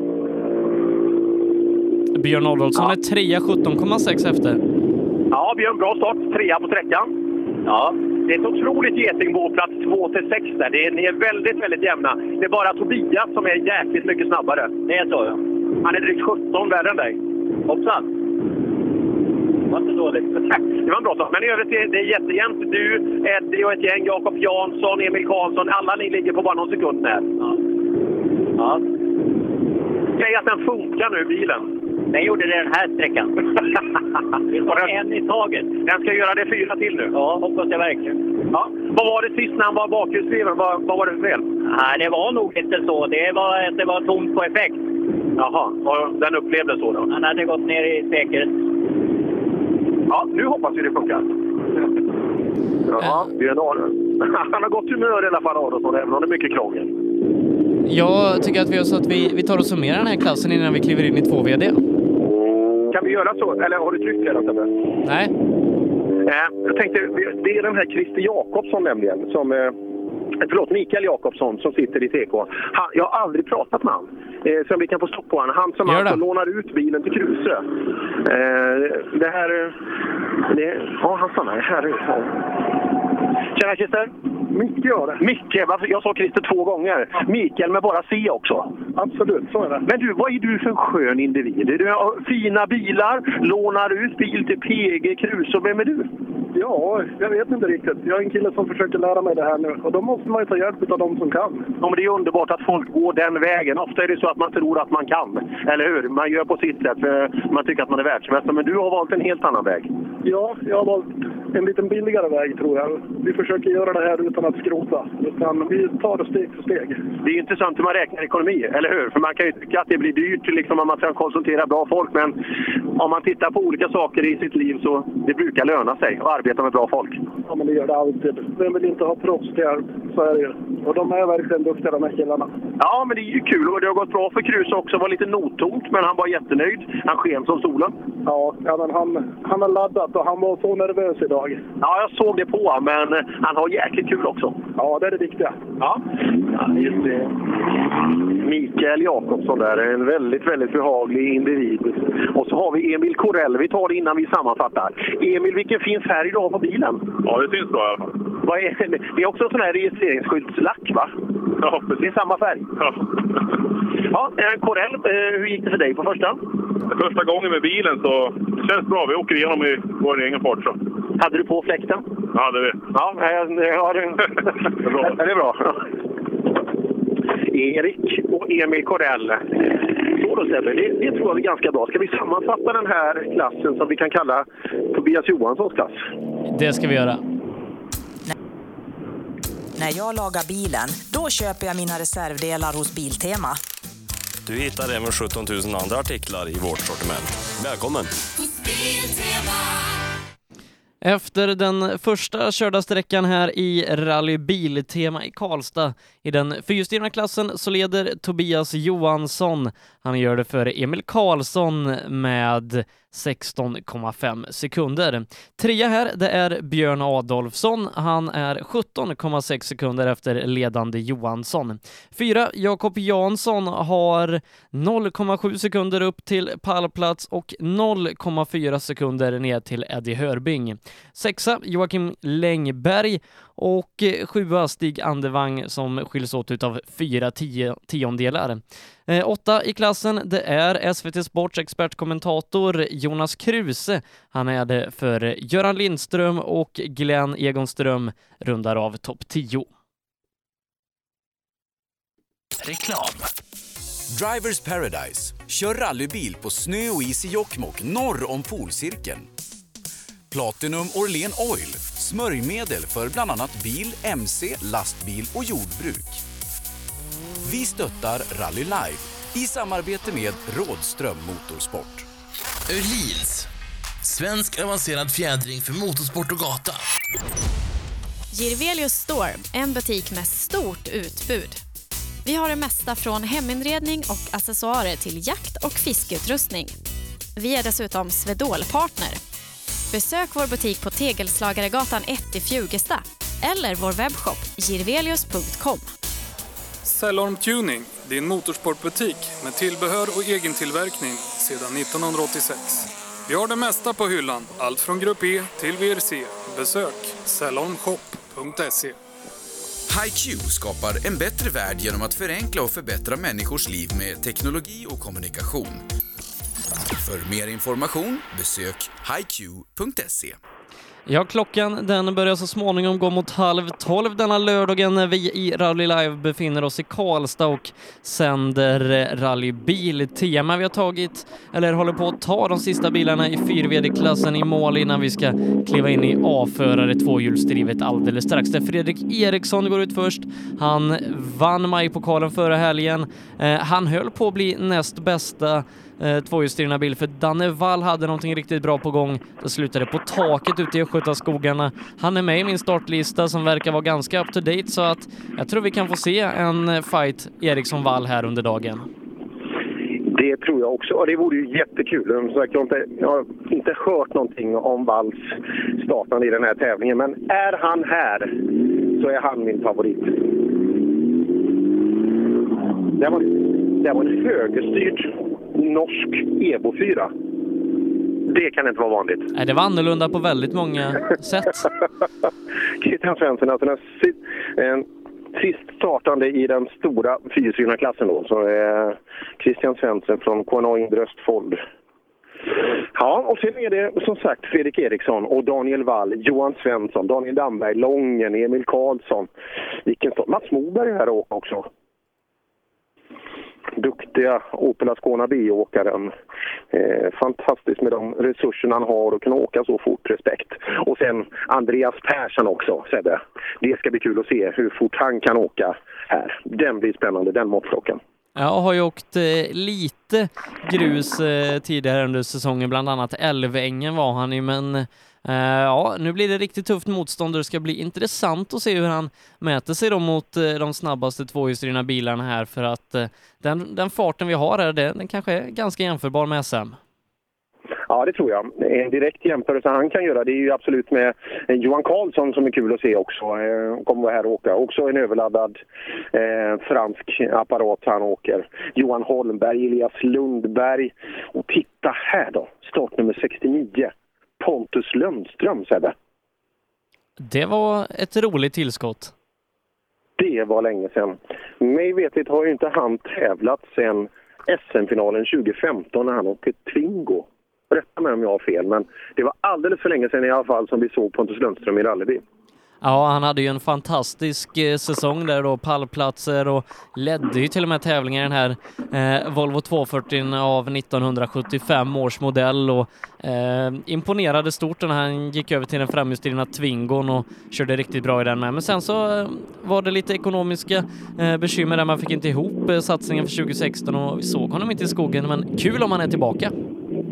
Björn Adolfsson är 3,17,6 efter. Ja, Björn, bra start. 3 på sträckan. Ja, det är ett otroligt getingbo, plats 2-6 där. Ni är väldigt, väldigt jämna. Det är bara Tobias som är jäkligt mycket snabbare. Det är så, ja. Han är drygt 17 värre än dig. Hoppsan. Det var inte dåligt. Det var en bra sak. Men i övrigt det är jättejämnt. Du, Eddie och ett gäng, Jakob Jansson, Emil Karlsson. Alla ni ligger på bara någon sekund här. Ja. Säg att den funkar nu, bilen. Den gjorde det den här sträckan. Det var en i taget. Den ska göra det 4 till nu. Ja, hoppas jag verkligen. Ja. Vad var det sist när han var bakhjulsdriven? Vad var det för fel? Nej, det var nog inte så. Det var tomt på effekt. Jaha, den upplevde så då? Han hade gått ner i säkerhet. Ja, nu hoppas vi det funkar. Ja, han har gått humör i alla fall, Adolfsson, även om det är mycket krångel. Jag tycker att vi gör så att vi tar och summerar den här klassen innan vi kliver in i 2VD. Kan vi göra så? Eller har du tryckt redan? Nej. Jag tänkte, det är den här Christer Jakobsson nämligen, Mikael Jakobsson som sitter i TK. Jag har aldrig pratat med han. Så vi kan få stopp på han. Han som alltså lånar ut bilen till Kruse. Han stannar här. Tjena Christer. Micke gör det. Micke, jag sa Christer 2 gånger. Mikael med bara C också. Absolut, så är det. Men du, vad är du för en skön individ? Du har fina bilar, lånar ut bil till PG, Kruse. Vem är du? Ja, jag vet inte riktigt. Jag är en kille som försöker lära mig det här nu. Och då måste man ju ta hjälp av de som kan. Ja, men det är underbart att folk går den vägen. Ofta är det så att man tror att man kan. Eller hur? Man gör på sitt sätt för man tycker att man är världsmästare. Men du har valt en helt annan väg. Ja, jag har valt en lite billigare väg tror jag. Vi försöker göra det här utan att skrota. Utan vi tar det steg för steg. Det är intressant hur man räknar ekonomi, eller hur? För man kan ju tycka att det blir dyrt liksom, om man ska konsultera bra folk. Men om man tittar på olika saker i sitt liv så det brukar löna sig att arbeta med bra folk. Ja, men det gör det alltid. Vem vill inte ha proffs där? Så är det ju. Och de är verkligen duktiga, de här killarna. Ja, men det är ju kul. Och det har gått bra för Kruse också. Var lite notont, men han var jättenöjd. Han sken som solen. Ja, men han har laddat och han var så nervös idag. Ja, jag såg det på, men han har jäkligt kul också. Ja, det är det viktiga. Ja, just det. Mikael Jakobsson där är en väldigt, väldigt behaglig individ. Och så har vi Emil Korell. Vi tar det innan vi sammanfattar. Emil, vilken fin färg du har på bilen? Ja, det syns bra i alla fall. Det är också en sån här registreringsskyddslack, va? Ja, precis. Det är samma färg. Ja. Ja, Korell, hur gick det för dig på första? Första gången med bilen så det känns bra. Vi åker igenom i vår egen fart så. Hade du på fläkten? Ja, det vet jag. Ja, det är bra. Erik och Emil Korell. Så då Sebbe, det tror jag är ganska bra. Ska vi sammanfatta den här klassen som vi kan kalla Tobias Johanssons klass? Det ska vi göra. När jag lagar bilen, då köper jag mina reservdelar hos Biltema. Du hittar även 17 000 andra artiklar i vårt sortiment. Välkommen! Efter den första körda sträckan här i Rally Biltema i Karlstad i den fyrhjulsdrivna klassen så leder Tobias Johansson. Han gör det före Emil Karlsson med 16,5 sekunder. 3 här, det är Björn Adolfsson. Han är 17,6 sekunder efter ledande Johansson. 4, Jakob Jansson har 0,7 sekunder upp till pallplats och 0,4 sekunder ner till Eddie Hörbing. 6, Joakim Längberg och 7, Stig Andevang som skiljs åt utav 4 tiondelar. 8 i klassen, det är SVT Sports expertkommentator Jonas Kruse. Han är det för Göran Lindström och Glenn Egonström rundar av topp 10. Reklam. Drivers Paradise. Kör rallybil på snö och is i Jokkmokk norr om polcirkeln. Platinum Orlen Oil. Smörjmedel för bland annat bil, MC, lastbil och jordbruk. Vi stöttar Rally Live i samarbete med Rådström Motorsport. Öhlins. Svensk avancerad fjädring för motorsport och gata. Girvelius Store, en butik med stort utbud. Vi har det mesta från heminredning och accessoarer till jakt- och fiskeutrustning. Vi är dessutom Swedol-partner. Besök vår butik på Tegelslagaregatan 1 i Fjugesta eller vår webbshop girvelius.com. Cellorm Tuning, din motorsportbutik med tillbehör och egen tillverkning sedan 1986. Vi har det mesta på hyllan, allt från Grupp E till VRC. Besök cellormshop.se. HiQ skapar en bättre värld genom att förenkla och förbättra människors liv med teknologi och kommunikation. För mer information, besök hiq.se. Ja, klockan den börjar så småningom gå mot 11:30 denna lördagen när vi i Rally Live befinner oss i Karlstad och sänder rallybiltema. Vi har håller på att ta de sista bilarna i 4VD-klassen i mål innan vi ska kliva in i A-förare tvåhjulsdrivet alldeles strax. Där Fredrik Eriksson går ut först. Han vann majpokalen förra helgen. Han höll på att bli näst bästa tvåhjulsdrivna bil för Danne Wall hade någonting riktigt bra på gång. Det slutade på taket ute i Östgötaskogarna. Han är med i min startlista som verkar vara ganska up to date, så att jag tror vi kan få se en fight Eriksson-Wall här under dagen. Det tror jag också, och det vore ju jättekul. Jag har inte hört någonting om Walls startande i den här tävlingen, men är han här så är han min favorit. Det var en högerstyrd norsk Evo 4. Det kan inte vara vanligt. Nej, det var annorlunda på väldigt många sätt. Christian Svensson, alltså den sist startande i den stora fyrhjulsdrivna klassen då, så är Christian Svensson från KNA Indre Östfold. Ja, och sen är det som sagt Fredrik Eriksson och Daniel Wall, Johan Svensson, Daniel Damberg, Lången, Emil Karlsson. Vilken start. Mats Moberg här också. Duktiga Opel Ascona B-åkaren. Fantastiskt med de resurserna han har och kunna åka så fort, respekt. Och sen Andreas Persson också, Sebbe. Det ska bli kul att se hur fort han kan åka här. Den blir spännande, den måttflocken. Jag har ju åkt lite grus tidigare under säsongen, bland annat Älvängen var han i, men ja, nu blir det riktigt tufft motstånd och det ska bli intressant att se hur han mäter sig då mot de snabbaste tvåhjulsdrivna bilarna här, för att den farten vi har här, den kanske är ganska jämförbar med SM. Ja, det tror jag. En direkt jämförelse han kan göra, det är ju absolut med Johan Karlsson som är kul att se också. Kommer vara här och åka. Också en överladdad fransk apparat han åker. Johan Holmberg, Elias Lundberg. Och titta här då, startnummer 69. Pontus Lundström, Sebbe. Det var ett roligt tillskott. Det var länge sedan. Mig vetligt har ju inte han tävlat sedan SM-finalen 2015 när han åkte Twingo. Rätta mig om jag har fel, men det var alldeles för länge sedan i alla fall som vi såg Pontus Lundström i rallybil. Ja, han hade ju en fantastisk säsong där då, pallplatser, och ledde ju till och med tävlingar i den här Volvo 240 av 1975 års modell, och imponerade stort när han gick över till den framhjulsdrivna Twingon och körde riktigt bra i den med. Men sen så var det lite ekonomiska bekymmer där man fick inte ihop satsningen för 2016 och vi såg honom inte i skogen, men kul om han är tillbaka.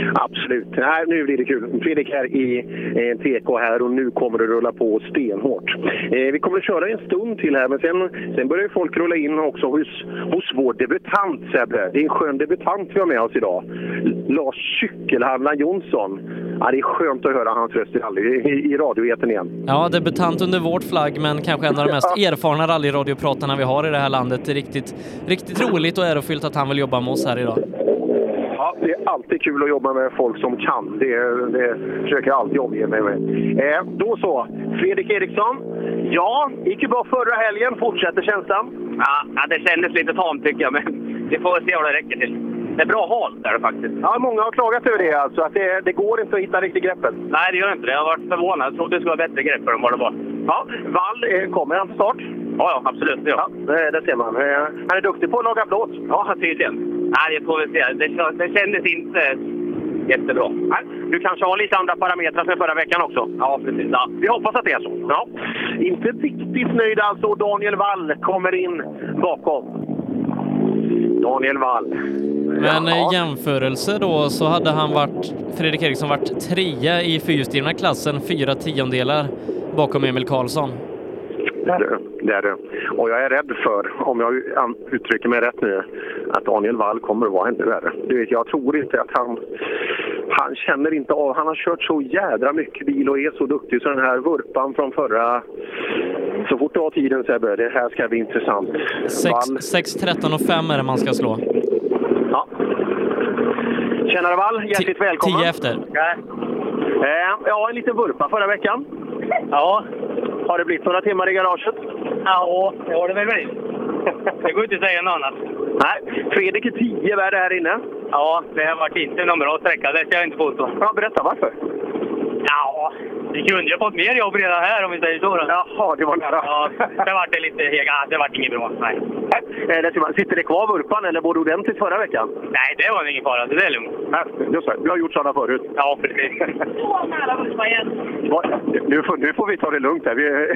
Absolut. Nej, nu blir det kul. Fredrik är i TK här och nu kommer det rulla på stenhårt. Vi kommer att köra en stund till här, men sen börjar folk rulla in också hos vår debutant, Sebbe. Det är en skön debutant vi har med oss idag. Lars Cykelhandlaren Jonsson. Ja, det är skönt att höra hans röst i radioeten igen. Ja, debutant under vårt flagg, men kanske en av de mest erfarna rallyradiopratarna vi har i det här landet. Det är riktigt roligt och ärofyllt att han vill jobba med oss här idag. Ja, det är alltid kul att jobba med folk som kan. Det försöker jag alltid omge mig med. Då så, Fredrik Eriksson. Ja, gick ju bra förra helgen. Fortsätter känslan? Ja, det kändes lite tamt tycker jag, men det får vi se vad det räcker till. Det är bra halt där faktiskt. Ja, många har klagat över det alltså, att det går inte att hitta riktigt greppet. Nej, det gör inte det. Jag har varit förvånad. Jag trodde det skulle vara bättre grepp för dem vad det var. Ja, Wall, kommer han till start? Ja, absolut. Ja, det ser man. Han är duktig på att laga plåt. Ja, tydligen. Nej, det får vi se. Det kändes inte jättebra. Nej, du kanske har lite andra parametrar sen förra veckan också? Ja, precis. Ja. Vi hoppas att det är så. Ja. Inte riktigt nöjd alltså. Daniel Wall kommer in bakom. Daniel Wall. Men i jämförelse då så hade Fredrik Eriksson varit 3 i fyrhjulsdrivna klassen, 4/10 bakom Emil Karlsson. Det är det. Och jag är rädd för, om jag uttrycker mig rätt nu, att Daniel Wall kommer att vara ännu värre. Du vet, jag tror inte att han känner inte av. Han har kört så jädra mycket bil och är så duktig, så den här vurpan från förra, så fort du har tiden Sebbe, det här ska bli intressant. 6:13,5 är det man ska slå. Ja. Tjänare Wall, hjärtligt välkommen. 10 efter. Ja, en liten vurpa förra veckan. Ja. Har det blivit några timmar i garaget? Ja, det har det väl blivit. Det går inte att säga något annat. Nej, Fredrik är 10 värde här inne. Ja, det har varit inte någon bra sträcka. Det ska jag inte påstå. Ja, berätta varför. Ja, vi kunde ju fått mer jobb redan här om vi säger så. Jaha, det var nära. Ja, det var det lite hega. Det var inget bra. Nej. Sitter det kvar vurpan eller var det ordentligt förra veckan? Nej, det var ingen fara. Det är lugnt. Just det, vi har gjort sådana förut. Ja, precis. Så nära vurpan igen. Nu får vi ta det lugnt här.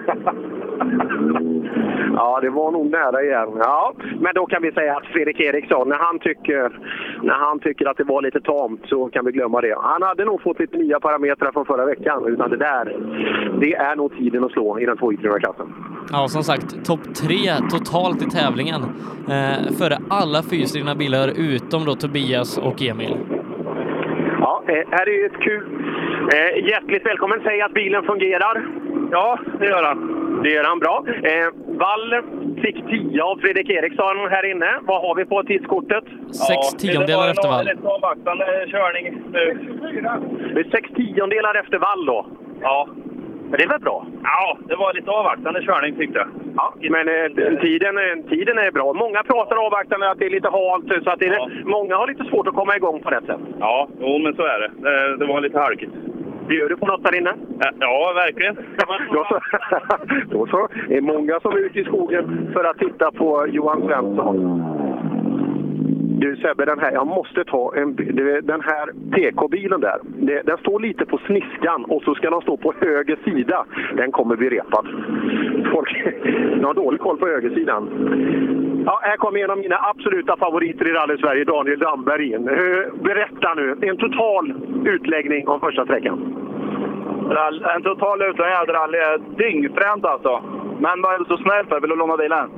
Ja, det var nog nära igen. Ja, men då kan vi säga att Fredrik Eriksson, när han tycker att det var lite tamt, så kan vi glömma det. Han hade nog fått lite nya parametrar från förra veckan, utan det är nog tiden att slå i den 2-hjulsdrivna klassen. Ja, som sagt, topp 3 totalt i tävlingen före alla fyrhjulsdrivna bilar utom då Tobias och Emil. Ja, här är ett kul. Hjärtligt välkommen. Säg att bilen fungerar. Ja, det gör han. Det gör han bra. Wall fick 10 av Fredrik Eriksson här inne. Vad har vi på tidskortet? 6/10 efter Wall. Det är lite avvaktande körning nu. Det är 6/10 efter Wall då? Ja. Men det är väl bra? Ja, det var lite avvaktande körning tyckte jag. Ja, men tiden är bra. Många pratar avvaktande att det är lite halt, så att många har lite svårt att komma igång på rätt sätt. Ja, men så är det. Det var lite halkigt. Gör du på något där inne? Ja, verkligen. Då så. Det är många som är ute i skogen för att titta på Johan Svensson. Du Sebbe, jag måste ta den här TK-bilen där. Den står lite på sniskan och så ska den stå på höger sida. Den kommer bli repad. Folk har dålig koll på högersidan. Ja, här kommer en av mina absoluta favoriter i Rally Sverige, Daniel Damberg in. Berätta nu, en total utläggning om första sträckan. En total utläggning av rally är dyngfränt alltså. Men vad är du så snäll för? Vill du låna bilen?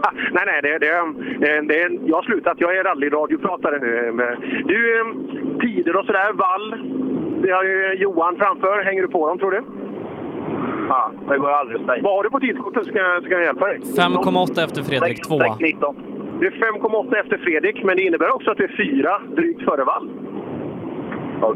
Nej, jag har slutat. Jag är rallyradiopratare nu. Du, tider och sådär, Wall. Vi har ju Johan framför. Hänger du på dem, tror du? Ja, det går aldrig att säga. Vad har du på tidskortet? Ska jag hjälpa dig? 5,8 efter Fredrik, 2. 6:19. Det är 5,8 efter Fredrik, men det innebär också att det är 4 drygt före Wall. Ja.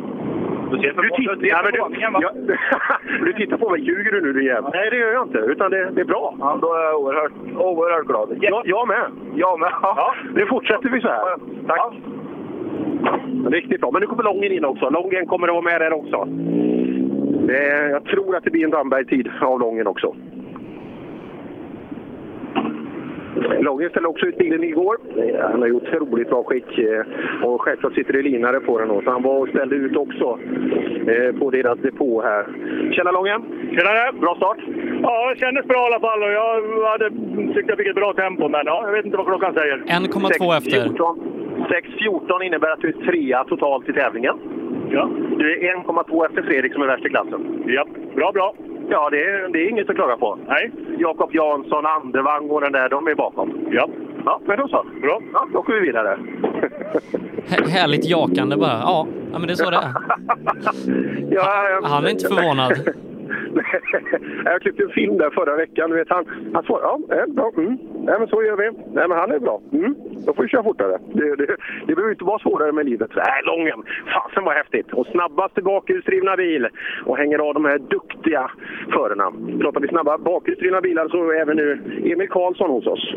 Du tittar på mig, ljuger du nu, du jävla? Nej, det gör jag inte, utan det är bra. Ja, då är jag oerhört glad. Jag med. Ja, nu fortsätter vi så här. Tack. Ja. Riktigt bra, men nu kommer Lången in också. Lången kommer att vara med där också. Jag tror att det blir en Damberg-tid av Lången också. Lången ställde också ut bilen igår. Han har gjort otroligt bra skick och självklart sitter det linare på den. Så han var och ställde ut också på deras depå här. Tjena Lången! Tjena! Bra start? Ja, det kändes bra i alla fall och jag tyckte jag fick ett bra tempo, men jag vet inte vad klockan säger. 1,2 efter. 6.14 innebär att du är 3 totalt i tävlingen. Ja. Du är 1,2 efter Fredrik som är värst i klassen. Ja, bra. Ja, det är inget att klaga på. Nej. Jakob Jansson, Andevang och den där, de är bakom. Ja. Ja, men då så. Bra. Ja, då går vi vidare. Härligt jakande bara. Ja, men det är så det är. Han är inte förvånad. Jag klippte en film där förra veckan. Vet han får, ja, bra. Nej, men så gör vi. Nej, men han är bra. Då får vi köra fortare. Det behöver inte vara svårare med livet. Nej, Lången. Fasen var häftigt. Och snabbaste bakhjulsdrivna bil. Och hänger av de här duktiga förarna. Pratar vi snabba bakhjulsdrivna bilar så är även nu Emil Karlsson hos oss.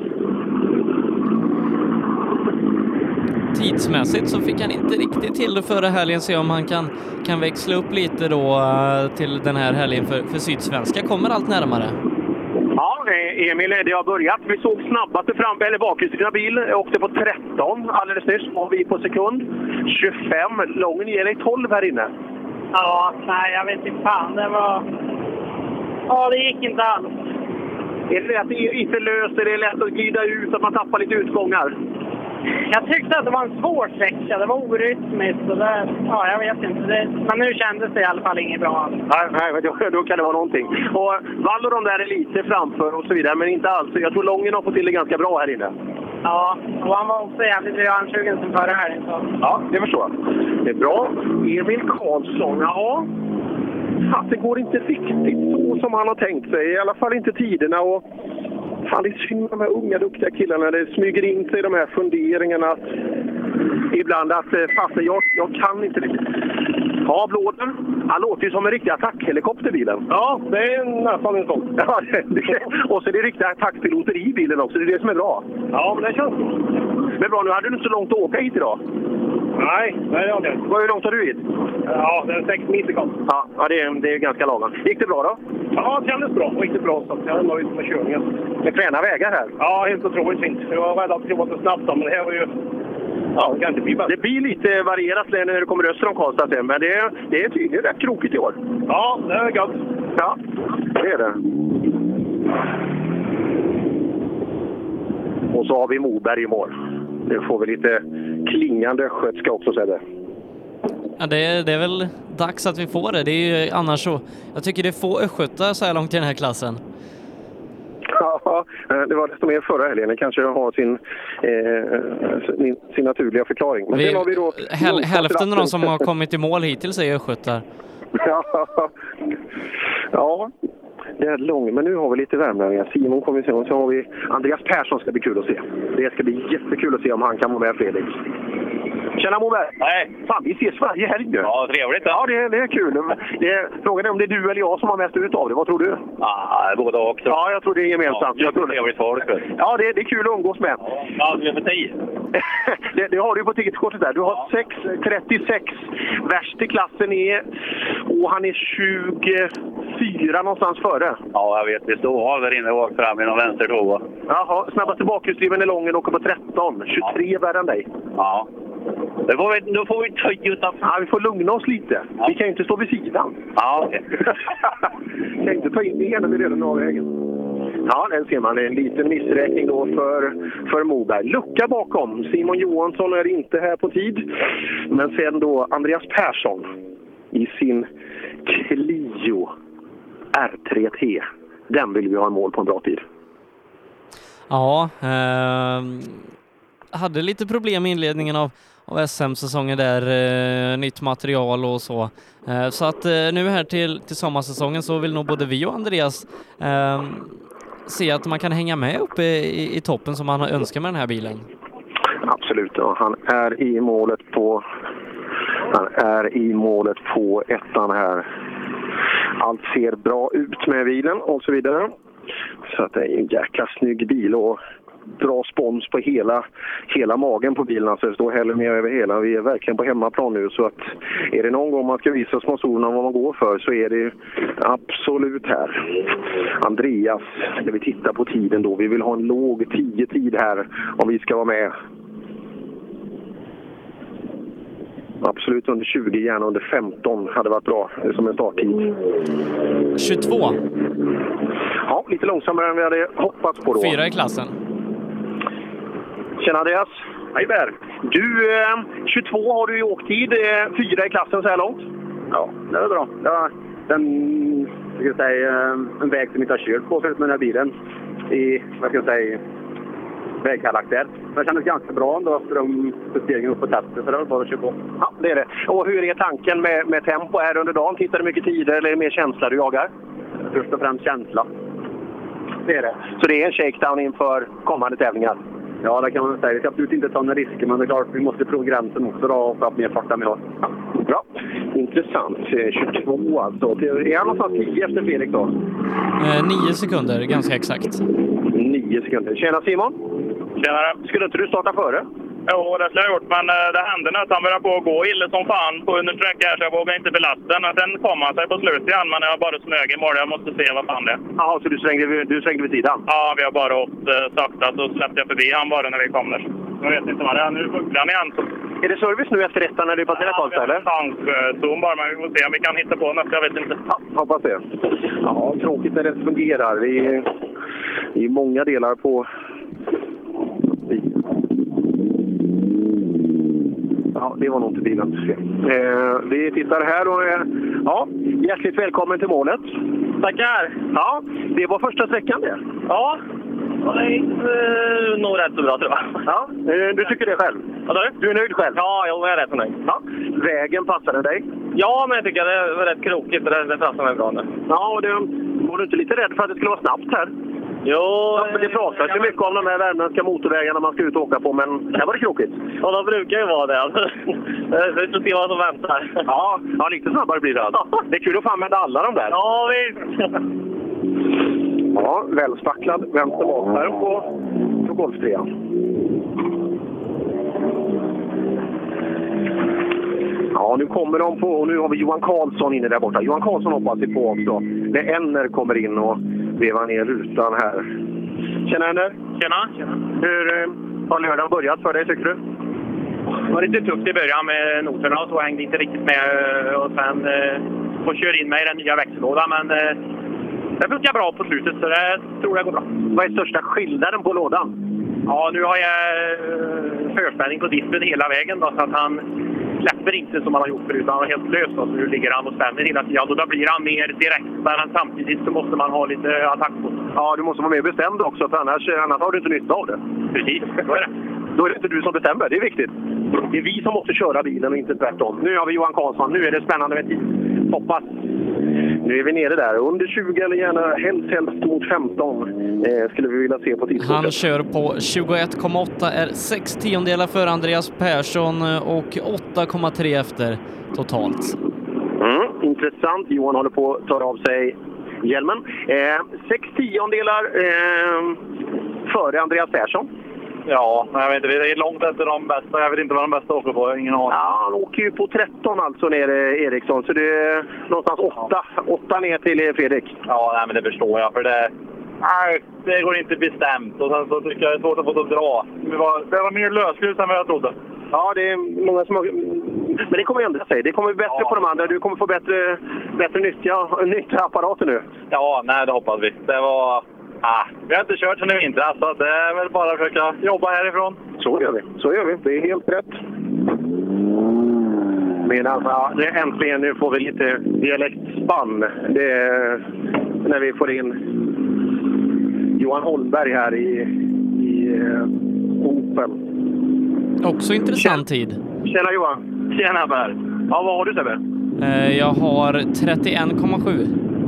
Tidsmässigt så fick han inte riktigt till det förra helgen. Se om han kan växla upp lite då till den här helgen för Sydsvenska kommer allt närmare. Ja, Emil, det har börjat. Vi såg snabbaste fram eller bakhjulsdrivna bil. Jag åkte på 13 alldeles nyss. Och vi på sekund 25. Lången ger dig 12 här inne. Ja, nej, jag vet inte fan. Det var... Ja, det gick inte alls. Är det att det är inte löst? Är det lätt att glida ut? Att man tappar lite utgångar? Jag tyckte att det var en svår sträcka. Det var orytmiskt. Ja, jag vet inte. Men nu kändes det i alla fall inget bra. Nej, då kan det vara någonting. Och Wall och de där är lite framför och så vidare, men inte alls. Jag tror Lången har fått till det ganska bra här inne. Ja, och han var också jävligt revansugen som förra här. Så. Ja, det förstår jag. Det är bra. Emil Karlsson, ja. Fast det går inte riktigt så som han har tänkt sig. I alla fall inte tiderna och... Fan, det är synd de här unga duktiga killarna. Det smyger in sig de här funderingarna att ibland att fasen, jag kan inte riktigt. Ja, Blåden. Han låter ju som en riktig attackhelikopterbilen. Ja, det är nästan en sån. Ja, och så är det riktiga attackpiloter i bilen också. Det är det som är bra. Ja, men det känns bra. Men bra, nu hade du inte så långt att åka hit idag. Nej, det har jag inte. Hur långt har du hit? Ja, det är 6 meter kvar. Ja, det är ganska lagom. Gick det bra då? Ja, det kändes bra. Riktigt bra. Så jag är nöjd med körningen. Med fräna vägar här? Ja, helt otroligt fint. Jag var rädd att det var så snabbt, men det här var ju... Ja, det kan inte bli bättre. Det blir lite varierat när du kommer öster om Karlstad sen, men det är tydligen rätt krokigt i år. Ja, det är gott. Ja, det är det. Och så har vi Moberg i mål. Nu får vi lite klingande skötska också, säger det. Ja, det är väl dags att vi får det. Det är ju annars så. Jag tycker det är få östgötar så här långt i den här klassen. Ja, det var desto mer förra helgen. Det kanske har sin naturliga förklaring. Men sen har vi då hälften av de som har kommit i mål hittills är östgötar. Ja, det är långt. Men nu har vi lite värmlänningar. Simon kommer se och så har vi Andreas Persson ska bli kul att se. Det ska bli jättekul att se om han kan vara med Fredrik. Tjena Moberg! Nej. Fan, vi ses varje helg nu. Ja, trevligt. Ja, det är kul. Frågan är om det är du eller jag som har mest ut av det. Vad tror du? Ja, båda också. Ja, jag tror det är gemensamt. Ja, det är trevligt folk. Ja, det är kul att umgås med. Ja, det är för tid. det har du på ticketkortet där. Du har 6.36. Värst i klassen är... Och han är 24 någonstans före. Ja, jag vet. Vi står där inne och fram i någon vänstertåg. Jaha, snabbaste bakhjulsdriven är Lången och åker på 13. 23 värre än dig. Ja. Då får vi ta utanför. Ja, vi får lugna oss lite. Ja. Vi kan ju inte stå vid sidan. Ja, okej. Vi kan inte ta in det när vi redan har vägen. Ja, den ser man. En liten missräkning då för Moberg. Lucka bakom. Simon Johansson är inte här på tid. Men sen då Andreas Persson i sin Clio R3T. Den vill vi ha en mål på en bra tid. Ja, hade lite problem i inledningen av SM-säsongen där, nytt material och så. Så att nu här till sommarsäsongen så vill nog både vi och Andreas se att man kan hänga med uppe i toppen som man önskar med den här bilen. Absolut, ja. Han är i målet på ettan här. Allt ser bra ut med bilen och så vidare. Så att det är en jäkla snygg bil och bra spons på hela magen på bilen. Alltså det står heller med över hela. Vi är verkligen på hemmaplan nu, så att är det någon gång man ska visa sponsorerna vad man går för så är det absolut här. Andreas, ska vi titta på tiden då. Vi vill ha en låg 10-tid här om vi ska vara med. Absolut under 20, gärna under 15 hade varit bra som en starttid. 22. Ja, lite långsammare än vi hade hoppats på då. 4 i klassen. Tjena Andreas. Hej Per! Du, 22 har du i åktid, 4 i klassen så här långt. Ja, det är bra. En väg som inte har kört på förut med den här bilen i, vägkaraktär. Det kändes ganska bra ändå efter de stegen upp på testet, så det var bara att köra på. Ja, det är det. Och hur är tanken med tempo här under dagen? Tittar du mycket tider eller är det mer känsla du jagar? Först och främst känsla. Det är det. Så det är en shakedown inför kommande tävlingar? Ja, det kan man säga. Vi ska absolut inte ta några risker, men det är klart vi måste prova gränsen också då och få upp mer fart än vi har. Ja, bra. Intressant. 22 alltså. Är han någonstans 10 efter Fredrik då? 9 sekunder, ganska exakt. 9 sekunder. Tjena Simon! Tjenare! Skulle inte du starta före? Jo, det skulle jag gjort, men det hände att han började på att gå illa som fan på understräcka här, så jag vågar inte belasta den. Sen kom han sig på slut igen, men jag bara smög i mål. Jag måste se vad fan det är. Jaha, så du svängde vid sidan? Ja, vi har bara åkt sakta, så släppte jag förbi han bara när vi kom där. Jag vet inte vad det är. Nu bucklar han igen. Är det service nu efter ettan när du passerar Karlstad, eller? Ja, tankzon bara, men vi får se om vi kan hitta på något. Jag vet inte. Ja, hoppas det. Ja, tråkigt när det fungerar. Det är många delar på... Ja, det var nog inte bilens fel. Vi tittar här och ja, hjärtligt välkommen till målet. Tackar! Ja, det var första sträckan det. Ja, det är nog rätt så bra tror jag. Ja, du tycker det själv? Vad sa du? Du är nöjd själv? Ja, jag är rätt nöjd. Ja, vägen passade dig? Ja, men jag tycker det var rätt krokigt och det passar mig bra nu. Ja, och var du inte lite rädd för att det skulle vara snabbt här? Jo, ja, men det pratas ju mycket om de här värmländska motorvägarna man ska ut och åka på, men här var det krokigt. Ja, de brukar ju vara det. Alltså. Vi får se vad som väntar. Ja, lite snabbare blir det alltså. Det är kul att få använda alla de där. Ja, visst. Ja, välspacklad vänster bakskärm på Golf 3. Ja, nu kommer de på och nu har vi Johan Karlsson inne där borta. Johan Karlsson hoppas vi på också. När Enner kommer in och vevar ner rutan här. Tjena Enner! Tjena! Hur har lördagen börjat för dig tycker du? Det var lite tufft i början med noterna och så hängde inte riktigt med och sen få köra in mig i den nya växellådan, men det funkar bra på slutet så det tror jag går bra. Vad är största skillnaden på lådan? Ja, nu har jag förspänning på dispen hela vägen då, så att han släpper inte som han har gjort förut. Han var helt lös då, så nu ligger han och spänner hela tiden och då blir han mer direkt. Men samtidigt så måste man ha lite attack på. Ja, du måste vara mer bestämd också för annars har du inte nytta av det. Precis, så är det. Då är det inte du som bestämmer, det är viktigt. Det är vi som måste köra bilen och inte tvärtom. Nu har vi Johan Karlsson, nu är det spännande med tid. Hoppas. Nu är vi nere där, under 20 eller gärna helst mot 15 skulle vi vilja se på tidskortet. Han kör på 21,8, är 6 tiondelar för Andreas Persson och 8,3 efter totalt. Intressant, Johan håller på att ta av sig hjälmen. 6 tiondelar före Andreas Persson. Ja, jag vet inte, det är långt efter de bästa. Jag vet inte vad de bästa åker på, jag har ingen aning. Ja, han åker ju på 13 alltså nere Eriksson, så det är någonstans 8 ner till Fredrik. Ja, nej, men det förstår jag, för det går inte bestämt. Och sen så tycker jag det är svårt att få det att dra. Det var mer lösgrus än vad jag trodde. Ja, det är många som har... Men det kommer ändra sig. Det kommer bli bättre på de andra. Du kommer få bättre nyttja apparater nu. Ja, nej, det hoppas vi. Det var... vi har inte kört sen i vintras, så det är väl bara att försöka jobba härifrån. Så gör vi. Det är helt rätt. Men alltså, äntligen nu får vi lite dialektspann. Det är när vi får in Johan Holmberg här i Opel. Också intressant tid. Tjena Johan. Tjena Per. Ja, vad har du Sebbe? Jag har 31,7.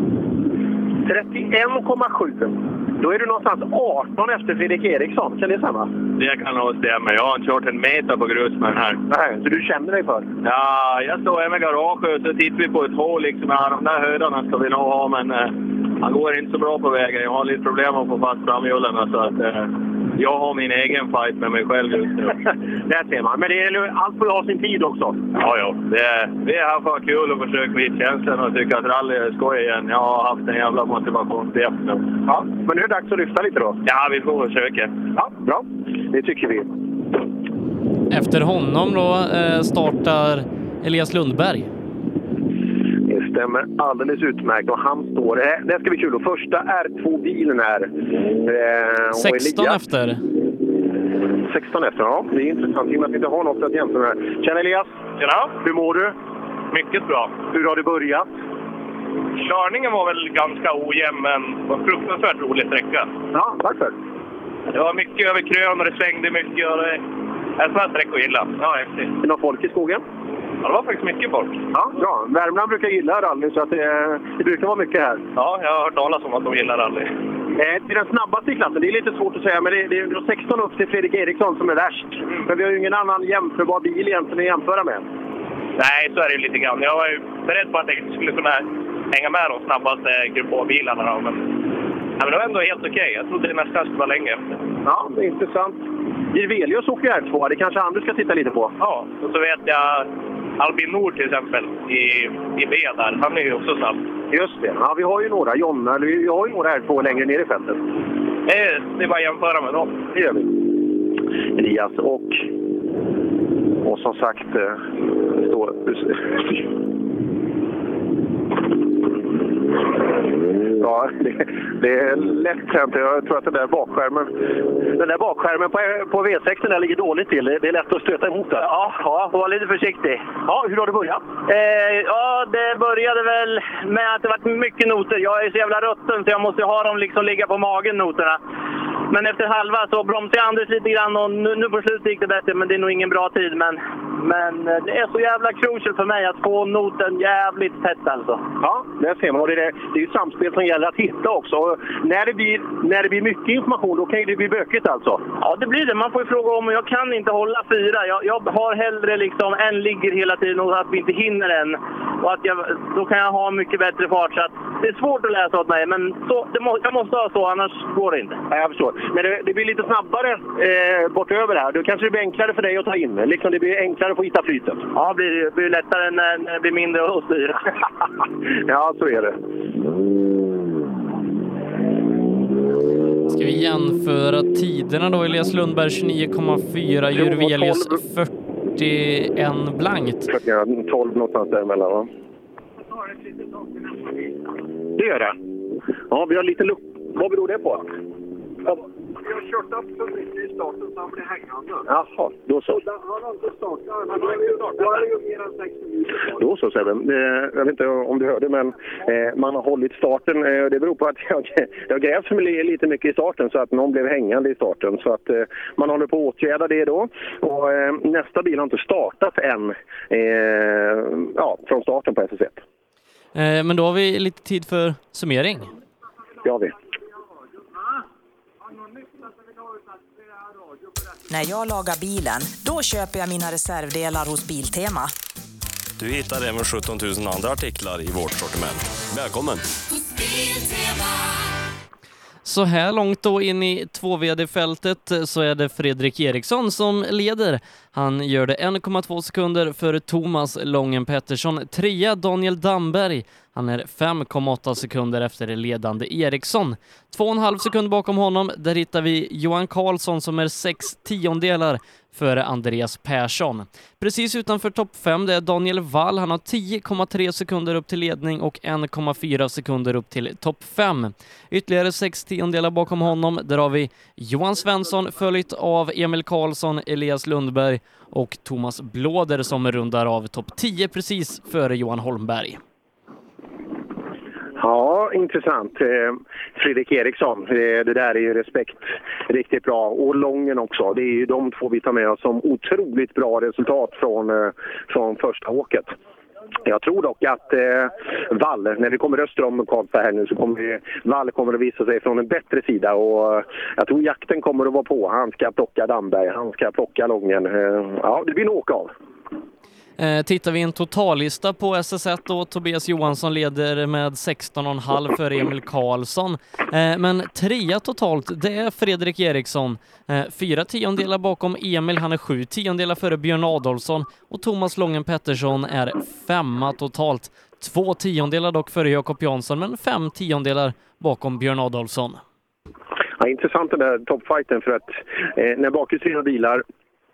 31,7. Då är du någonstans 18 efter Fredrik Eriksson. Kan det stämma? Det kan nog stämma. Jag har inte kört en meter på grus med den här. Nej, så du känner dig för? Ja, jag står här med garage och så tittar vi på ett hål liksom. De där höjdarna ska vi nog ha, men han går inte så bra på vägen. Jag har lite problem att få fast framhjularna, så att jag har min egen fight med mig själv just nu. Det ser man. Men det är allt får ha sin tid också. Ja. Vi är här för kul och försöker med känslan och tycker att rally är skoj igen. Jag har haft en jävla motivationsdrift nu. Ja, men nu är det dags att lyfta lite då. Ja, vi får försöka. Ja, bra. Det tycker vi. Efter honom då startar Elias Lundberg. Det stämmer alldeles utmärkt och han står... Det ska bli kul. Första R2-bilen här. 16 efter. 16 efter. Ja, det är intressant i och med att vi inte har något att jämföra med. Tjena Elias! Tjena! Hur mår du? Mycket bra. Hur har du börjat? Körningen var väl ganska ojämn, men det var en fruktansvärt rolig sträcka. Ja, varför? Det var mycket över krön och det svängde mycket. Och det är en sån här sträcka att gilla. Ja, häftigt. Är det någon folk i skogen? Ja, det var faktiskt mycket folk. Ja, bra. Värmland brukar gilla rally, så att det brukar vara mycket här. Ja, jag har hört talas om att de gillar rally. Det är den snabbaste i klassen. Det är lite svårt att säga, men det är 16 upp till Fredrik Eriksson som är värst. Men vi har ju ingen annan jämförbar bil egentligen att jämföra med. Nej, så är det ju lite grann. Jag var ju beredd på att jag skulle kunna hänga med de snabbaste Grupp A-bilarna. Men det var ändå helt okej. Jag trodde det nästan skulle vara längre efter. Ja, det är intressant. Jirvelius åker ju R2. Det kanske han du ska titta lite på. Ja, och så vet jag Albin Nord till exempel i B där. Han är ju också snabb. Just det. Ja, vi har ju några Jonna, eller vi har ju några R2 längre ner i fältet. Det är bara att jämföra med dem. Det gör vi. Elias och som sagt står... Ja, det är lätt hänt. Jag tror att den där bakskärmen på V6 där ligger dåligt till. Det är lätt att stöta emot det. Ja, var lite försiktig. Ja, hur har det börjat? Ja, det började väl med att det varit mycket noter. Jag är så jävla rutten så jag måste ha dem liksom ligga på magen, noterna. Men efter halva så bromsade jag Anders lite grann och nu på slutet gick det bättre, men det är nog ingen bra tid. Men det är så jävla crucial för mig att få noten jävligt tätt alltså. Ja, det ser man. Och det är ju samspel som gäller att hitta också. Och när det blir mycket information, då kan det bli bökigt alltså. Ja, det blir det. Man får ju fråga om. Jag kan inte hålla 4. Jag har hellre liksom en ligger hela tiden och att vi inte hinner en. Och att då kan jag ha mycket bättre fart. Så att det är svårt att läsa åt mig, men jag måste ha så, annars går det inte. Ja, jag förstår. Men det blir lite snabbare bortöver här. Då kanske det blir enklare för dig att ta in. Liksom det blir enklare att få hitta flytet. Ja, det blir lättare när det blir mindre att styra. Ja, så är det. Ska vi jämföra tiderna då? Elias Lundberg 29,4, Jirvelius 41 blankt. 12 någonstans däremellan, va? Det gör det. Ja, vi har lite luft. Vad beror det på? Vi har kört upp så mycket i starten så han blir hängande. Jaha, då så. Han har inte startat. Han har ju startat mer än 6 minuter. Då så, Sebben. Jag vet inte om du hörde, men man har hållit starten. Det beror på att jag grävs lite mycket i starten så att någon blev hängande i starten. Så att man håller på att åtgärda det då. Och nästa bil har inte startat än från starten på SS1. Men då har vi lite tid för summering. Det har vi. När jag lagar bilen, då köper jag mina reservdelar hos Biltema. Du hittar även 17 000 andra artiklar i vårt sortiment. Välkommen! Så här långt då in i 2VD-fältet så är det Fredrik Eriksson som leder. Han gör det 1,2 sekunder för Thomas Lången Pettersson. 3 Daniel Damberg. Han är 5,8 sekunder efter det ledande Eriksson. 2,5 sekunder bakom honom. Där hittar vi Johan Karlsson som är 6/10 före Andreas Persson. Precis utanför topp 5 det är Daniel Wall. Han har 10,3 sekunder upp till ledning och 1,4 sekunder upp till topp 5. Ytterligare 6/10 bakom honom. Där har vi Johan Svensson följt av Emil Karlsson, Elias Lundberg och Thomas Blåder som rundar av topp 10 precis före Johan Holmberg. Ja, intressant. Fredrik Eriksson, det där är ju respekt riktigt bra. Och Lången också. Det är ju de två vi tar med oss som otroligt bra resultat från första åket. Jag tror dock att Wall, när vi kommer öster om Karlstad här nu så kommer Wall att visa sig från en bättre sida och jag tror jakten kommer att vara på. Han ska plocka Damberg, han ska plocka Lången. Ja, det blir en åka av. Tittar vi en totallista på SS1 då, Tobias Johansson leder med 16,5 för Emil Karlsson. Men 3 totalt, det är Fredrik Eriksson. 4/10 bakom Emil, han är 7/10 före Björn Adolfsson. Och Thomas Lången Pettersson är 5 totalt. 2/10 dock före Jakob Jansson, men 5/10 bakom Björn Adolfsson. Ja, intressant den där toppfighten för att när bakhjulsdrivna bilar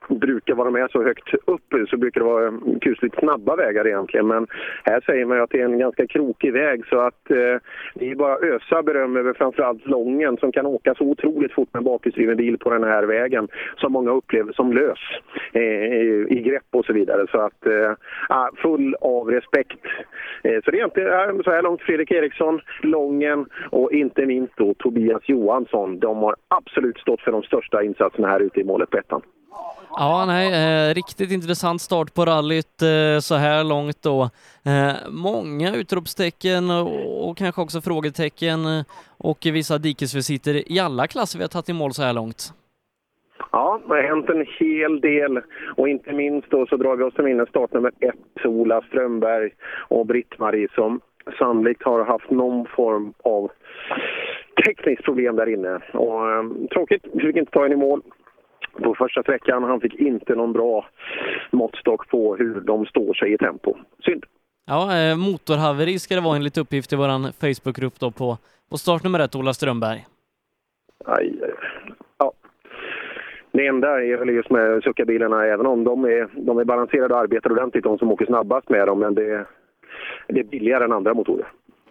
brukar vara med så högt upp så brukar det vara kusligt snabba vägar egentligen. Men här säger man att det är en ganska krokig väg så att det är bara ösa beröm över framförallt Lången som kan åka så otroligt fort med bakhjulsdriven bil på den här vägen som många upplever som lös i grepp och så vidare. Så att full av respekt. Så det är inte så här långt Fredrik Eriksson, Lången och inte minst då Tobias Johansson. De har absolut stått för de största insatserna här ute i målet på ettan. Ja, nej, riktigt intressant start på rallyt så här långt då. Många utropstecken och kanske också frågetecken och vissa dikesvisiter i alla klasser vi har tagit i mål så här långt. Ja, det har hänt en hel del och inte minst då så drar vi oss till minnes startnummer 1, Ola Strömberg och Britt-Marie som sannolikt har haft någon form av tekniskt problem där inne. Och tråkigt, vi fick inte ta in i mål på första sträckan. Han fick inte någon bra måttstock på hur de står sig i tempo. Synd. Ja, motorhaveri ska det vara enligt uppgift i våran Facebookgrupp då på startnummer 1, Ola Strömberg. Aj. Ja. Det enda är väl just med Succa-bilarna, även om de är balanserade och arbetar ordentligt, de som åker snabbast med dem, men det är billigare än andra motorer.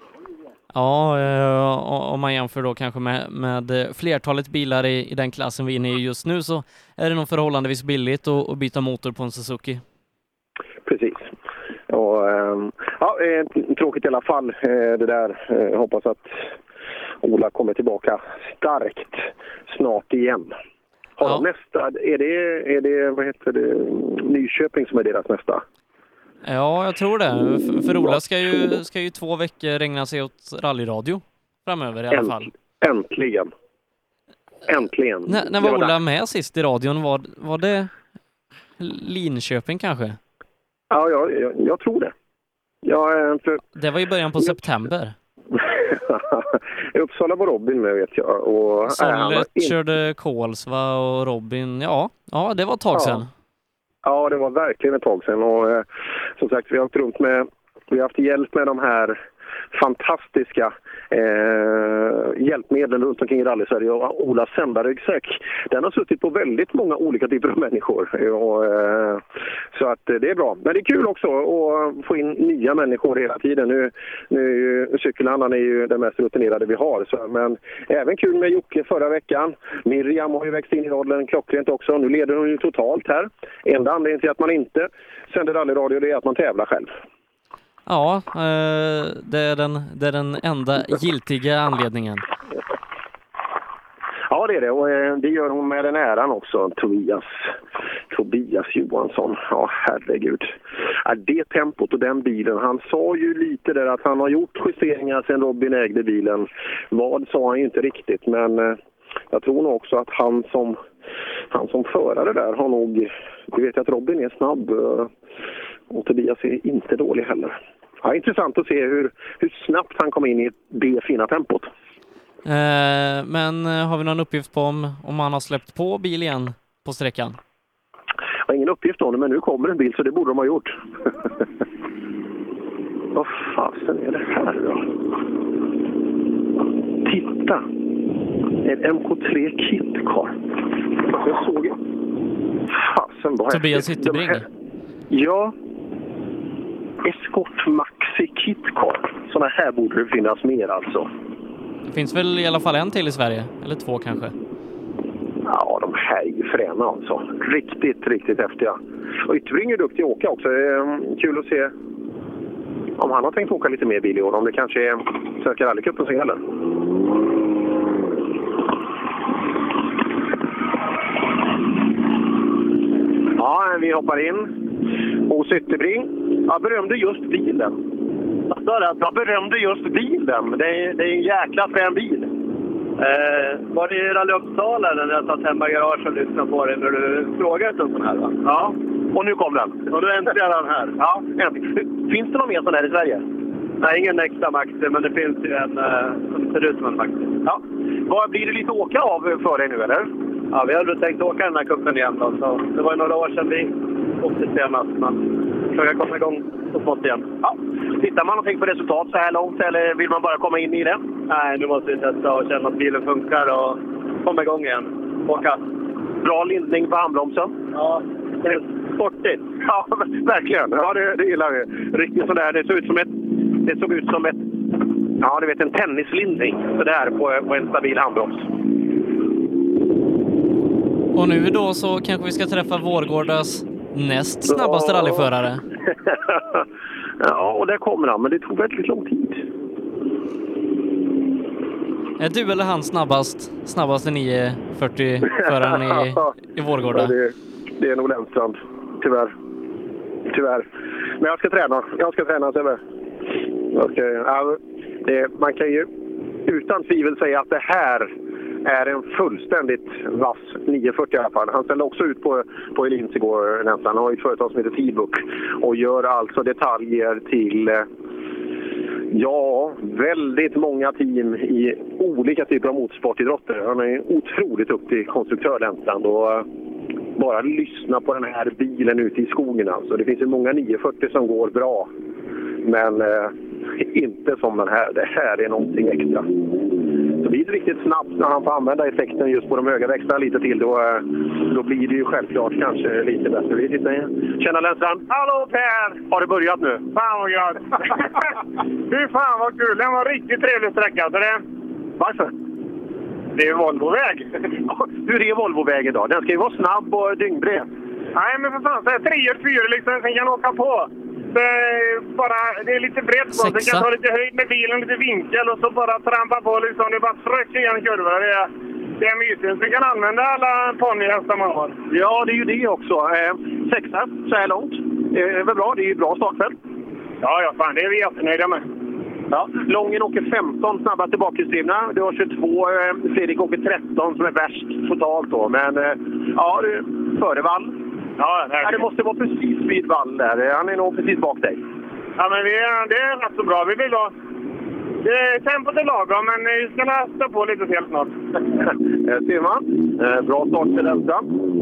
Ja, om man jämför då kanske med flertalet bilar i den klassen vi är inne i just nu så är det nog förhållandevis billigt att byta motor på en Suzuki. Precis. Och, tråkigt i alla fall det där. Hoppas att Ola kommer tillbaka starkt snart igen. Har de nästa, är det vad heter det, Nyköping som är deras nästa? Ja, jag tror det. För Ola ska ju 2 veckor ägna sig åt rallyradio framöver i alla fall. Äntligen. När var Ola med sist i radion? Var det Linköping kanske? Ja, jag tror det. Det var i början på september. Uppsala var Robin med, vet jag. Och Sollet körde Kolsva och Robin. Ja, det var ett tag sedan. Ja, det var verkligen ett tag sedan. Och som sagt, vi har haft hjälp med de här fantastiska hjälpmedlen runt omkring i Rally-Sverige. Och Olas sändarryggsäck, den har suttit på väldigt många olika typer av människor. Så att det är bra. Men det är kul också att få in nya människor hela tiden. Nu cykelhandlaren är ju den mest rutinerade vi har. Men även kul med Jocke förra veckan. Miriam har ju växt in i rollen klockrent också. Nu leder hon ju totalt här. Enda anledningen till att man inte sänder rallyradio är att man tävlar själv. Ja, det är den enda giltiga anledningen. Ja, det är det. Och det gör hon med den äran också, Tobias Johansson. Ja, herregud. Det tempot och den bilen. Han sa ju lite där att han har gjort justeringar sedan Robin ägde bilen. Vad sa han ju inte riktigt, men jag tror nog också att han som förare där har nog... Du vet att Robin är snabb och Tobias är inte dålig heller. Ja, intressant att se hur snabbt han kom in i det fina tempot. Men har vi någon uppgift på om han har släppt på bil igen på sträckan? Jag har ingen uppgift om det, men nu kommer en bil så det borde de ha gjort. Vad fasen är det här då? Titta! En MK3 Kit Car. Jag såg det. Fasen vad Tobias Hyttebring. Ja. Escort Maxi Kit Car. Såna här borde det finnas mer alltså. Det finns väl i alla fall en till i Sverige? Eller 2 kanske? Ja, de här är ju fräna alltså. Riktigt häftiga. Och Yttring är duktig att åka också. Det är kul att se om han har tänkt åka lite mer bil i år. Om det kanske är Svenska rallycupen som gäller. Ja, vi hoppar in. Hos Yttebring. Jag berömde just bilen. Jag berömde just bilen. Det är en jäkla frän bil. Var det i Rally Uppsala när jag satt hemma i garage och lyssnade på dig när du frågade efter en sån här, va? Ja, och nu kom den. Och då äntligen är den här. Ja, äntligen. Finns det någon mer sån här i Sverige? Nej, ingen extra Maxi, men det finns ju en som ser ut som en Maxi. Ja. Vad blir det lite åka av för dig nu, eller? Ja, vi hade tänkt åka den här kuppen igen då. Så det var ju några år sedan vi åkte senast, men försöka komma igång så smått igen. Ja. Tittar man någonting på resultat så här långt, eller vill man bara komma in i det? Nej, nu måste vi testa och känna att bilen funkar och komma igång igen. Åka. Bra lindning på handbromsen. Ja, det är sportigt. Ja, verkligen. Ja, det gillar vi. Riktigt sådär. Det såg ut som ett ja, du vet, en tennislindning sådär på en stabil handbroms. Och nu då så kanske vi ska träffa Vårgårdas näst snabbaste rallyförare. Ja, och där kommer han, men det tog väldigt lång tid. Är du eller han snabbaste 940-föraren i Vårgårda? Ja, det är nog Lennstrand, tyvärr. Men jag ska träna Sebbe. Man kan ju utan tvivel säga att det här är en fullständigt vass 940 i alla fall. Han ställde också ut på Elins igår nästan. Han har ett företag som heter T-Book och gör alltså detaljer till väldigt många team i olika typer av motorsportidrotter. Han är otroligt duktig konstruktör Lennstrand och bara lyssna på den här bilen ute i skogen alltså. Det finns ju många 940 som går bra, men inte som den här. Det här är någonting extra. Så blir det riktigt snabbt när han får använda effekten just på de höga växlarna lite till. Då blir det ju självklart kanske lite bättre. Vi tittar. Tjena Lennstrand! Hallå Per! Har det börjat nu? Fan vad gör. Fy fan vad kul! Den var riktigt trevlig sträcka. Så det... Varför? Det är Volvoväg. Hur är Volvovägen då? Den ska ju vara snabb och dyngbred. Nej men för fan, så här 3-4 liksom, sen kan åka på. Det är lite brett på, så kan ta lite höjd med bilen, lite vinkel och så bara trampa på liksom. Det är bara tryck igen kurvor. Det är mysigt. Vi kan använda alla ponnyhästar man har. Ja, det är ju det också. 6 så här långt. Det är väl bra, det är ju bra startfält. Ja, fan, det är vi jättenöjda med. Ja, Lången åker 15 snabbaste bakhjulsdrivna. Du har 22, Fredrik åker 13 som är värst totalt då. Men ja, före vall. Ja, det måste vara precis vid vall där. Han är nog precis bak dig. Ja, men det är rätt så bra. Vi vill ha... Tempot är lagom, men vi ska läsa på lite helt snart. Ser man. Bra start till Lennstrand.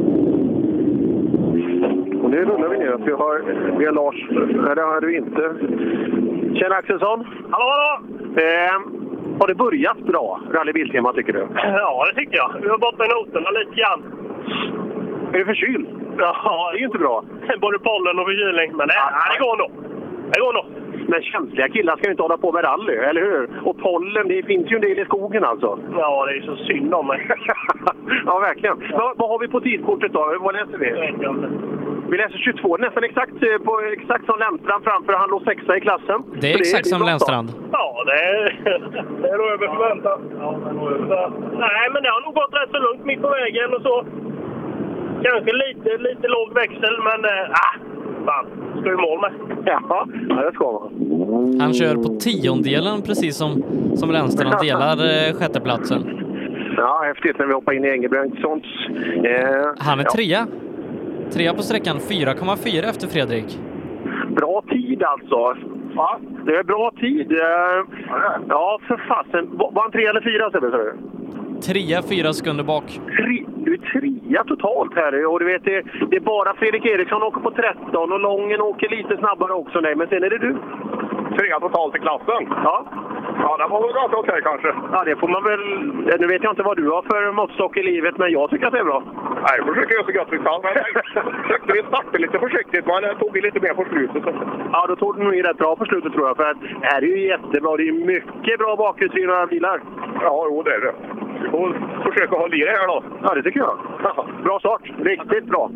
Och nu rullar vi ner. Vi har Lars. Nej, det har du inte. Tjena Axelsson. Hallå! Har det börjat bra, rallybiltema tycker du? Ja, det tycker jag. Vi har bottnat noterna lite grann. Är du förkyld? Ja, det är ju inte bra. Både pollen och förkylning, men det går nog. Det går nog. Men känsliga killar ska ju inte hålla på med rally, eller hur? Och pollen, det finns ju en del i skogen alltså. Ja, det är så synd om mig. Ja, verkligen. Ja. Vad har vi på tidkortet då? Vad läser vi? Vi läser 22, nästan exakt som Lennstrand framför. Han låg 6 i klassen. Det är exakt som Lennstrand. Ja, det är nog över förväntan. Ja, nej, men det har nog gått rätt så lugnt mitt på vägen och så. Kanske lite låg växel, men fan, ska vi mål med? Ja, det ska man. Han kör på 10:ondelen precis som Lennstrand delar sjätteplatsen. Ja, häftigt när vi hoppar in i Engelbrechtssons. Han är 3 på sträckan, 4,4 efter Fredrik. Bra tid alltså. Ja, det är bra tid. Ja, för fasen. Var han 3 eller 4, Sebbe, sa du? 3-4 sekunder bak. Du är 3 totalt här. Och du vet, det är bara Fredrik Eriksson åker på 13 och Lången åker lite snabbare också. Nej, men sen är det du. 3 totalt i klassen. Ja. Ja, det var väl ganska okej kanske. Ja, det får man väl... Nu vet jag inte vad du har för måttstock i livet, men jag tycker att det är bra. Nej, jag försöker göra så gott vi kan. Vi startade lite försiktigt, men tog lite mer på slutet. Ja, då tog du nog rätt bra på slutet tror jag. För att här är ju jättebra. Det är ju mycket bra bakhjulsdrivna bilar. Ja, jo, det är det. Vi får försöka hålla i det här då. Ja, det tycker jag. Bra start. Riktigt bra.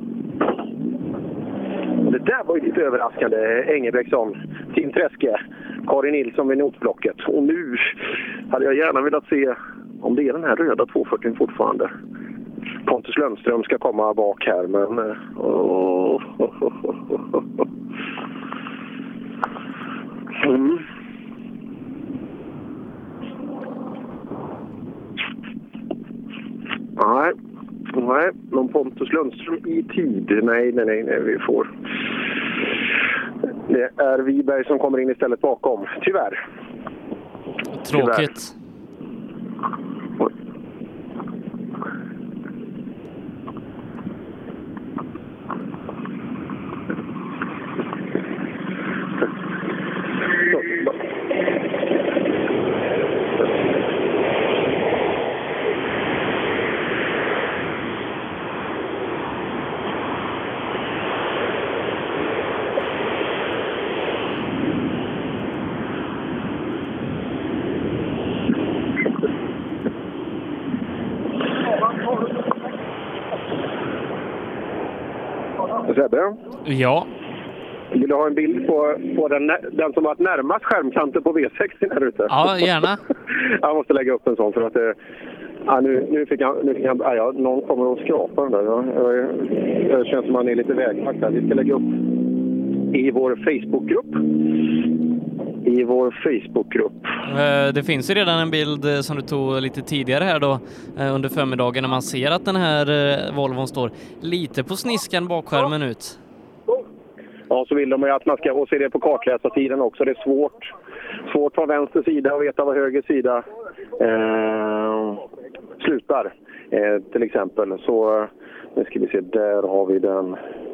Det där var ju lite överraskande. Engelbrektsson, Tim Träske, Karin Nilsson vid notblocket. Och nu hade jag gärna velat se om det är den här röda 240 fortfarande. Pontus Lundström ska komma bak här, men... Nej, någon Pontus Lundström i tid. Nej, vi får... Det är Wiberg som kommer in istället bakom, tyvärr. Tråkigt. Tyvärr. Sebbe? Ja. Vill du ha en bild på den som varit närmast skärmkanten på V60 här ute? Ja, gärna. Jag måste lägga upp en sån för att nu fick han någon kommer att skrapa den där. Det känns som att han är lite vägvakt där. Vi ska lägga upp i vår Facebookgrupp. Det finns ju redan en bild som du tog lite tidigare här då under förmiddagen när man ser att den här Volvon står lite på sniskan bakskärmen ut. Ja, så vill de att man ska se det på kartläsartiden också. Det är svårt från vänster sida att veta vad höger sida slutar. Till exempel. Så nu ska vi se, där har vi den.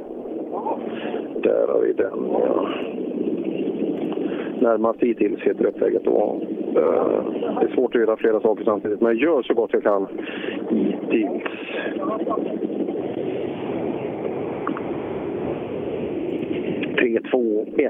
Ja. Närmast hittills heter upplägget då. Det är svårt att göra flera saker samtidigt, men jag gör så gott jag kan hittills. Tre, två, ett.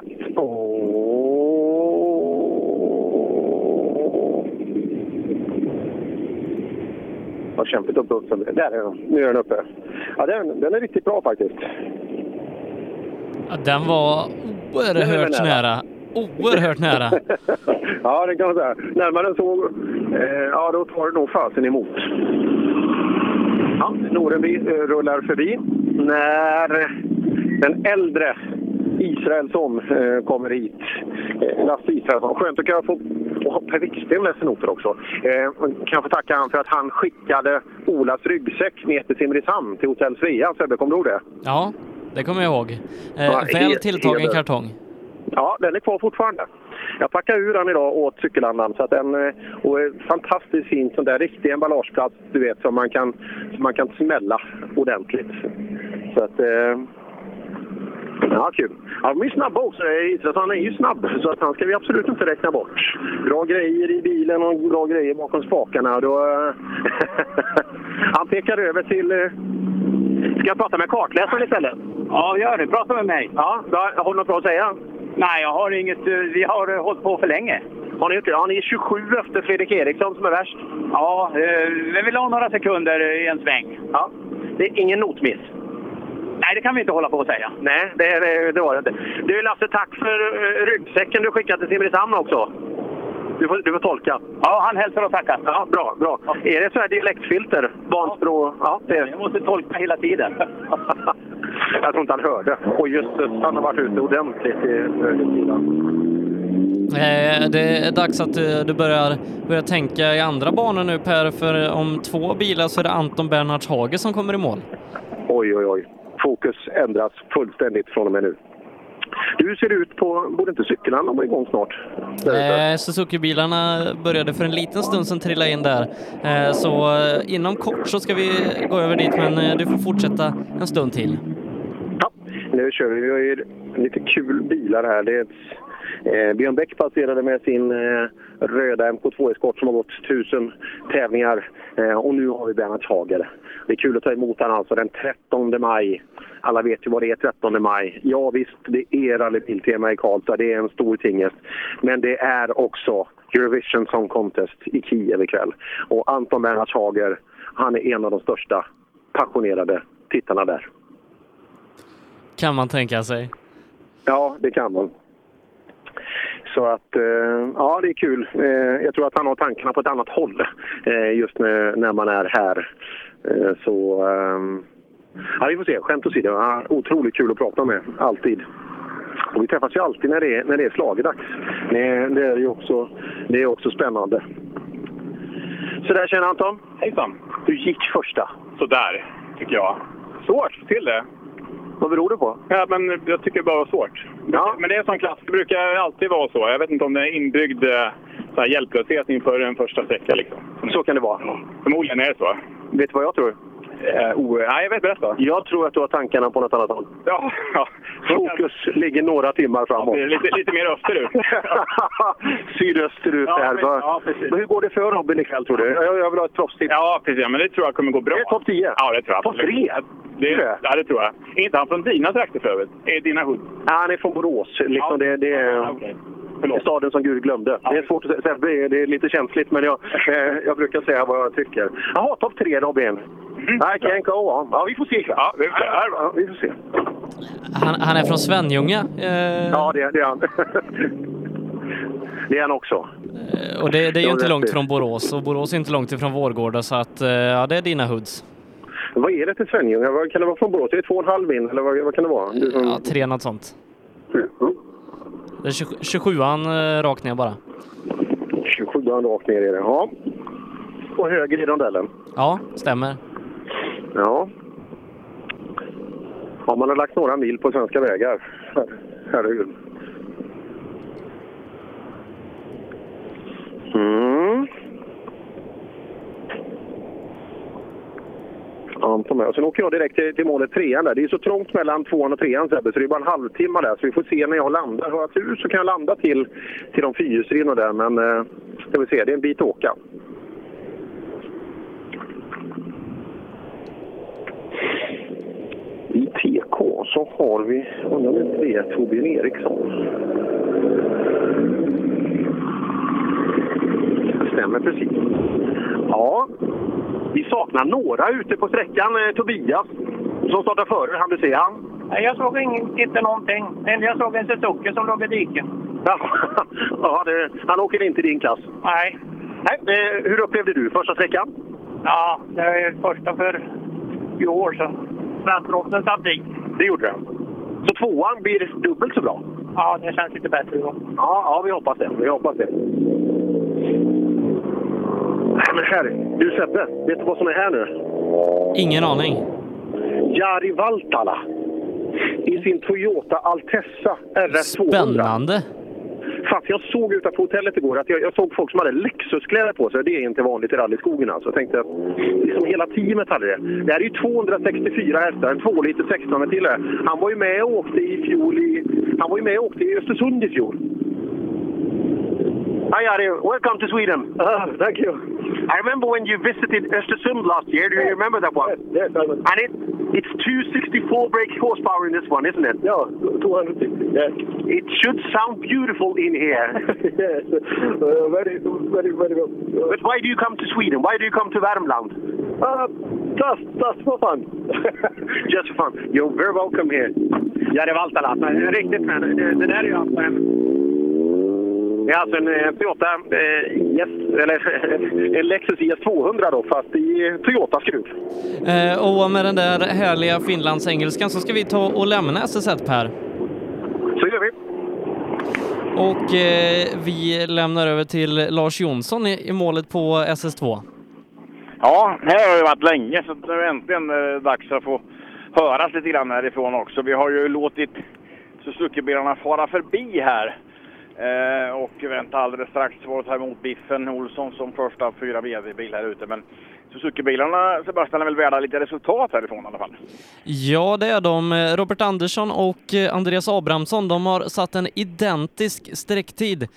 Vad kämpigt uppe. Där är den. Nu är den uppe. Ja, den är riktigt bra faktiskt. Ja, den var oerhört nära. Oerhört nära. Ja, det kan man säga. Närmare än så, då tar det nog fasen emot. Ja, Norenby rullar förbi. När den äldre Israelsson kommer hit. Lasse Israelsson. Skönt att kunna få Per Wiksten läser noter också. Kan få tacka han för att han skickade Olas ryggsäck ner till Simrishamn till Hotell Svea. Sebbe, kommer du ihåg det? Ja, det kommer jag ihåg. Väl tilltagen kartong. Ja, den är kvar fortfarande. Jag packar ur den idag åt cykelandan så att och fantastiskt fint sån där riktig emballageplats, du vet, som man kan smälla ordentligt. Så att ja, kul. Ja, de är snabba också. Han är ju snabb, så att han ska vi absolut inte räkna bort. Bra grejer i bilen och bra grejer bakom spakarna. Då han pekar över till... Ska jag prata med kartläsaren istället? Ja, gör det. Prata med mig. Ja, har du något bra att säga? Nej, jag har inget. Vi har hållit på för länge. Har ni inte? Ja, ni är 27 efter Fredrik Eriksson som är värst. Ja, vi vill ha några sekunder i en sväng. Ja, det är ingen notmiss. Nej, det kan vi inte hålla på att säga. Nej, det var det inte. Du Lasse, tack för ryggsäcken du skickade till Simrishamn också. Du får tolka. Ja, han hälsar och tackar. Ja, bra. Ja. Är det så här dialektfilter? Vansbro? Ja, det är. Jag måste tolka hela tiden. Jag tror inte han hörde. Och just han har varit ute ordentligt i högersidan. Det är dags att du börjar tänka i andra banor nu, Per, för om 2 bilar så är det Anton Bernhards Hage som kommer i mål. Oj. Fokus ändras fullständigt från och med nu. Du ser ut på, borde inte cykeln vara igång snart? Suzuki-bilarna började för en liten stund sedan trilla in där. Så inom kort så ska vi gå över dit, men du får fortsätta en stund till. Ja, nu kör vi. Vi har ju lite kul bilar här. Det är Björn Bäck passerade med sin röda MK2-eskort som har gått 1000 tävlingar. Och nu har vi Bernhard Hager. Det är kul att ta emot han alltså den 13 maj. Alla vet ju vad det är 13 maj. Ja visst, det är rallybiltema i Karlstad. Det är en stor tingest. Men det är också Eurovision Song Contest i Kiev ikväll. Och Anton Bernhard Hager, han är en av de största passionerade tittarna där. Kan man tänka sig? Ja, det kan man. Så att, ja, det är kul. Jag tror att han har tankarna på ett annat håll just när man är här. Så, ja, vi får se. Skämt åsido. Ja, otroligt kul att prata med, alltid. Och vi träffas ju alltid när det är slagdags. Det är också spännande. Så där känner Anton. Hejsan. Du gick första. Så där, tycker jag. Svårt till det. Vad beror det på? Ja, men jag tycker det bara var svårt. Ja. Men det är som klass. Det brukar alltid vara så. Jag vet inte om det är inbyggd så här hjälplöshet inför den första sträckan. Liksom. Så kan det vara. Ja. Förmodligen är det så. Vet du vad jag tror? Nej, jag vet berätta. Jag tror att du har tankarna på något annat håll. Ja. Fokus ligger några timmar framåt. Ja, lite mer österut. Sydösterut här. Ja, precis. Men hur går det för Robin ikväll, tror du? Jag vill ha ett proffstips. Ja, precis. Men det tror jag kommer gå bra. Det är topp 10? Ja, det tror jag. Topp 3? Ja, det tror jag. Är inte han från dina trakter för övrigt? Är dina hud? Ja, han är från Borås. Liksom det är... Okay. Staden som Gud glömde. Ja. Det är svårt att säga. Det är lite känsligt, men jag brukar säga vad jag tycker. Jaha, topp 3 Robin. I can't go on. Ja, vi får se. Ja, vi får se. Han är från Svenljunga. Ja, det är han. Det är han också. Och det är ju inte långt från Borås. Och Borås är inte långt ifrån Vårgårda. Så att, ja, det är dina hoods. Vad är det till Svenljunga? Kan det vara från Borås? Det är 2,5 in, eller vad kan det vara? Ja, 3 något sånt. Det är 27an rakt ner bara. 27an rakt ner är det, ja. Och höger i rondellen. Ja, stämmer. Ja. Ja, man har lagt några mil på svenska vägar. Herregud. Och sen åker jag direkt till målet 3an där. Det är så trångt mellan 2an och 3an, så det är bara en halvtimme där. Så vi får se när jag landar. Har jag tur så kan jag landa till de fyrhjulsdrivna där. Men ska vi se, det är en bit att åka. I TK så har vi, undrar om det är Torbjörn Eriksson. Det stämmer precis. Ja, vi saknar några ute på sträckan. Tobias som startar före, han du se han? Nej, jag såg inte någonting. Jag såg en Suzuki som låg i diken. Ja, han åker inte i din klass. Nej. Hur upplevde du första sträckan? Ja, det är första för i år sedan. Västeråsen satt i. Det gjorde den. Så 2an blir dubbelt så bra? Ja, det känns lite bättre då. Ja, vi hoppas det. Nej, men här, du Sebbe, vet du vad som är här nu? Ingen aning. Jari Valtala i sin Toyota Altessa RS200. Spännande. Fast jag såg utanför hotellet igår att jag såg folk som hade Lexuskläder på sig. Det är inte vanligt i rallyskogen alltså. Jag tänkte att liksom hela teamet hade det. Det här är ju 264 hästar, en 2 liter 16 till det. Han var ju med och åkte i Östersund i fjol. Hi Jari, welcome to Sweden. Thank you. I remember when you visited Östersund last year. Do you remember that one? Yes, I remember. And it's 264 brake horsepower in this one, isn't it? Yeah, 260. Yes. It should sound beautiful in here. Yes, very good. But why do you come to Sweden? Why do you come to Värmland? Just for fun. Just for fun. You're very welcome here. Ja, det var allt alla. Riktigt, men det där är ju alltså det är alltså en Toyota en Lexus IS 200 då, fast i Toyota-skruv. Och med den där härliga finlandsengelskan så ska vi ta och lämna SS1, Per. Så gör vi. Och vi lämnar över till Lars Jonsson i målet på SS2. Ja, här har det varit länge så det är äntligen dags att få höras lite grann härifrån också. Vi har ju låtit Suzuki-bilarna fara förbi här. Och vänta alldeles strax var det här emot Biffen Olsson som första 4 VD-bil här ute. Men Suzuki-bilarna, Sebastian, är väl värda lite resultat härifrån i alla fall. Ja, det är de. Robert Andersson och Andreas Abrahamsson, de har satt en identisk sträcktid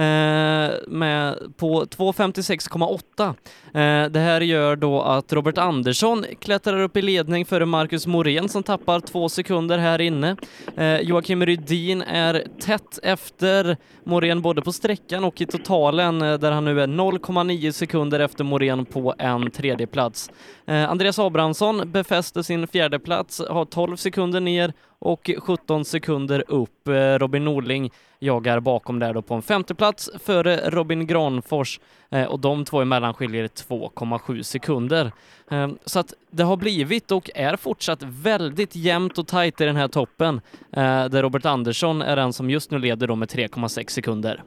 på 2:56,8. Det här gör då att Robert Andersson klättrar upp i ledning före Marcus Morén som tappar 2 sekunder här inne. Joakim Rydin är tätt efter Morén både på sträckan och i totalen där han nu är 0,9 sekunder efter Morén på en tredje plats. Andreas Abrahamsson befäster sin fjärde plats, har 12 sekunder ner och 17 sekunder upp. Robin Nordling jagar bakom där då på en femte plats före Robin Granfors och de två emellan skiljer 2,7 sekunder. Så att det har blivit och är fortsatt väldigt jämnt och tajt i den här toppen där Robert Andersson är den som just nu leder då med 3,6 sekunder.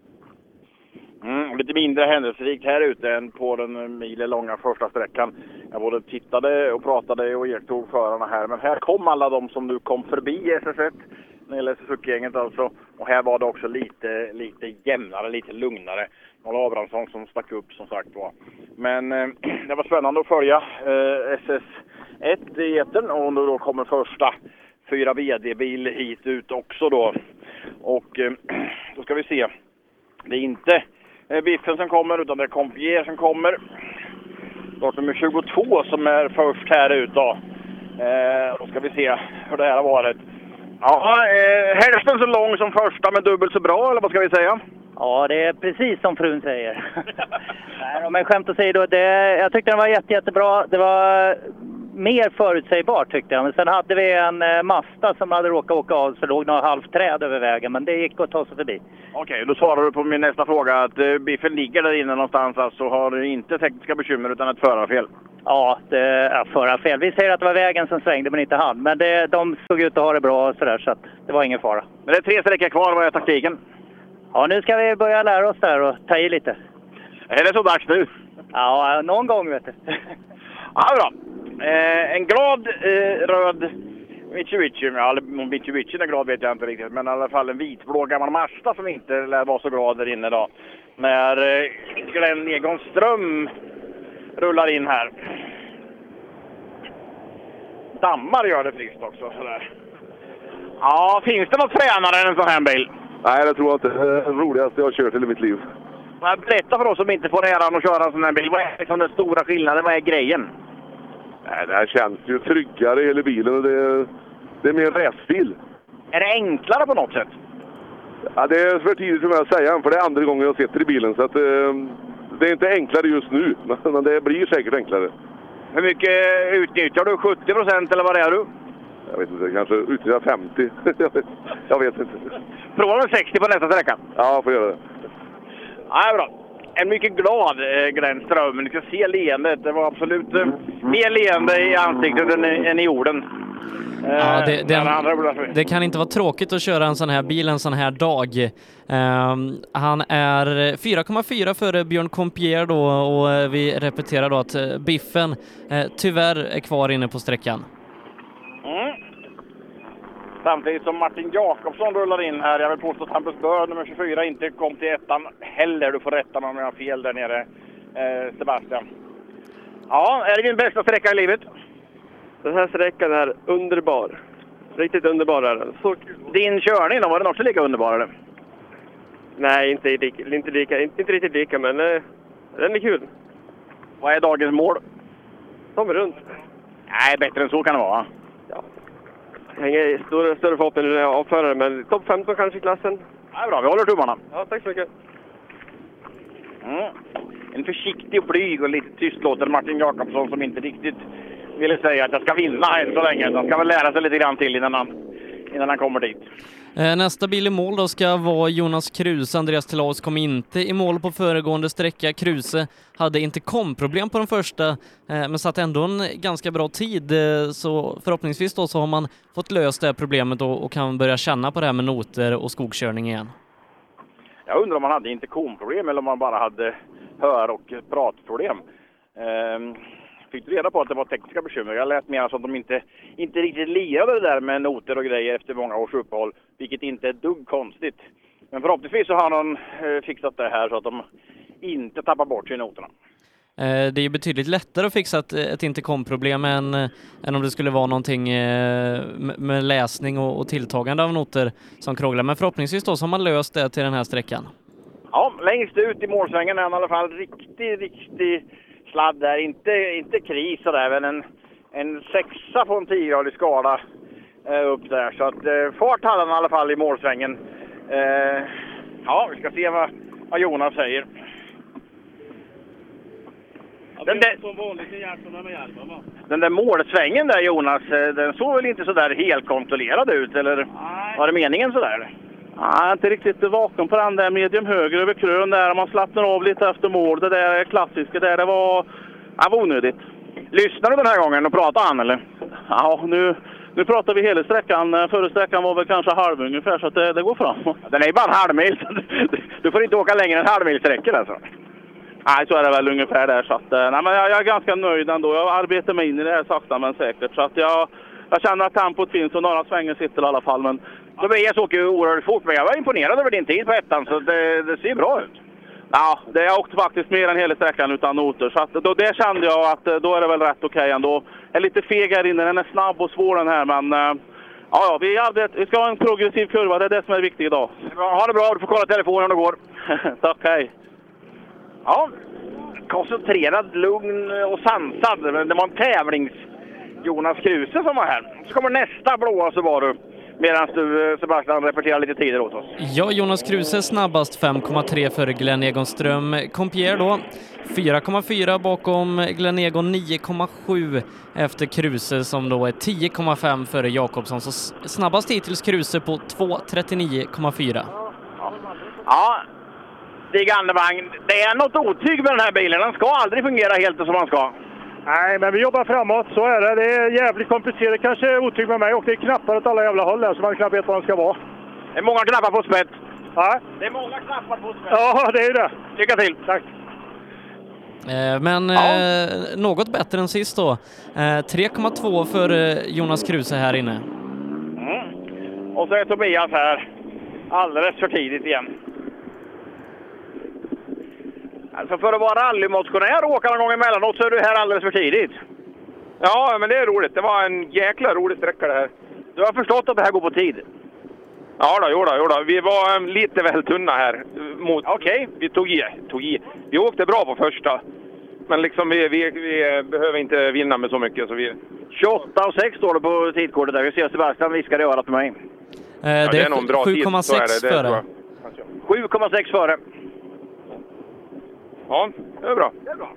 Lite mindre händelserikt här ute än på den milelånga första sträckan. Jag både tittade och pratade och iakttog förarna här. Men här kom alla de som nu kom förbi SS1 när det gäller Suzuki-gänget alltså. Och här var det också lite jämnare, lite lugnare. Noll Abrahamsson som stack upp som sagt var. Men det var spännande att följa SS1 i etern. Och nu då kommer första 4 VD-bil hit ut också då. Och då ska vi se. Det är inte Biffen som kommer utan det är Compier som kommer. Startnummer 22 som är först här ute då. Då ska vi se hur det här har varit. Ja, hälften så lång som första men dubbelt så bra, eller vad ska vi säga? Ja, det är precis som frun säger. Nej, men skämt att säga då, jag tyckte den var jättebra. Det var mer förutsägbart tyckte jag. Men sen hade vi en Mazda som hade råkat åka av, så låg några halvträd över vägen. Men det gick att ta sig förbi. Okej, då svarar du på min nästa fråga att biffen ligger där inne någonstans, alltså har inte tekniska bekymmer utan ett förarfel. Ja, det är förarfel. Vi säger att det var vägen som svängde men inte han. Men de såg ut att ha det bra och sådär, så att det var ingen fara. Men det är 3 sträckor kvar, vad är taktiken? Ja, nu ska vi börja lära oss där och ta i lite. Är det så dags nu? Ja, någon gång vet du. Ja, bra. En glad röd Mitsubishi, ja, Mitsubishi är glad vet jag inte riktigt, men i alla fall en vitblå gammal Mazda som inte lär vara så glad där inne då. När Glenn Egon Ström rullar in här. Dammar gör det friskt också sådär. Ja, finns det något fränare än en sån här bil? Nej, jag tror att det är det roligaste jag har kört i mitt liv. Berätta för oss som inte får äran att köra en sån här bil. Vad är liksom den stora skillnaden? Vad är grejen? Nej, det här känns ju tryggare i hela bilen och det är mer racebil. Är det enklare på något sätt? Ja, det är för tidigt för mig att säga, för det är andra gången jag sitter i bilen. Så att, det är inte enklare just nu, men det blir säkert enklare. Hur mycket utnyttjar du? 70% eller vad är du? Jag vet inte, kanske utnyttjar 50. Jag vet inte. Prova med 60 på nästa sträcka. Ja, jag får göra det. Ja, bra. En mycket glad Glenn Ström. Ni ska se leendet. Det var absolut mer leende i ansiktet än i orden. Ja, det kan inte vara tråkigt att köra en sån här bil en sån här dag. Han är 4,4 före Björn Compier då, och vi repeterar då att Biffen tyvärr är kvar inne på sträckan. Samtidigt som Martin Jakobsson rullar in här. Jag vill påstå att Hampus Böhr, nummer 24, inte kom till ettan heller. Du får rätta mig om jag har fel där nere, Sebastian. Ja, är det din bästa sträcka i livet? Den här sträckan är underbar. Riktigt underbar är den. Så kul. Din körning då, var den också lika underbar eller? Nej, inte riktigt lika, men den är kul. Vad är dagens mål? Ta mig runt. Nej, bättre än så kan det vara. Ja. Jag hänger större förhoppning när jag avförar, men topp 15 kanske i klassen. Ja, bra, vi håller tummarna. Ja, tack så mycket. En försiktig och blyg och lite tystlåten Martin Jakobsson som inte riktigt ville säga att jag ska vinna än så länge. Han ska väl lära sig lite grann till innan han kommer dit. Nästa bil i mål då ska vara Jonas Kruse. Andreas Telaus kom inte i mål på föregående sträcka. Kruse hade inte komproblem på den första, men satt ändå en ganska bra tid. Så förhoppningsvis då så har man fått löst det här problemet och kan börja känna på det här med noter och skogskörning igen. Jag undrar om man hade inte komproblem eller om man bara hade hör- och pratproblem. Fick du reda på att det var tekniska bekymmer? Jag lät mer så att de inte riktigt lirade det där med noter och grejer efter många års uppehåll, vilket inte är dugg konstigt. Men förhoppningsvis så har de fixat det här så att de inte tappar bort sig i noterna. Det är ju betydligt lättare att fixa ett intercom-problem än om det skulle vara någonting med läsning och tilltagande av noter som krånglar. Men förhoppningsvis då så har man löst det till den här sträckan. Ja, längst ut i målsvängen är han i alla fall riktig sladd där. Inte kris sådär, men en 6 på en 10-gradig skala upp där. Så att fart hade han i alla fall i målsvängen. Ja, vi ska se vad Jonas säger. Den där målsvängen där Jonas, den såg väl inte så där helt kontrollerad ut, eller var det meningen så där? Nej, inte riktigt vaken på den där medium höger över krön där. Man slappnar av lite efter mål. Det där klassiska där, det var onödigt. Lyssnar du den här gången och pratar han eller? Ja, nu pratar vi hela sträckan. Förra sträckan var väl kanske halv ungefär, så att det går fram. Den är ju bara en halvmil. Du får inte åka längre än halvmilsträckor alltså. Nej, så är det väl ungefär där. Så att, nej, men jag är ganska nöjd ändå. Jag arbetar mig in i det här sakta men säkert. Så att jag känner att tempot finns och några svänger sitter i alla fall. Men de ES åker ju oerhört fort, men jag var imponerad över din tid på ettan, så det ser bra ut. Ja, jag åkte faktiskt mer än hela sträckan utan noter. Så att det kände jag att då är det väl rätt okej ändå. Jag är lite feg här inne, den är snabb och svår den här, men ja, vi ska ha en progressiv kurva, det är det som är viktigt idag. Ha det bra, du får kolla telefonen om det går. Tack, hej. Ja, koncentrerad, lugn och sansad. Det var en tävlings Jonas Kruse som var här. Så kommer nästa blåa Subaru Medan du, Sebastian, repeterar lite tider åt oss. Ja, Jonas Kruse snabbast 5,3 för Glenn Egon Ström. Compier då 4,4 bakom Glenn Egon, 9,7 efter Kruse som då är 10,5 före Jakobsson. Så snabbast hittills Kruse på 2:39,4. Ja, Stig Andevang, det är något otyg med den här bilen. Den ska aldrig fungera helt som man ska. Nej, men vi jobbar framåt, så är det. Det är jävligt komplicerat, kanske otyg med mig, och det är knappar åt alla jävla håll där, så man knappt vet vad de ska vara. Det är många knappar på spett. Ja. Det är många knappar på spett. Ja, det är det. Lycka till. Tack. Men något bättre än sist då. 3,2 för Jonas Kruse här inne. Och så är Tobias här alldeles för tidigt igen. Alltså för att vara rallymotionär och åka någon gång emellanåt så är du här alldeles för tidigt. Ja, men det är roligt. Det var en jäkla rolig sträcka det här. Du har förstått att det här går på tid? Ja då, jo då. Vi var lite väl tunna här. Okej. Vi tog i. Vi åkte bra på första. Men liksom vi behöver inte vinna med så mycket. Så vi... 28,6 står det på tidkortet där. Vi ser Sebastian viskar i örat för mig. Det är nog en bra 7,6 före. 7,6 före. Ja, det är bra.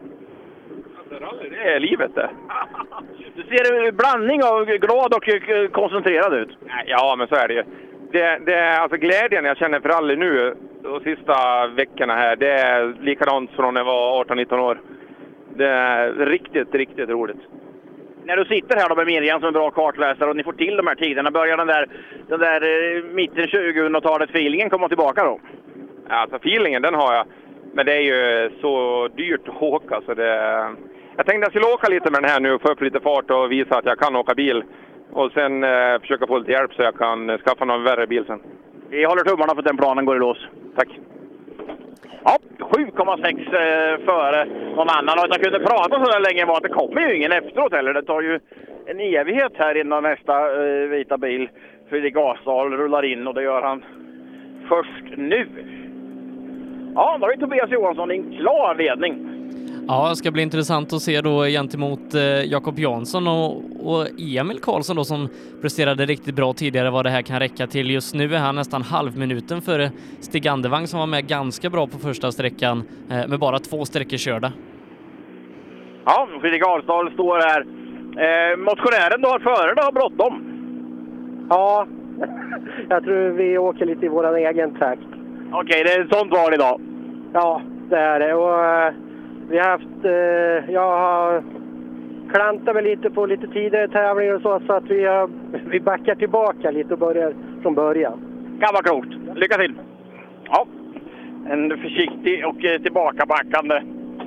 Det är livet det. Du ser en blandning av glad och koncentrerad ut. Ja, men så är det ju. Det är alltså glädjen jag känner för rally nu de sista veckorna här. Det är likadant från när jag var 18-19 år. Det är riktigt, riktigt roligt. När du sitter här då med Miriam som en bra kartläsare och ni får till de här tiderna, börjar den där mitten 2000-talet feelingen komma tillbaka då? Ja, alltså feelingen den har jag. Men det är ju så dyrt att åka så det... Jag tänkte jag skulle åka lite med den här nu och få upp lite fart och visa att jag kan åka bil. Och sen försöka få lite hjälp så jag kan skaffa någon värre bil sen. Vi håller tummarna för att den planen går i lås. Tack. Ja, 7,6 före någon annan. Och att jag kunde prata så där länge var att det kommer ju ingen efteråt heller. Det tar ju en evighet här innan nästa vita bil. Fredrik Asdal rullar in och det gör han först nu. Ja, då har vi Tobias Johansson i en klar ledning. Ja, det ska bli intressant att se då gentemot Jakob Jansson och Emil Karlsson då som presterade riktigt bra tidigare vad det här kan räcka till. Just nu är han nästan halvminuten före Stig Andevang som var med ganska bra på första sträckan med bara 2 sträckor körda. Ja, Fredrik Ahlstad står här. Motionären då har före då har bråttom. Ja, jag tror vi åker lite i vår egen takt. Okej, det är ett sånt val idag. Ja, det är det. Och vi har haft... jag har klantat väl lite på lite tidigare tävlingar och så att vi backar tillbaka lite och börjar från början. Kan vara klokt. Lycka till! Ja, en försiktig och tillbakabackande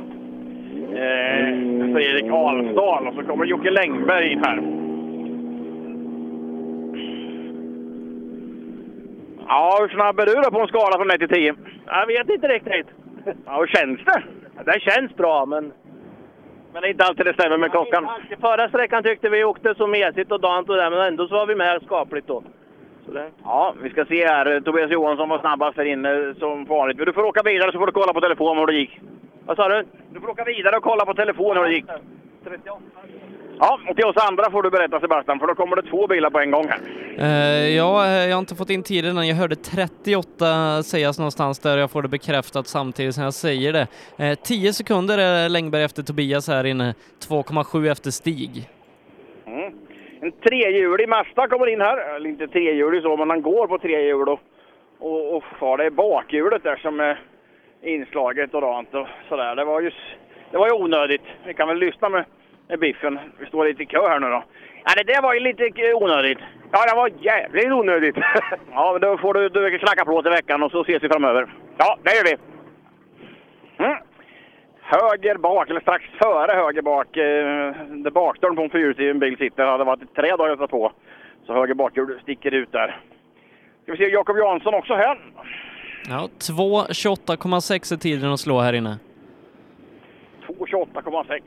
Fredrik Ahlstad och så kommer Jocke Längberg in här. Ja, hur snabb är du då på en skala från 1 till 10? Jag vet inte riktigt. Ja, hur känns det? Det känns bra, men det är inte alltid det stämmer med klockan. Förra sträckan tyckte vi åkte så mesigt och dant och där, men ändå så var vi med skapligt då. Så det... Ja, vi ska se här. Tobias Johansson var snabbast här inne som vanligt. Du får åka vidare så får du kolla på telefon hur det gick. Vad sa du? Du får åka vidare och kolla på telefon hur det gick. 38. Ja, och till oss andra får du berätta Sebastian, för då kommer det 2 bilar på en gång här. Ja, jag har inte fått in tiden än. Jag hörde 38 sägas någonstans där och jag får det bekräftat samtidigt som jag säger det. 10 sekunder är Längberg efter Tobias här inne, 2,7 efter Stig. En trehjulig Mazda kommer in här, eller inte trehjulig så, men han går på 3 hjul och har det bakhjulet där som är inslaget och rant och sådär. Det var ju onödigt. Vi kan väl lyssna med biffen. Vi står lite i kö här nu då. Ja, det där var ju lite onödigt. Ja, det var jävligt onödigt. Ja, men då får du klacka plåt i veckan och så ses vi framöver. Ja, det gör vi. Höger bak, eller strax före höger bak. Där bakdörren på en fyrhjulsdriven bil sitter hade varit ett träd att på. Så höger bakhjul sticker ut där. Ska vi se Jakob Jansson också här. Ja, 2.28,6 är tiden att slå här inne. 2.28,6.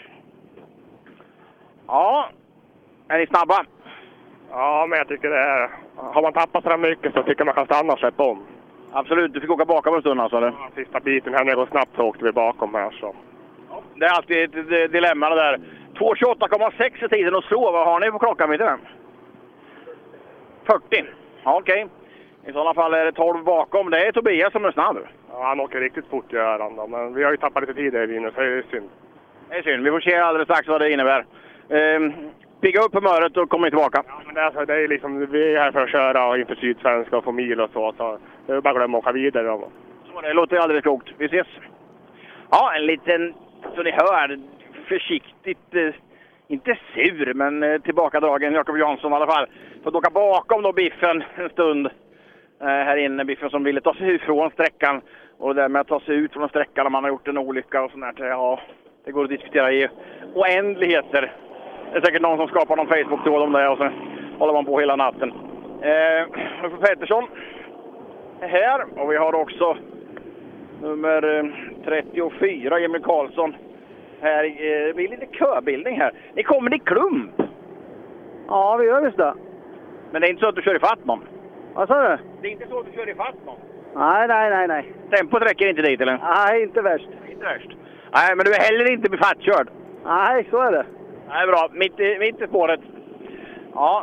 Ja, är ni snabba? Ja, men jag tycker det är... Har man tappat så mycket så tycker man kan stanna och släppa om. Absolut, du fick åka bakom en stund alltså, eller? Ja, sista biten här när det går snabbt så åkte vi bakom här så. Ja, det är alltid ett dilemma det där. 2.28,6 är tiden att slå. Vad har ni på klockan vid den? 40. Ja, okej. I sådana fall är det 12 bakom. Det är Tobias som är snabb. Ja, han åker riktigt fort gör han då. Men vi har ju tappat lite tid i bilen så det är synd. Det är synd. Vi får se alldeles strax vad det innebär. Pigga upp humöret och komma tillbaka. Ja, men det är liksom, vi är här för att köra inför Sydsvenska och få mil och så det är bara att glömma att åka vidare. Då. Så det låter alldeles klokt. Vi ses. Ja, en liten, så ni hör, försiktigt, inte sur, men tillbakadragen Jakob Jansson i alla fall. Får åka bakom då Biffen en stund. Här inne, Biffen som ville ta sig ifrån sträckan. Och det där med att ta sig ut från sträckan om man har gjort en olycka och sånt där. Ja, det går att diskutera i oändligheter. Det är säkert någon som skapar någon Facebook-tråd om det och så håller man på hela natten. Pettersson är här och vi har också nummer 34, Emil Karlsson. Här blir lite köbildning här. Ni kommer i klump. Ja, vi gör visst det. Men det är inte så att du kör i fatt någon? Vad sa du? Det är inte så att du kör i fatt någon? Nej. Tempot räcker inte dit eller? Nej, inte värst. Inte värst. Nej, men du är heller inte befattkörd. Nej, så är det. Nej, bra. Mitt i spåret. Ja.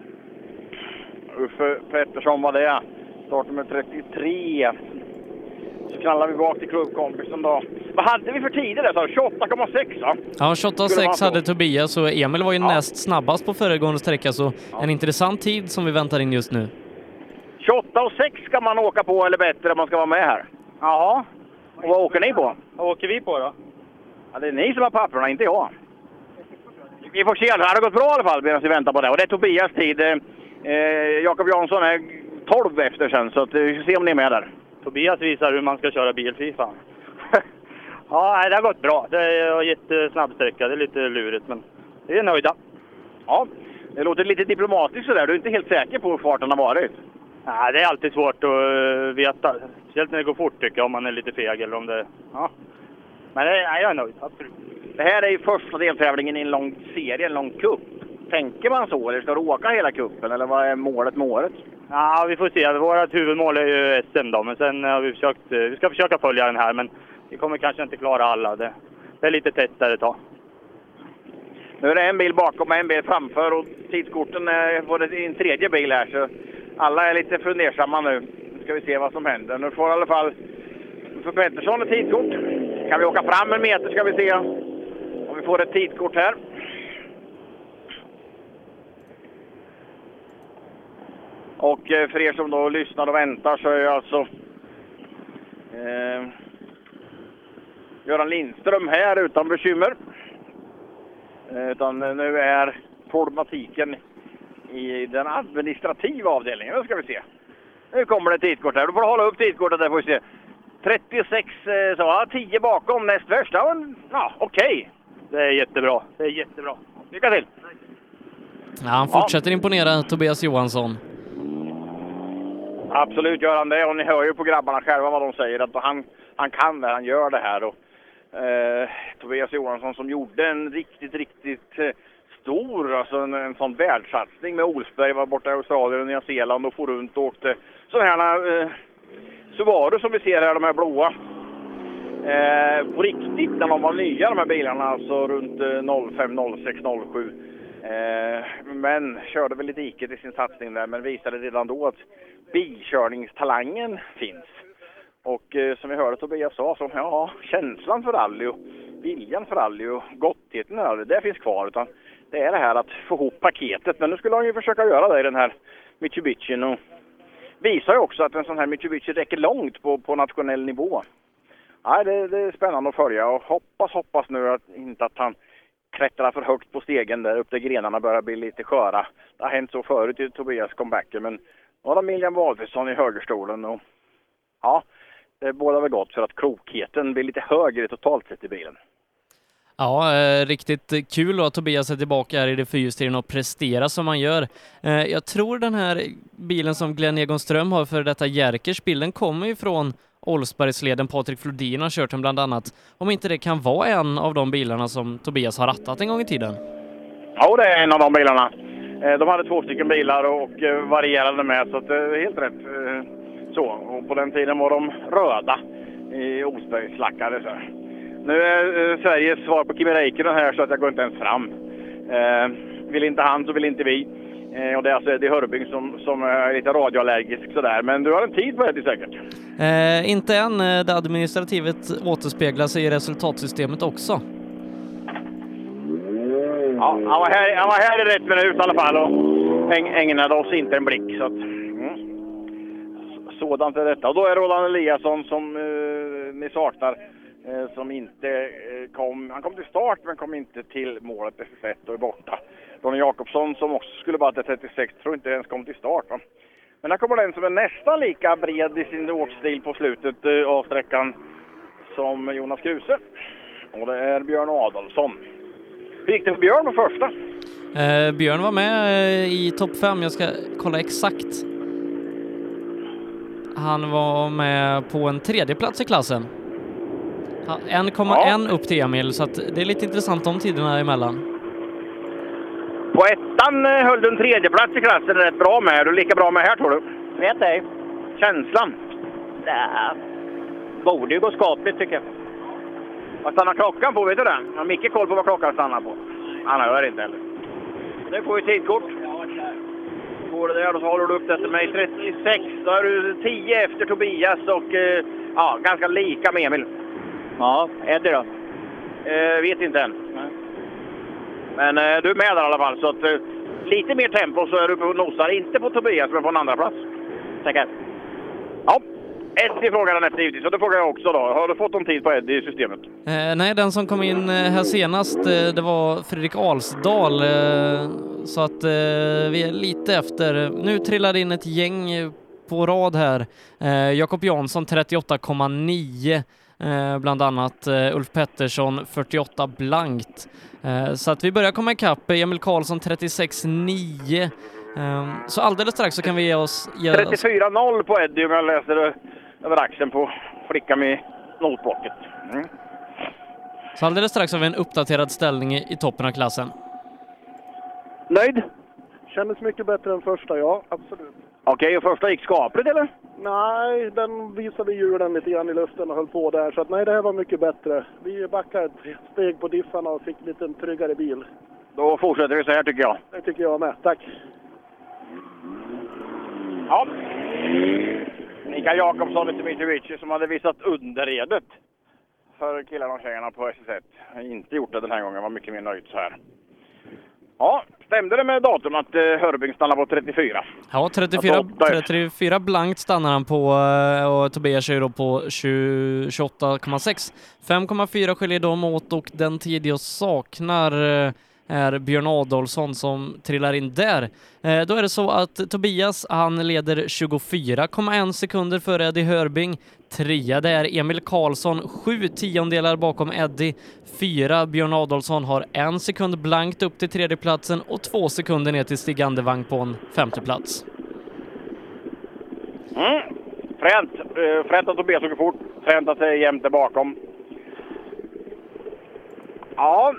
Uffe Pettersson var det. Startnummer 33. Så knallar vi bak till klubbkompisen då. Vad hade vi för tider där? 28,6 va? Ja, 28,6 hade Tobias och Emil var ju näst snabbast på föregående sträcka, så en intressant tid som vi väntar in just nu. 28,6 ska man åka på eller bättre om man ska vara med här. Jaha. Och vad åker ni på? Vad åker vi på då? Ja, det är ni som har papperna, inte jag. Vi får se, det har gått bra i alla fall medan vi väntar på det. Och det är Tobias tid. Jakob Jansson är 12 efter sen, så att vi får se om ni är med där. Tobias visar hur man ska köra bilfifan. Ja, det har gått bra. Det har gett snabbsträcka. Det är lite lurigt, men vi är nöjda. Ja, det låter lite diplomatiskt sådär. Du är inte helt säker på hur farten har varit? Nej, det är alltid svårt att veta. Speciellt när det går fort tycker jag, om man är lite feg eller om det... Ja. Men jag är nöjd, absolut. Det här är ju första deltävlingen i en lång serie, en lång cup. Tänker man så, eller ska du åka hela kuppen, eller vad är målet med året? Ja, vi får se. Vårt huvudmål är ju SM då, men sen har vi ska försöka följa den här, men vi kommer kanske inte klara alla. Det är lite tättare ett tag. Nu är det en bil bakom och en bil framför och tidskorten är både i en tredje bil här, så alla är lite fundersamma nu. Nu ska vi se vad som händer. Nu får i alla fall för Pettersson ett tidskort. Kan vi åka fram en meter ska vi se om vi får ett tidskort här. Och för er som då lyssnar och väntar så är jag alltså Göran Lindström här utan bekymmer. Utan nu är problematiken i den administrativa avdelningen. Nu ska vi se. Nu kommer det tidskort här. Du får hålla upp tidkortet där får vi se. 36, så ja, 10 bakom näst värst. Ja, okej. Det är jättebra. Det är jättebra. Lycka till. Ja, han fortsätter imponera, Tobias Johansson. Absolut gör han det, och ni hör ju på grabbarna själva vad de säger, att han kan det, han gör det här. Och Tobias Johansson som gjorde en riktigt stor, alltså en sån världssatsning med Olsberg, var borta i Australien och Nya Zeeland och for runt och åkte så här Subaru som vi ser här, de här blåa. På riktigt när de var nya de här bilarna, alltså runt 05, 06, 07. Men körde väl i diket i sin satsning där, men visade redan då att bilkörningstalangen finns. Och som vi hörde Tobias sa, så ja, känslan för rally och viljan för rally och gottheten i rally, det finns kvar, utan det är det här att få ihop paketet. Men nu skulle han ju försöka göra det i den här Mitsubishin, och visar ju också att en sån här Mitsubishi räcker långt på nationell nivå. Ja, det är spännande att följa, och hoppas nu att inte att han klättrar för högt på stegen där upp där grenarna börjar bli lite sköra. Det har hänt så förut i Tobias comebacker, men nu har Miljan Wahlfridsson i högerstolen, och ja, det bådar väl gott för att klokheten blir lite högre totalt sett i bilen. Ja, riktigt kul att Tobias är tillbaka här i det fyrhjulsdrivna och prestera som han gör. Jag tror den här bilen som Glenn Egonström har för detta Jerkers bil, den kommer ju från Olsbergsleden. Patrik Flodin har kört den bland annat. Om inte det kan vara en av de bilarna som Tobias har rattat en gång i tiden. Ja, det är en av de bilarna. De hade 2 stycken bilar och varierade med, så att det är helt rätt. Så, och på den tiden var de röda i Olsbergslackade så här. Nu är Sveriges svar på Kimi Räikkönen här, så att jag går inte ens fram. Vill inte han så vill inte vi. Och det är alltså Eddie Hörbing som är lite radioallergisk sådär. Men du har en tid på Eddie säkert? Inte än. Det administrativet återspeglar sig i resultatsystemet också. Ja, han var här i rätt minut i alla fall och ägnade oss inte en blick. Så att, sådant är detta. Och då är Roland Eliasson som ni saknar. Som inte han kom till start men kom inte till målet SS1 och är borta. Ronny Jakobsson som också skulle vara till 36 tror inte ens kom till start. Va? Men här kommer den som är nästan lika bred i sin åkstil på slutet av sträckan som Jonas Kruse. Och det är Björn Adolfsson. Hur gick det för Björn på första? Björn var med i topp 5. Jag ska kolla exakt. Han var med på en tredje plats i klassen. 1,1 upp till Emil, så att det är lite intressant de tiderna emellan. På ettan höll du en tredje plats i klassen rätt bra med. Är du lika bra med här tror du? Vet ej. Känslan? Nej, borde ju gå skapligt tycker jag. Vad stannar klockan på, vet du det? Har Micke koll på vad klockan stannar på? Han hör inte heller. Nu får vi tidkort. Går det där och så håller du upp detta med 36. Då är du 10 efter Tobias och ja, ganska lika med Emil. Ja, Eddie då? Vet inte än. Nej. Men du är med där i alla fall. Så att, lite mer tempo så är du på nosar. Inte på Tobias men på en andra plats. Tackar. Ja, Eddie frågar den efter givetvis. Och det frågar jag också då. Har du fått någon tid på Eddie i systemet? Nej, den som kom in här senast det var Fredrik Alsdal. Så att vi är lite efter. Nu trillar in ett gäng på rad här. Jakob Jansson 38,9. Bland annat Ulf Pettersson 48 blankt. Så att vi börjar komma ikapp. Emil Karlsson 36,9. Så alldeles strax så kan vi ge oss 34,0 på Eddie om jag läser över axeln på flickan med notblocket. Så alldeles strax har vi en uppdaterad ställning i toppen av klassen. Nöjd? Kändes mycket bättre än första, ja, absolut. Okej, och första gick skapligt eller? Nej, den visade hjulen lite grann i luften och höll på där. Så att nej, det här var mycket bättre. Vi backade ett steg på diffarna och fick lite en tryggare bil. Då fortsätter vi så här tycker jag. Det tycker jag med, tack. Ja. Mikael Jakobsson och Mitsubishi som hade visat underredet för killarna och tjejerna på SS1. Jag har inte gjort det den här gången, var mycket mer nöjd så här. Ja, stämde det med datum att Hörbing stannar på 34? Ja, 34 blankt stannar han på och Tobias kör då på 28,6. 5,4 skiljer de åt och den tid jag saknar är Björn Adolfsson som trillar in där. Då är det så att Tobias han leder 24,1 sekunder före Eddie Hörbing. 3 det är Emil Karlsson, 7 tiondelar bakom Eddie. 4 Björn Adolfsson har 1 sekund blankt upp till tredje platsen och 2 sekunder ner till Stig Andevang på en femte plats. Fränt att Tobias åker fort. Fränt att det är jämnt där bakom. Ja,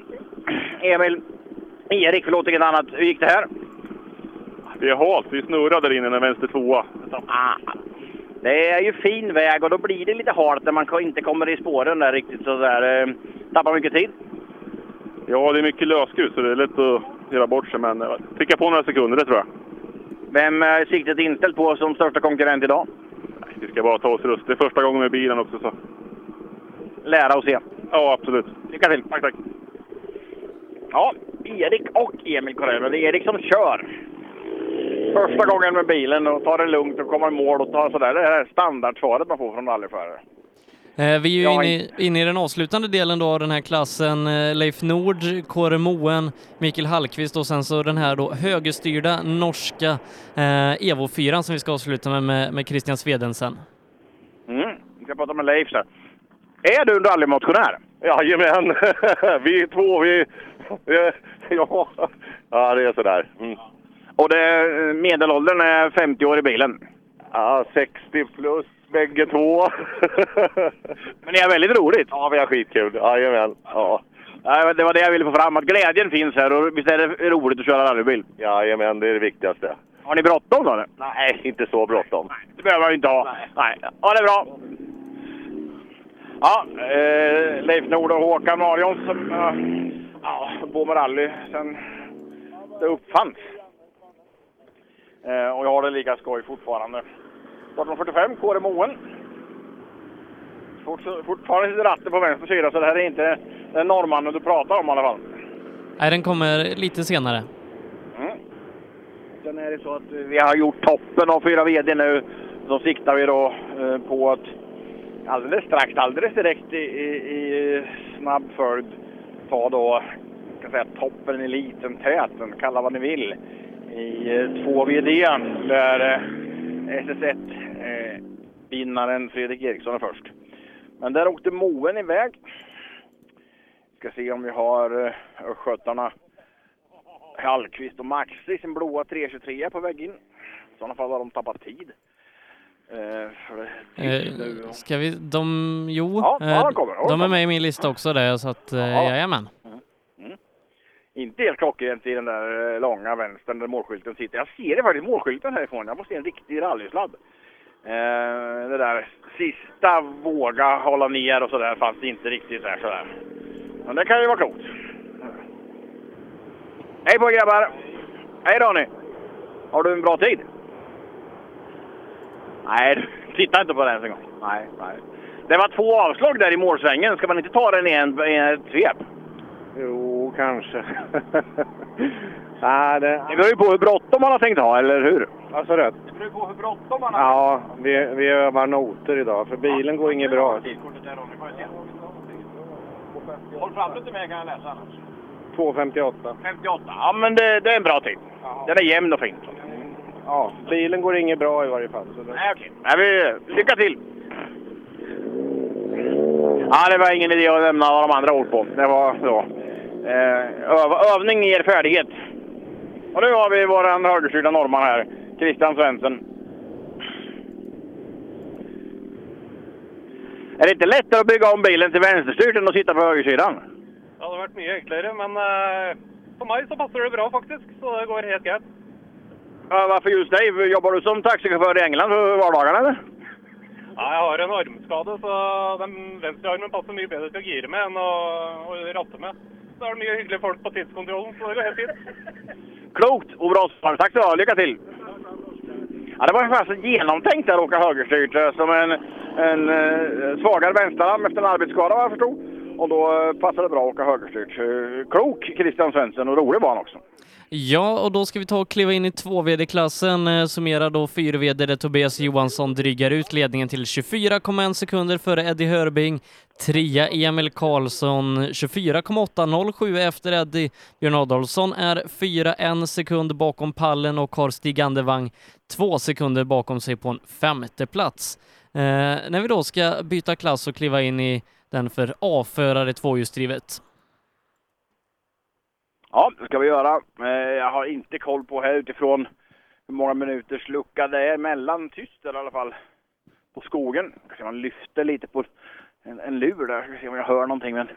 Erik, förlåt inget annat. Hur gick det här? Det är halt, vi snurrade där inne när vänster tvåa. Det är ju fin väg och då blir det lite halt när man inte kommer i spåren där riktigt så där. Tappar mycket tid? Ja, det är mycket lösgrus så det är lätt att göra bort sig, men fick jag på några sekunder, det tror jag. Vem är siktet inställt på som största konkurrent idag? Vi ska bara ta oss röst. Det är första gången med bilen också så. Lära och se. Ja, absolut. Lycka till. Tack. Ja, Erik och Emil Korell. Det är Erik som kör. Första gången med bilen och tar det lugnt och kommer i mål och tar sådär. Det är standardsvaret man får från rallyförare. Vi är ju inne i den avslutande delen då av den här klassen. Leif Nord, Kåre Moen, Mikael Hallqvist och sen så den här då högerstyrda norska Evo 4 som vi ska avsluta med Christian Svedensen. Vi ska prata med Leif så. Är du en rallymotionär? Jajamän, vi två, ja, det är sådär. Och medelåldern är 50 år i bilen? Ja, 60 plus bägge två. Men det är väldigt roligt. Ja, vi har skitkul. Jajamän, ja. Det var det jag ville få fram, att glädjen finns här och visst är det roligt att köra rallybil? Jajamän, det är det viktigaste. Har ni bråttom då? Nej, inte så bråttom. Nej, det behöver man inte ha. Nej. Ja, det är bra. Ja, Leif Nord och Håkan Marion som på med rally sen det uppfanns. Och jag har det lika skoj fortfarande. 1845, Kåre Moen. Fortfarande sitter ratten på vänster sida, så det här är inte den norrmannen du pratar om i alla fall. Nej, den kommer lite senare. Sen är det så att vi har gjort toppen av 4 VD nu. Då siktar vi då på att alldeles direkt i snabb följd ta då, kan säga, toppen, eliten, täten, kalla vad ni vill, i 2 VD där SS1-vinnaren Fredrik Eriksson är först. Men där åkte Moen iväg. Ska se om vi har skötarna Hallqvist och Maxi i sin blåa 323 på väg in. I sådana fall har de tappat tid. Ska vi, de kommer. De är med i min lista också där, så att jajamän. Inte helt klockrent i den där långa vänstern där målskylten sitter. Jag ser det faktiskt, målskylten härifrån. Jag måste se en riktig rallysladd. Det där sista våga hålla ner och sådär fanns det inte riktigt där sådär. Men det kan ju vara klokt. Hej på grabbar! Hej Ronny! Har du en bra tid? Nej, titta inte på den en gång. Nej. Det var 2 avslag där i målsvängen. Ska man inte ta den i en svep? Jo, kanske. Nej, det beror ju på hur bråttom man har tänkt ha, eller hur? Alltså rätt. Det beror ju på hur bråttom man har. Ja, vi övar noter idag, för bilen går inget bra. Håll fram lite mer, kan jag läsa annars. 2.58. 58, ja men det är en bra tid. Den är jämn och fin. Ja, bilen går inget bra i varje fall. Så det... Nej, okej. Lycka till! Ja, det var ingen idé att lämna vad de andra ord på. Det var så. Övning ger färdighet. Och nu har vi våran högerstyrda norrman här, Christian Svensson. Är det inte lättare att bygga om bilen till vänsterstyrt än att sitta på högersidan? Det hade varit mycket enklare, men för mig så passar det bra faktiskt, så det går helt gärna. Varför just dig? Jobbar du som taxichaufför i England för vardagarna eller? Ja, jag har en armskade, så den vänstra armen passar mycket bättre till att gira med än att ratta med. Så är det mycket hyggliga folk på tidskontrollen, så det går helt fint. Klokt och bra svar. Tack så mycket. Lycka till! Ja, det var faktiskt genomtänkt att åka högerstyrt som en svagare vänsterarm efter en arbetsskada, vad jag förstod. Och då passade det bra att åka högerstyrt. Klok Christian Svensson, och rolig var han också. Ja, och då ska vi ta och kliva in i 2VD-klassen. Summerar då 4VD där Tobias Johansson drygar ut ledningen till 24,1 sekunder före Eddie Hörbing. 3 Emil Karlsson 24,807 efter Eddie. Björn Adolfsson är 4,1 sekund bakom pallen och har Stig Andevang 2 sekunder bakom sig på en 5:e plats. När vi då ska byta klass och kliva in i den för A-förare 2-hjulsdrivet. Ja, det ska vi göra. Jag har inte koll på här utifrån hur många minuters lucka det är mellan tyst i alla fall på skogen. Man lyfter lite på en lur där. Ska se om jag hör någonting, men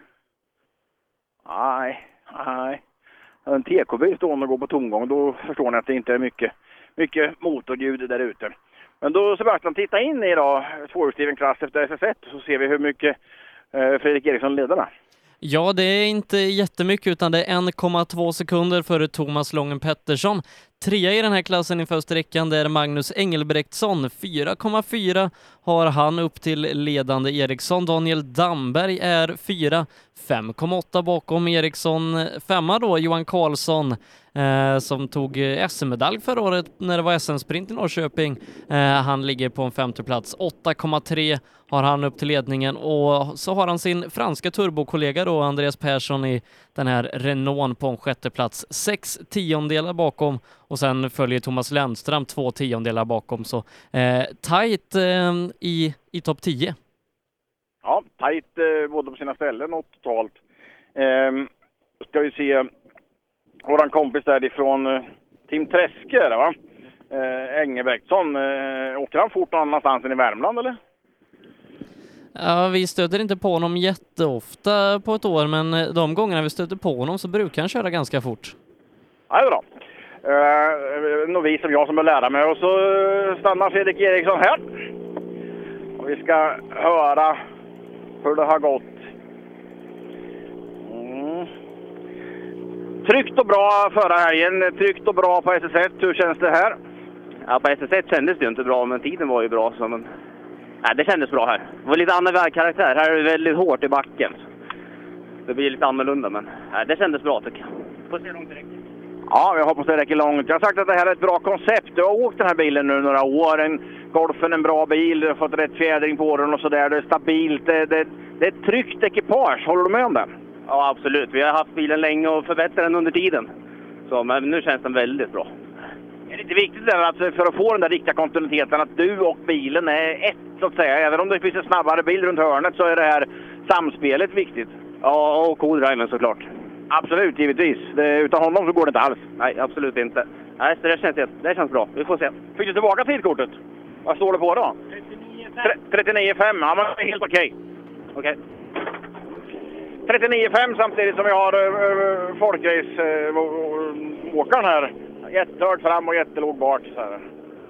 nej. En TK-bil stående och går på tomgång. Då förstår ni att det inte är mycket motorljud där ute. Men då Sebastian, titta in i då tvåhjulsdriven klass efter SS1 så ser vi hur mycket Fredrik Eriksson leder där. Ja, det är inte jättemycket utan det är 1,2 sekunder före Thomas Lången Pettersson. 3 i den här klassen inför sträckan, det är Magnus Engelbrektsson. 4,4 har han upp till ledande Eriksson. Daniel Damberg är 4. 5,8 bakom Eriksson. 5 då Johan Karlsson som tog SM-medalj förra året när det var SM-sprint i Norrköping. Han ligger på en 5:e plats. 8,3 har han upp till ledningen, och så har han sin franska turbokollega då Andreas Persson i den här Renault på en 6:e plats. 6 tiondelar bakom, och sen följer Thomas Lennström 2 tiondelar bakom, så tajt i topp 10. Ja, tajt både på sina ställen och totalt. Ska vi se våran kompis därifrån Tim Träske, va? Engelbrektsson. Åker han fort någon annanstans än i Värmland, eller? Ja, vi stöter inte på honom jätteofta på ett år, men de gångerna vi stöter på honom så brukar han köra ganska fort. Ja, det är bra. Novis som jag som är lära mig, och så stannar Fredrik Eriksson här. Och vi ska höra hur det har gått. Tryggt och bra förra helgen, tryggt och bra på SS1. Hur känns det här? Ja, på SS1 kändes det ju inte bra, men tiden var ju bra. Så, men... Nej, det kändes bra här. Det var lite annan vägkaraktär. Här är det väldigt hårt i backen. Det blir lite annorlunda, men nej, det kändes bra tycker jag. Får se hur långt det räcker. Ja, jag hoppas det räcker långt. Jag har sagt att det här är ett bra koncept. Jag har åkt den här bilen nu några år. Golfen är en bra bil. Jag har fått rätt fjädring på den och sådär. Det är stabilt. Det är ett tryggt ekipage. Håller du med om det? Ja, absolut. Vi har haft bilen länge och förbättrat den under tiden. Så, men nu känns den väldigt bra. Det är lite viktigt där att för att få den där riktiga kontinuiteten att du och bilen är ett, så att säga. Även om det finns en snabbare bil runt hörnet så är det här samspelet viktigt. Ja, och co-driven såklart. Absolut, givetvis. Utan honom så går det inte alls. Nej, absolut inte. Nej, så det känns bra. Vi får se. Fick du tillbaka tidkortet? Vad står det på då? 39,5. Ja, men det är helt okej. Okej. 39,5 samtidigt som vi har folkrace-åkaren här. Jättehört fram och jättelåg bak. Så här.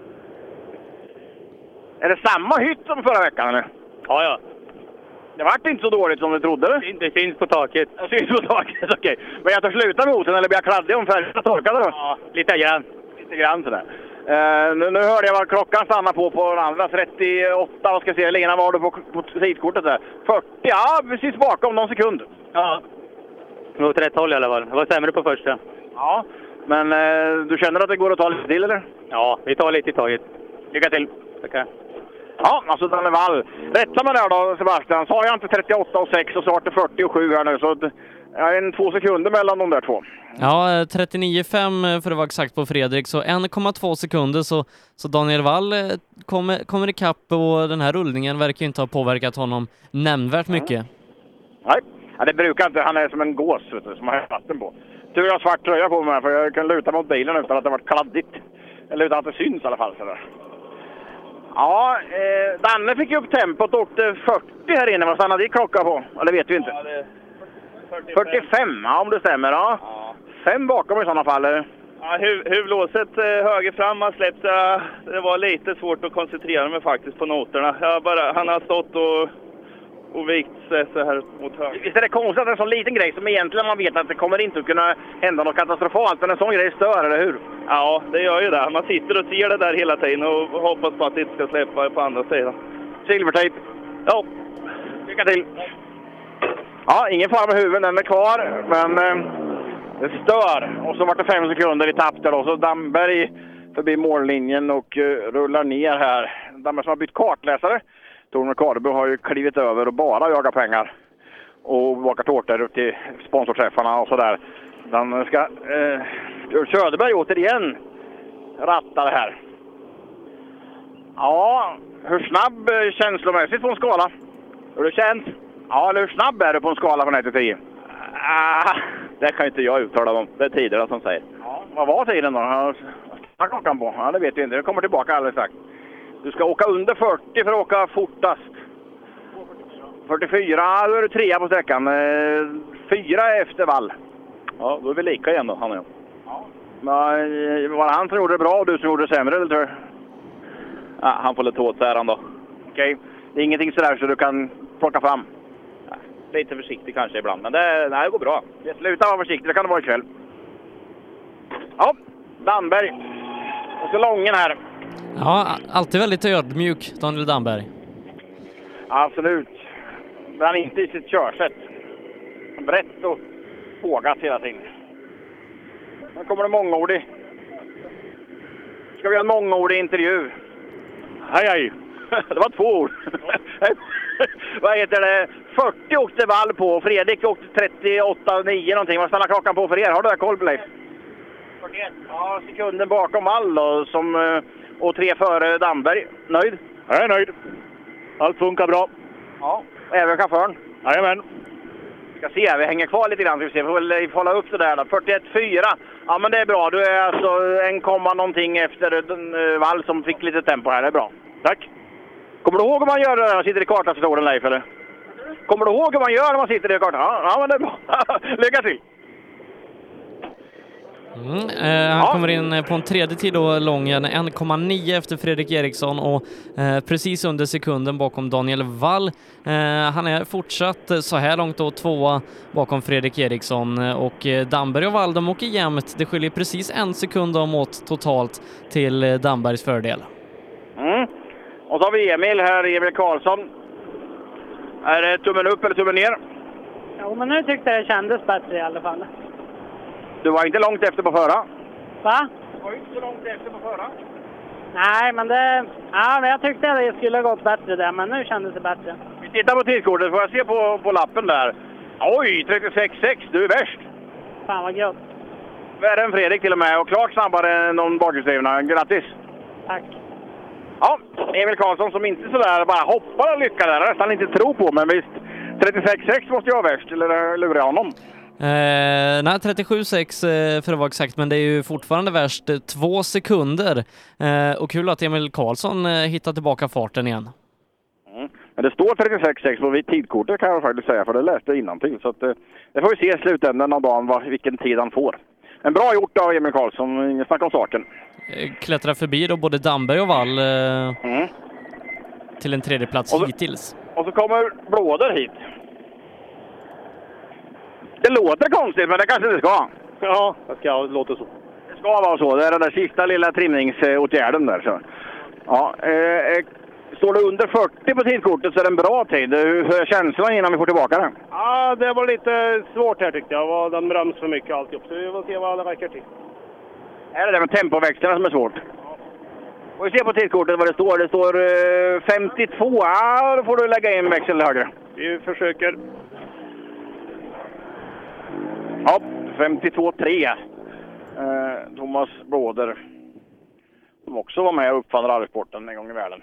Är det samma hytt som förra veckan eller? Ja. Det vart inte så dåligt som vi trodde. Det syns på taket. Det syns på taket, okej. Men jag tar sluta motorn eller blir jag kladdig om färgerna torkade då? Ja, lite grann. Lite grann sådär. Nu hörde jag vad klockan stannar på den andra. 38, vad ska jag säga. Lena, var du på tidkortet där? 40, ja, precis bakom någon sekund. Ja. Det var åt rätt håll i alla fall. Det var sämre på första. Ja, men du känner att det går att ta lite till eller? Ja, vi tar lite i taget. Lycka till. Tackar. Ja, alltså Danne Wall. Rätta mig där då, Sebastian. Sa jag inte 38,6 och så har det 40,7 här nu. Så det är 2 sekunder mellan de där två. Ja, 39,5 för att vara exakt på Fredrik. Så 1,2 sekunder så Daniel Wall kommer ikapp och den här rullningen verkar ju inte ha påverkat honom nämnvärt mycket. Nej, ja, det brukar inte. Han är som en gås vet du, som har vatten på. Tur jag har svart tröja på mig för jag kan luta mot bilen utan att det varit kladdigt. Eller utan att det syns i alla fall. Sådär. Ja, Danne fick upp tempot och åkte 40 här inne. Vad stannade de klockan på? Eller vet vi inte. Ja, det 45, ja om det stämmer. Ja. 5 bakom i sådana fall. Ja, huvudlåset höger fram har släppt. Det var lite svårt att koncentrera mig faktiskt på noterna. Han har stått och vikt sig så här mot höger. Visst är det konstigt att en sån liten grej som egentligen man vet att det kommer inte att kunna hända något katastrofalt. Men en sån grej stör, eller hur? Ja, det gör ju det. Man sitter och ser det där hela tiden och hoppas på att det inte ska släppa på andra sidan. Silvertejp. Ja. Lycka till. Ja, ingen fara med huvudet, den är kvar. Men det stör. Och så var det 5 sekunder i tapp där då. Så Damberg förbi mållinjen och rullar ner här. Damberg som har bytt kartläsare. Tormund Karleby har ju klivit över och bara jagar pengar. Och bakar tårtor upp till sponsorträffarna och sådär. Den ska Söderberg återigen ratta det här. Ja, hur snabb känslomässigt på en skala? Hur det känns? Ja, eller hur snabb är du på en skala från 1 till 10? Det kan inte jag uttala om. Det är tiderna som säger. Ja, vad var tiden då? Vad klockan på? Ja, det vet vi inte. Det kommer tillbaka alldeles strax. Du ska åka under 40 för att åka fortast. 44, då är du 3 på sträckan. 4 efter Wall. Ja, då är vi lika igen då, han och jag. Ja. Var det han som gjorde det bra och du som gjorde det sämre, eller tror du? Ja, han får lite åt sig han då. Okej. Det är ingenting sådär så du kan plocka fram? Ja, lite försiktig kanske ibland, men det går bra. Sluta vara försiktig, det kan det vara ikväll. Ja, Damberg. Och så Lången här. Ja, alltid väldigt ödmjuk, Daniel Damberg. Absolut. Men han är inte i sitt körsätt. Brett och vågat hela tiden. Nu kommer det mångordig. Ska vi ha en mångordig intervju? Hej. Det var 2 ord. Vad heter det? 40 åkte Wall på. Fredrik åkte 38,9 någonting. Vad stannar klockan på för er? Har du det koll på Leif? 41. Ja, sekunden bakom Wall då, och 3 före Damberg. Nöjd? Jag är nöjd. Allt funkar bra. Ja, även chauffören? Jajamän. Ska se, vi hänger kvar lite grann. Vi får väl hålla upp det där då. 41,4. Ja, men det är bra. Du är alltså 1, någonting efter Wall som fick lite tempo här. Det är bra. Tack. Kommer du ihåg hur man gör när man sitter i kartastolen, Leif, eller? Kommer du ihåg hur man gör när man sitter i kartan? Ja, men det är bra. Lycka till! Han kommer in på en tredje tid då, Lången, 1,9 efter Fredrik Eriksson och precis under sekunden bakom Daniel Wall. Han är fortsatt så här långt då 2 bakom Fredrik Eriksson, och Damberg och Wall, de åker jämnt. Det skiljer precis 1 sekund om åt totalt till Dambergs fördel. Och så har vi Emil här, Emil Karlsson. Är det tummen upp eller tummen ner? Jo, men nu tyckte jag det kändes bättre i alla fall. Du var inte långt efter på förra. Va? Du var inte så långt efter på förra. Nej, men det... Ja, men jag tyckte det skulle ha gått bättre där, men nu kändes det bättre. Vi tittar på tidskortet, får jag se på lappen där. Oj, 36,6, du är värst. Fan vad gött. Värre än Fredrik till och med, och klart snabbare än någon bakhjulsdrivna. Grattis! Tack. Ja, Emil Karlsson som inte sådär bara hoppar och lyckar där, nästan inte tror på, men visst. 36,6 måste jag vara värst, eller lurar jag honom? Nej, 37,6 för att vara exakt, men det är ju fortfarande värst 2 sekunder. Och kul att Emil Karlsson hittar tillbaka farten igen. Men det står 36,6 på tidkortet kan jag faktiskt säga, för det läste jag innantill. Så att, det får vi se i slutändan av dagen vilken tid han får. Men bra gjort av Emil Karlsson, ingen snack om saken. Klättrar förbi då både Damberg och Wall till en tredje plats hittills. Och så kommer Blåder hit. Det låter konstigt, men det kanske det ska. Ja, det låter så. Det ska vara så. Det är den där sista lilla trimningsåtgärden där. Så. Ja, står det under 40 på tidkortet så är det en bra tid. Hur är känslan innan vi får tillbaka den? Ja, det var lite svårt här tyckte jag. Den bröms för mycket alltihop. Så vi får se vad det räcker till. Är det där med tempoväxlarna som är svårt? Och vi ser på tidkortet vad det står. Det står 52. Ja, då får du lägga in växel högre. Vi försöker. Ja, 52,3. Thomas Blåder. Som också var med och uppfann rallysporten en gång i världen.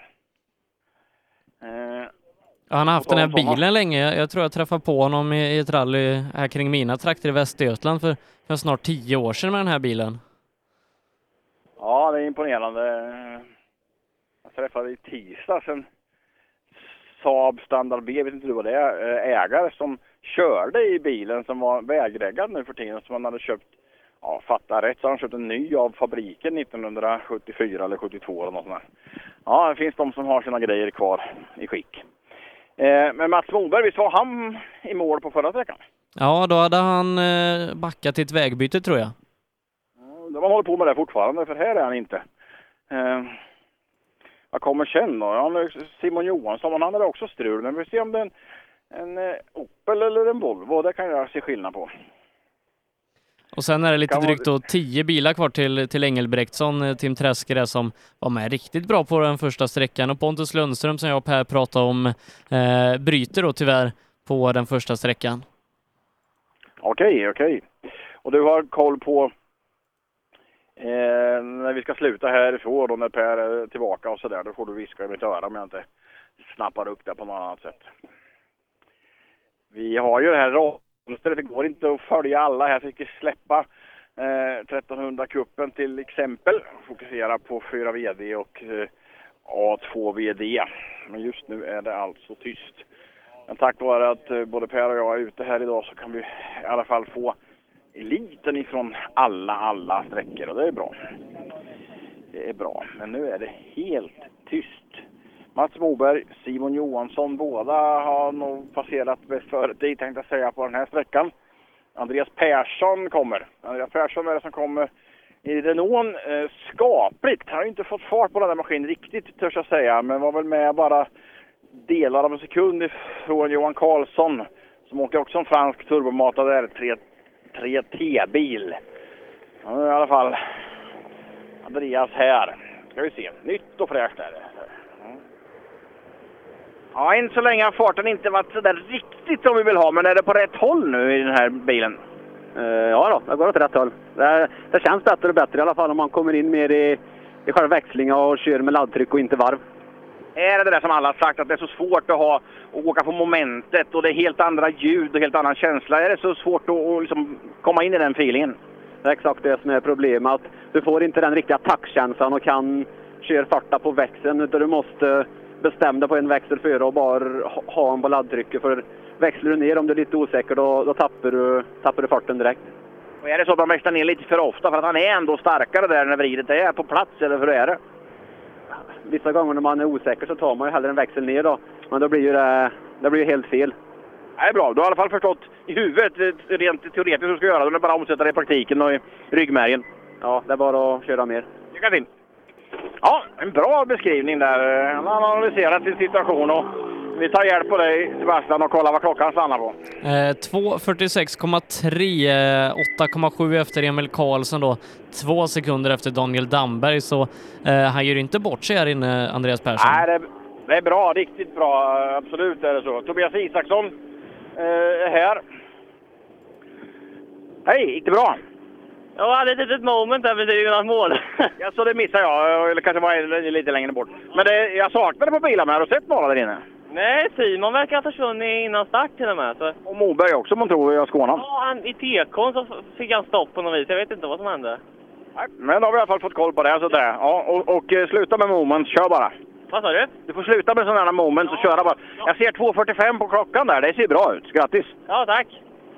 Han har haft den här bilen länge. Jag tror jag träffade på honom i ett rally här kring mina trakter i Västergötland för snart 10 år sedan med den här bilen. Ja, det är imponerande. Jag träffade i tisdags en Saab Standard B, vet inte du vad det är, ägare som körde i bilen som var vägreggad nu för tiden, som man hade köpt, ja, fattar rätt, så han köpt en ny av fabriken 1974 eller 72 eller något sånt där. Ja, det finns de som har sina grejer kvar i skick. Men Mats Moberg, visst var han i mål på förra sträckan? Ja, då hade han backat till ett vägbyte tror jag. De håller på med det fortfarande, för här är han inte. Vad kommer sen då? Ja, Simon Johansson, han hade också strul. Men vi får se om det är en Opel eller en Volvo. Det kan jag se skillnad på. Och sen är det lite drygt då 10 bilar kvar till Engelbrektsson, Tim Träskere, som var med riktigt bra på den första sträckan. Och Pontus Lundström, som jag och Per pratade om, bryter då tyvärr på den första sträckan. Okej. Och du har koll på när vi ska sluta härifrån och när Per är tillbaka och sådär, då får du viska i mitt öra om jag inte snappar upp det på något annat sätt. Vi har ju det här ramstret, det går inte att följa alla här, så vi ska släppa 1300-kuppen till exempel. Fokusera på 4 VD och A2 VD. Men just nu är det alltså tyst. Men tack vare att både Per och jag är ute här idag så kan vi i alla fall få eliten ifrån alla sträckor, och det är bra. Det är bra, men nu är det helt tyst. Mats Moberg, Simon Johansson, båda har nog passerat bäst före dig, tänkte jag säga, på den här sträckan. Andreas Persson kommer. Andreas Persson är det som kommer i Renault. Skapligt. Han har inte fått fart på den där maskinen riktigt, törs jag säga, men var väl med bara delar av en sekund från Johan Karlsson, som åker också en fransk turbomatad R3T-bil. Ja, i alla fall Andreas här. Ska vi se. Nytt och fräscht är det. Ja, än så länge har farten inte varit så där riktigt som vi vill ha, men är det på rätt håll nu i den här bilen? Ja då, det går åt rätt håll. Det känns bättre och bättre i alla fall om man kommer in mer i själva växlingen och kör med laddtryck och inte varv. Är det där som alla har sagt, att det är så svårt att åka på momentet och det är helt andra ljud och helt annan känsla? Är det så svårt att liksom komma in i den feelingen? Det är exakt det som är problemet, att du får inte den riktiga taktkänslan och kan köra farta på växeln, utan du måste bestämma dig på en växel före och bara ha en på laddtrycket, för växlar du ner om du är lite osäker då tappar du farten direkt. Och är det så att man mäktar ner lite för ofta för att han är ändå starkare där när vridet är på plats, eller hur är det? Vissa gånger när man är osäker så tar man ju hellre en växel ner då. Men då blir ju det blir ju helt fel. Det är bra. Du har i alla fall förstått i huvudet rent teoretiskt hur du ska göra. Du är bara omsätta det i praktiken och i ryggmärgen. Ja, det är bara att köra mer. Lycka till! Ja, en bra beskrivning där. Han har analyserat sin situation och vi tar hjälp på dig, Sebastian, och kollar vad klockan stannar på. 2.46,3, 8,7 efter Emil Karlsson då. 2 sekunder efter Daniel Damberg, så han gör inte bort sig här inne, Andreas Persson. Nej, det är bra, riktigt bra. Absolut är det så. Tobias Isaksson är här. Hej, gick det bra? Jag hade ett litet moment där vid Jonas mål. Ja, så det missade jag, eller kanske var lite längre bort. Men jag saknade på bilarna, har du sett några där inne? Nej, Simon verkar ha försvunnit innan start till och med. Så. Och Moberg också, man tror jag Skåne. Ja, i TK:n så fick han stopp på något vis. Jag vet inte vad som hände. Nej, men då har vi i alla fall fått koll på det. Så där. Ja, och sluta med moments, kör bara. Vad sa du? Du får sluta med sådana här moments och köra bara. Jag ser 2.45 på klockan där, det ser bra ut. Grattis! Ja, tack!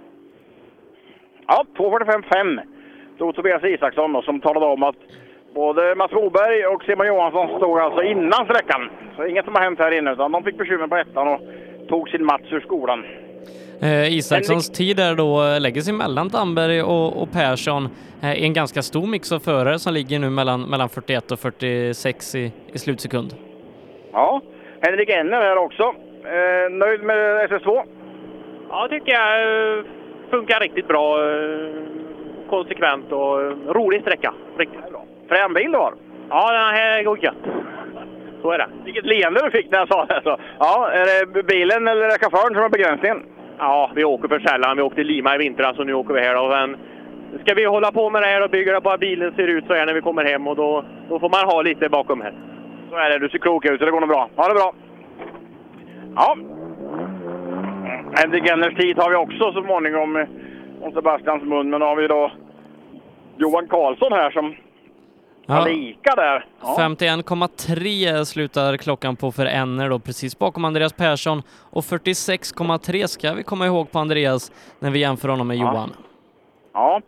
Ja, 2.45.5 stod Tobias Isaksson då, som talade om att både Mats Moberg och Simon Johansson stod alltså innan sträckan. Så inget som har hänt här inne, utan de fick bekymmer på ettan och tog sin Mats ur skolan. Isakssons tid där då lägger sig mellan Damberg och Persson i en ganska stor mix av förare som ligger nu mellan 41 och 46 i slutsekund. Ja, Henrik Enner här också. Nöjd med SS2? Ja, tycker jag funkar riktigt bra. Konsekvent och rolig sträcka. Riktigt bra. Frän bil du har? Ja, den här går gött. Så är det. Vilket leende du fick när jag sa det. Så. Ja, är det bilen eller är det chauffören som har begränsningen? Ja, vi åker för sällan. Vi åkte till Lima i vintras och nu åker vi här. Och sen ska vi hålla på med det här och bygga det på att bilen ser ut så här när vi kommer hem. Och då får man ha lite bakom här. Så är det. Du ser klok ut så det går nog bra. Ha det bra. Ja. Henrik Enners tid har vi också så småningom om Sebastians mun. Men då har vi då Johan Karlsson här som lika där. Ja. 51,3 slutar klockan på för Enner då, precis bakom Andreas Persson. Och 46,3 ska vi komma ihåg på Andreas när vi jämför honom med Johan. Ja.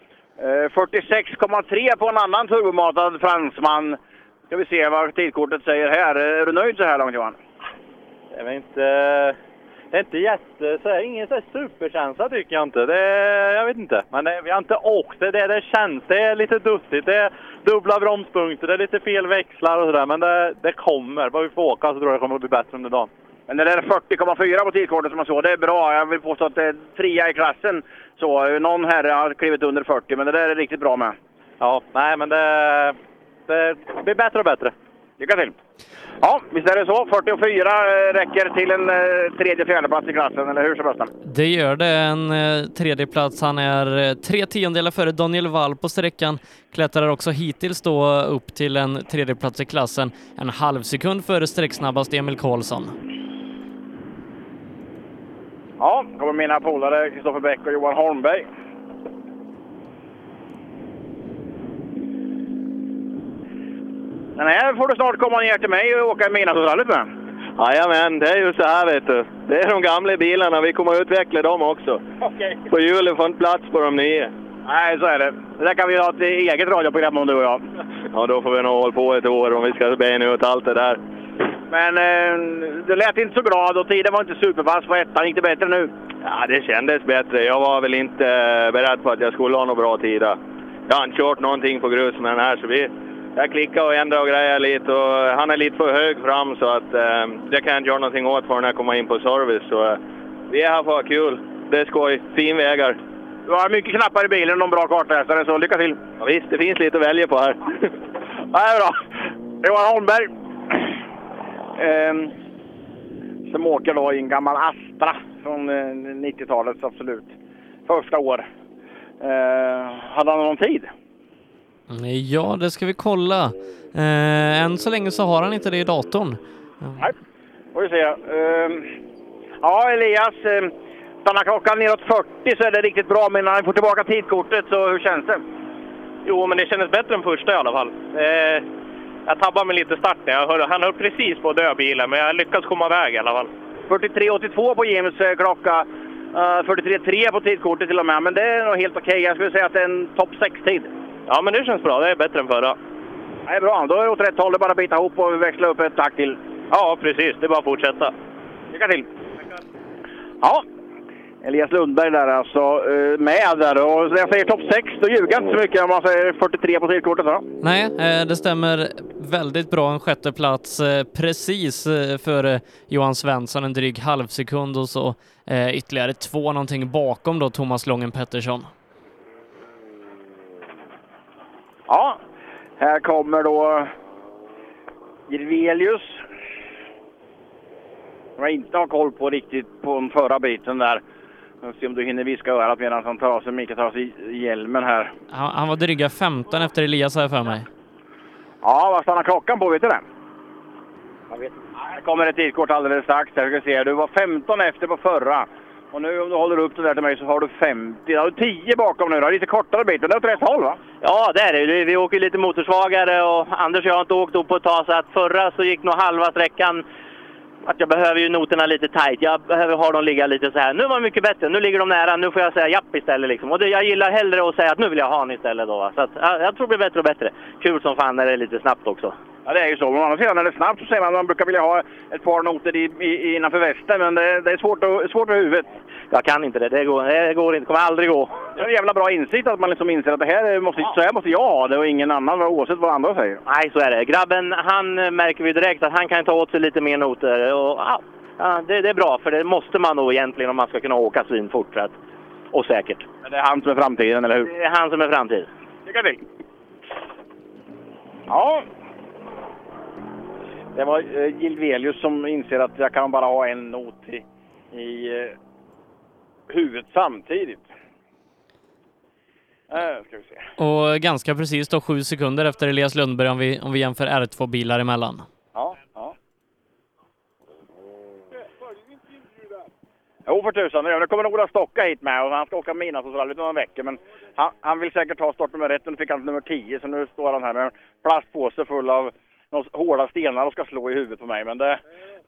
46,3 på en annan turbomatad fransman. Ska vi se vad tidkortet säger här. Är du nöjd så här långt, Johan? Det är inte ingen så superkänsla tycker jag inte. Jag vet inte. Men vi har inte åkt det känns. Det är lite duttigt. Det är dubbla bromspunkter. Det är lite fel växlar och sådär. Men det kommer. Bara vi får åka så tror jag det kommer att bli bättre under dagen. Men det där 40,4 på tidkortet som man såg, det är bra. Jag vill påstå att det är 3 i klassen. Så någon herre har klivit under 40, men det där är riktigt bra med. Ja, nej men det blir bättre och bättre. Lycka till! Ja, visst är det så. 44 räcker till en tredje-fjärde plats i klassen, eller hur Sebastian? Det gör det, en tredje plats. Han är 3/10 före Daniel Wall på sträckan. Klättrar också hittills då upp till en tredje plats i klassen. En halv sekund före sträcksnabbast Emil Karlsson. Ja, kommer mina polare Kristoffer Bäck och Johan Holmberg. Den här får du snart komma ner till mig och åka Midnattsrallyt med. Jajamän, det är ju så här vet du. Det är de gamla bilarna, vi kommer att utveckla dem också. Okej. På julen får inte plats på de nya. Nej, så är det. Det där kan vi ha ett eget radioprogram om du och jag. Ja, då får vi nog hålla på ett år om vi ska bena ut allt det där. Men du lät inte så glad och tiden var inte supervass på ettan. Gick det bättre nu? Ja, det kändes bättre. Jag var väl inte beredd på att jag skulle ha någon bra tid. Jag har inte kört någonting på grus med den här så jag klickade och ändrade och grejade lite och han är lite för hög fram så att det kan jag inte göra någonting åt för när jag kommer in på service. Så vi är här för att ha kul. Det är skoj. Fin vägar. Du har mycket knappar i bilen och någon bra kartläsare så lycka till. Ja, visst, det finns lite att välja på här. Ja, det är bra. Johan Holmberg. Som åker då i en gammal Astra från 90-talets absolut första år. Hade han någon tid? Ja, det ska vi kolla. Än så länge så har han inte det i datorn. Nej, får vi se. Ja, Elias, stannar klockan neråt 40 så är det riktigt bra. Men när han får tillbaka tidkortet så hur känns det? Jo, men det kändes bättre än första i alla fall. Jag tabbade mig lite start. Han höll precis på att dö bilen, men jag lyckades komma iväg i alla fall. 43,82 på Jims klocka. 43,3 på tidkortet till och med, men det är nog helt okej. Jag skulle säga att det är en topp 6-tid. Ja, men det känns bra. Det är bättre än förra. Det är bra. Då är det åt rätt håll. Det är bara att bita ihop och växla upp ett tack till. Ja, precis. Det är bara att fortsätta. Lycka till. Ja, Elias Lundberg där alltså med där. Och jag säger topp 6, då ljuger jag inte så mycket om man säger 43 på tidkortet. Så. Nej, det stämmer väldigt bra. En sjätte plats precis för Johan Svensson, en dryg halvsekund, och så ytterligare 2 någonting bakom då Thomas Lången Pettersson. Ja, här kommer då Jirvelius. Jag inte har koll på riktigt på den förra biten där. Jag får se om du hinner viska örat medan han tar av sig, Mikael tar av sig hjälmen här. Han var dryga 15 efter Elias här för mig. Ja, vad stannar klockan på, vet du det? Jag vet. Det kommer ett tidkort alldeles strax. Jag ska se, du var 15 efter på förra. Och nu om du håller upp det där till mig så har du 50. Du har 10 bakom nu då. Lite kortare bit. Det är åt rätt håll, va? Ja, det är det. Vi åker lite motorsvagare och Anders och jag har inte åkt upp på ett tag, så att förra så gick nog halva sträckan. Att jag behöver ju noterna lite tight. Jag behöver ha dem ligga lite så här. Nu var det mycket bättre. Nu ligger de nära. Nu får jag säga japp istället liksom. Och jag gillar hellre att säga att nu vill jag ha han istället då. Så att, jag tror det blir bättre och bättre. Kul som fan när det är lite snabbt också. Ja, det är ju så. Men annars när det är snabbt så säger man att man brukar vilja ha ett par noter innanför västen. Men det är svårt med huvudet. Jag kan inte det. Det går inte. Kommer aldrig gå. Det är en jävla bra insikt att man liksom inser att så här måste jag ha det och ingen annan, oavsett vad andra säger. Nej, så är det. Grabben, han märker vi direkt att han kan ta åt sig lite mer noter. Och, det är bra, för det måste man nog egentligen om man ska kunna åka svinfort. Och säkert. Men det är han som är framtiden, eller hur? Det är han som är framtiden. Lycka till! Ja. Det var Jirvelius som inser att jag kan bara ha en not i huvudet samtidigt. Ska vi se. Och ganska precis då 7 sekunder efter Elias Lundberg om vi jämför R2-bilar emellan. Ja. Jo, för tusan. Det kommer Ola Stocka hit med och han ska åka Midnattsrallyt några veckor. Men han vill säkert ta startnummer 1 och nu fick han nummer 10. Så nu står han här med en plastpåse full av hårda stenar och ska slå i huvudet på mig. Men det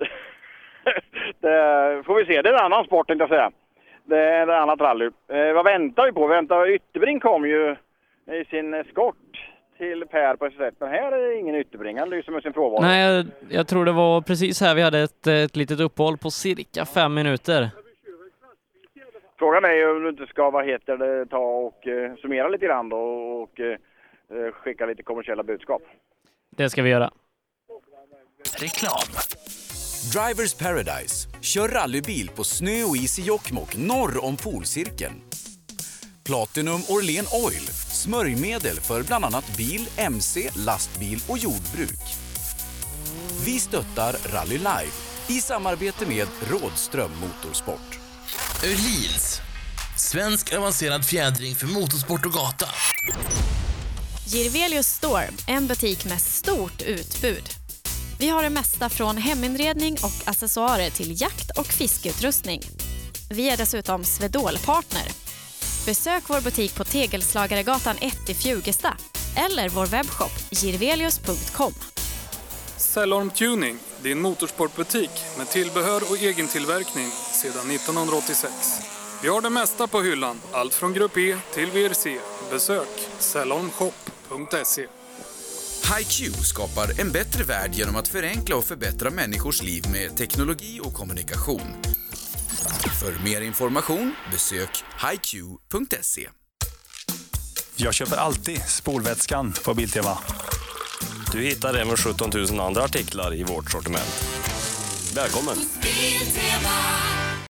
får vi se. Det är en annan sport, tänkte jag säga. Det är ett annat rally. Vad väntar vi på? Ytterbring kom ju i sin skort till Per på SS1. Men här är det ingen Ytterbring. Han lyser med sin frånvaro. Nej, jag tror det var precis här vi hade ett litet uppehåll på cirka 5 minuter. Frågan är ju om du inte ska, ta och summera lite grann då och skicka lite kommersiella budskap. Det ska vi göra. Reklam. Drivers Paradise. Kör rallybil på snö och is i Jokkmokk norr om polcirkeln. Platinum Orlen Oil. Smörjmedel för bland annat bil, MC, lastbil och jordbruk. Vi stöttar Rally Live i samarbete med Rådström Motorsport. Öhlins. Svensk avancerad fjädring för motorsport och gata. Jirvelius Store, en butik med stort utbud. Vi har det mesta från heminredning och accessoarer till jakt- och fiskeutrustning. Vi är dessutom Swedol-partner. Besök vår butik på Tegelslagaregatan 1 i Fjugesta eller vår webbshop jirvelius.com. Cellorm Tuning, din motorsportbutik med tillbehör och egen tillverkning sedan 1986. Vi har det mesta på hyllan, allt från Grupp E till VRC. Besök cellormshop.se. HiQ skapar en bättre värld genom att förenkla och förbättra människors liv med teknologi och kommunikation. För mer information, besök hiq.se. Jag köper alltid spolvätskan på Biltema. Du hittar även 17 000 andra artiklar i vårt sortiment. Välkommen! Biltema.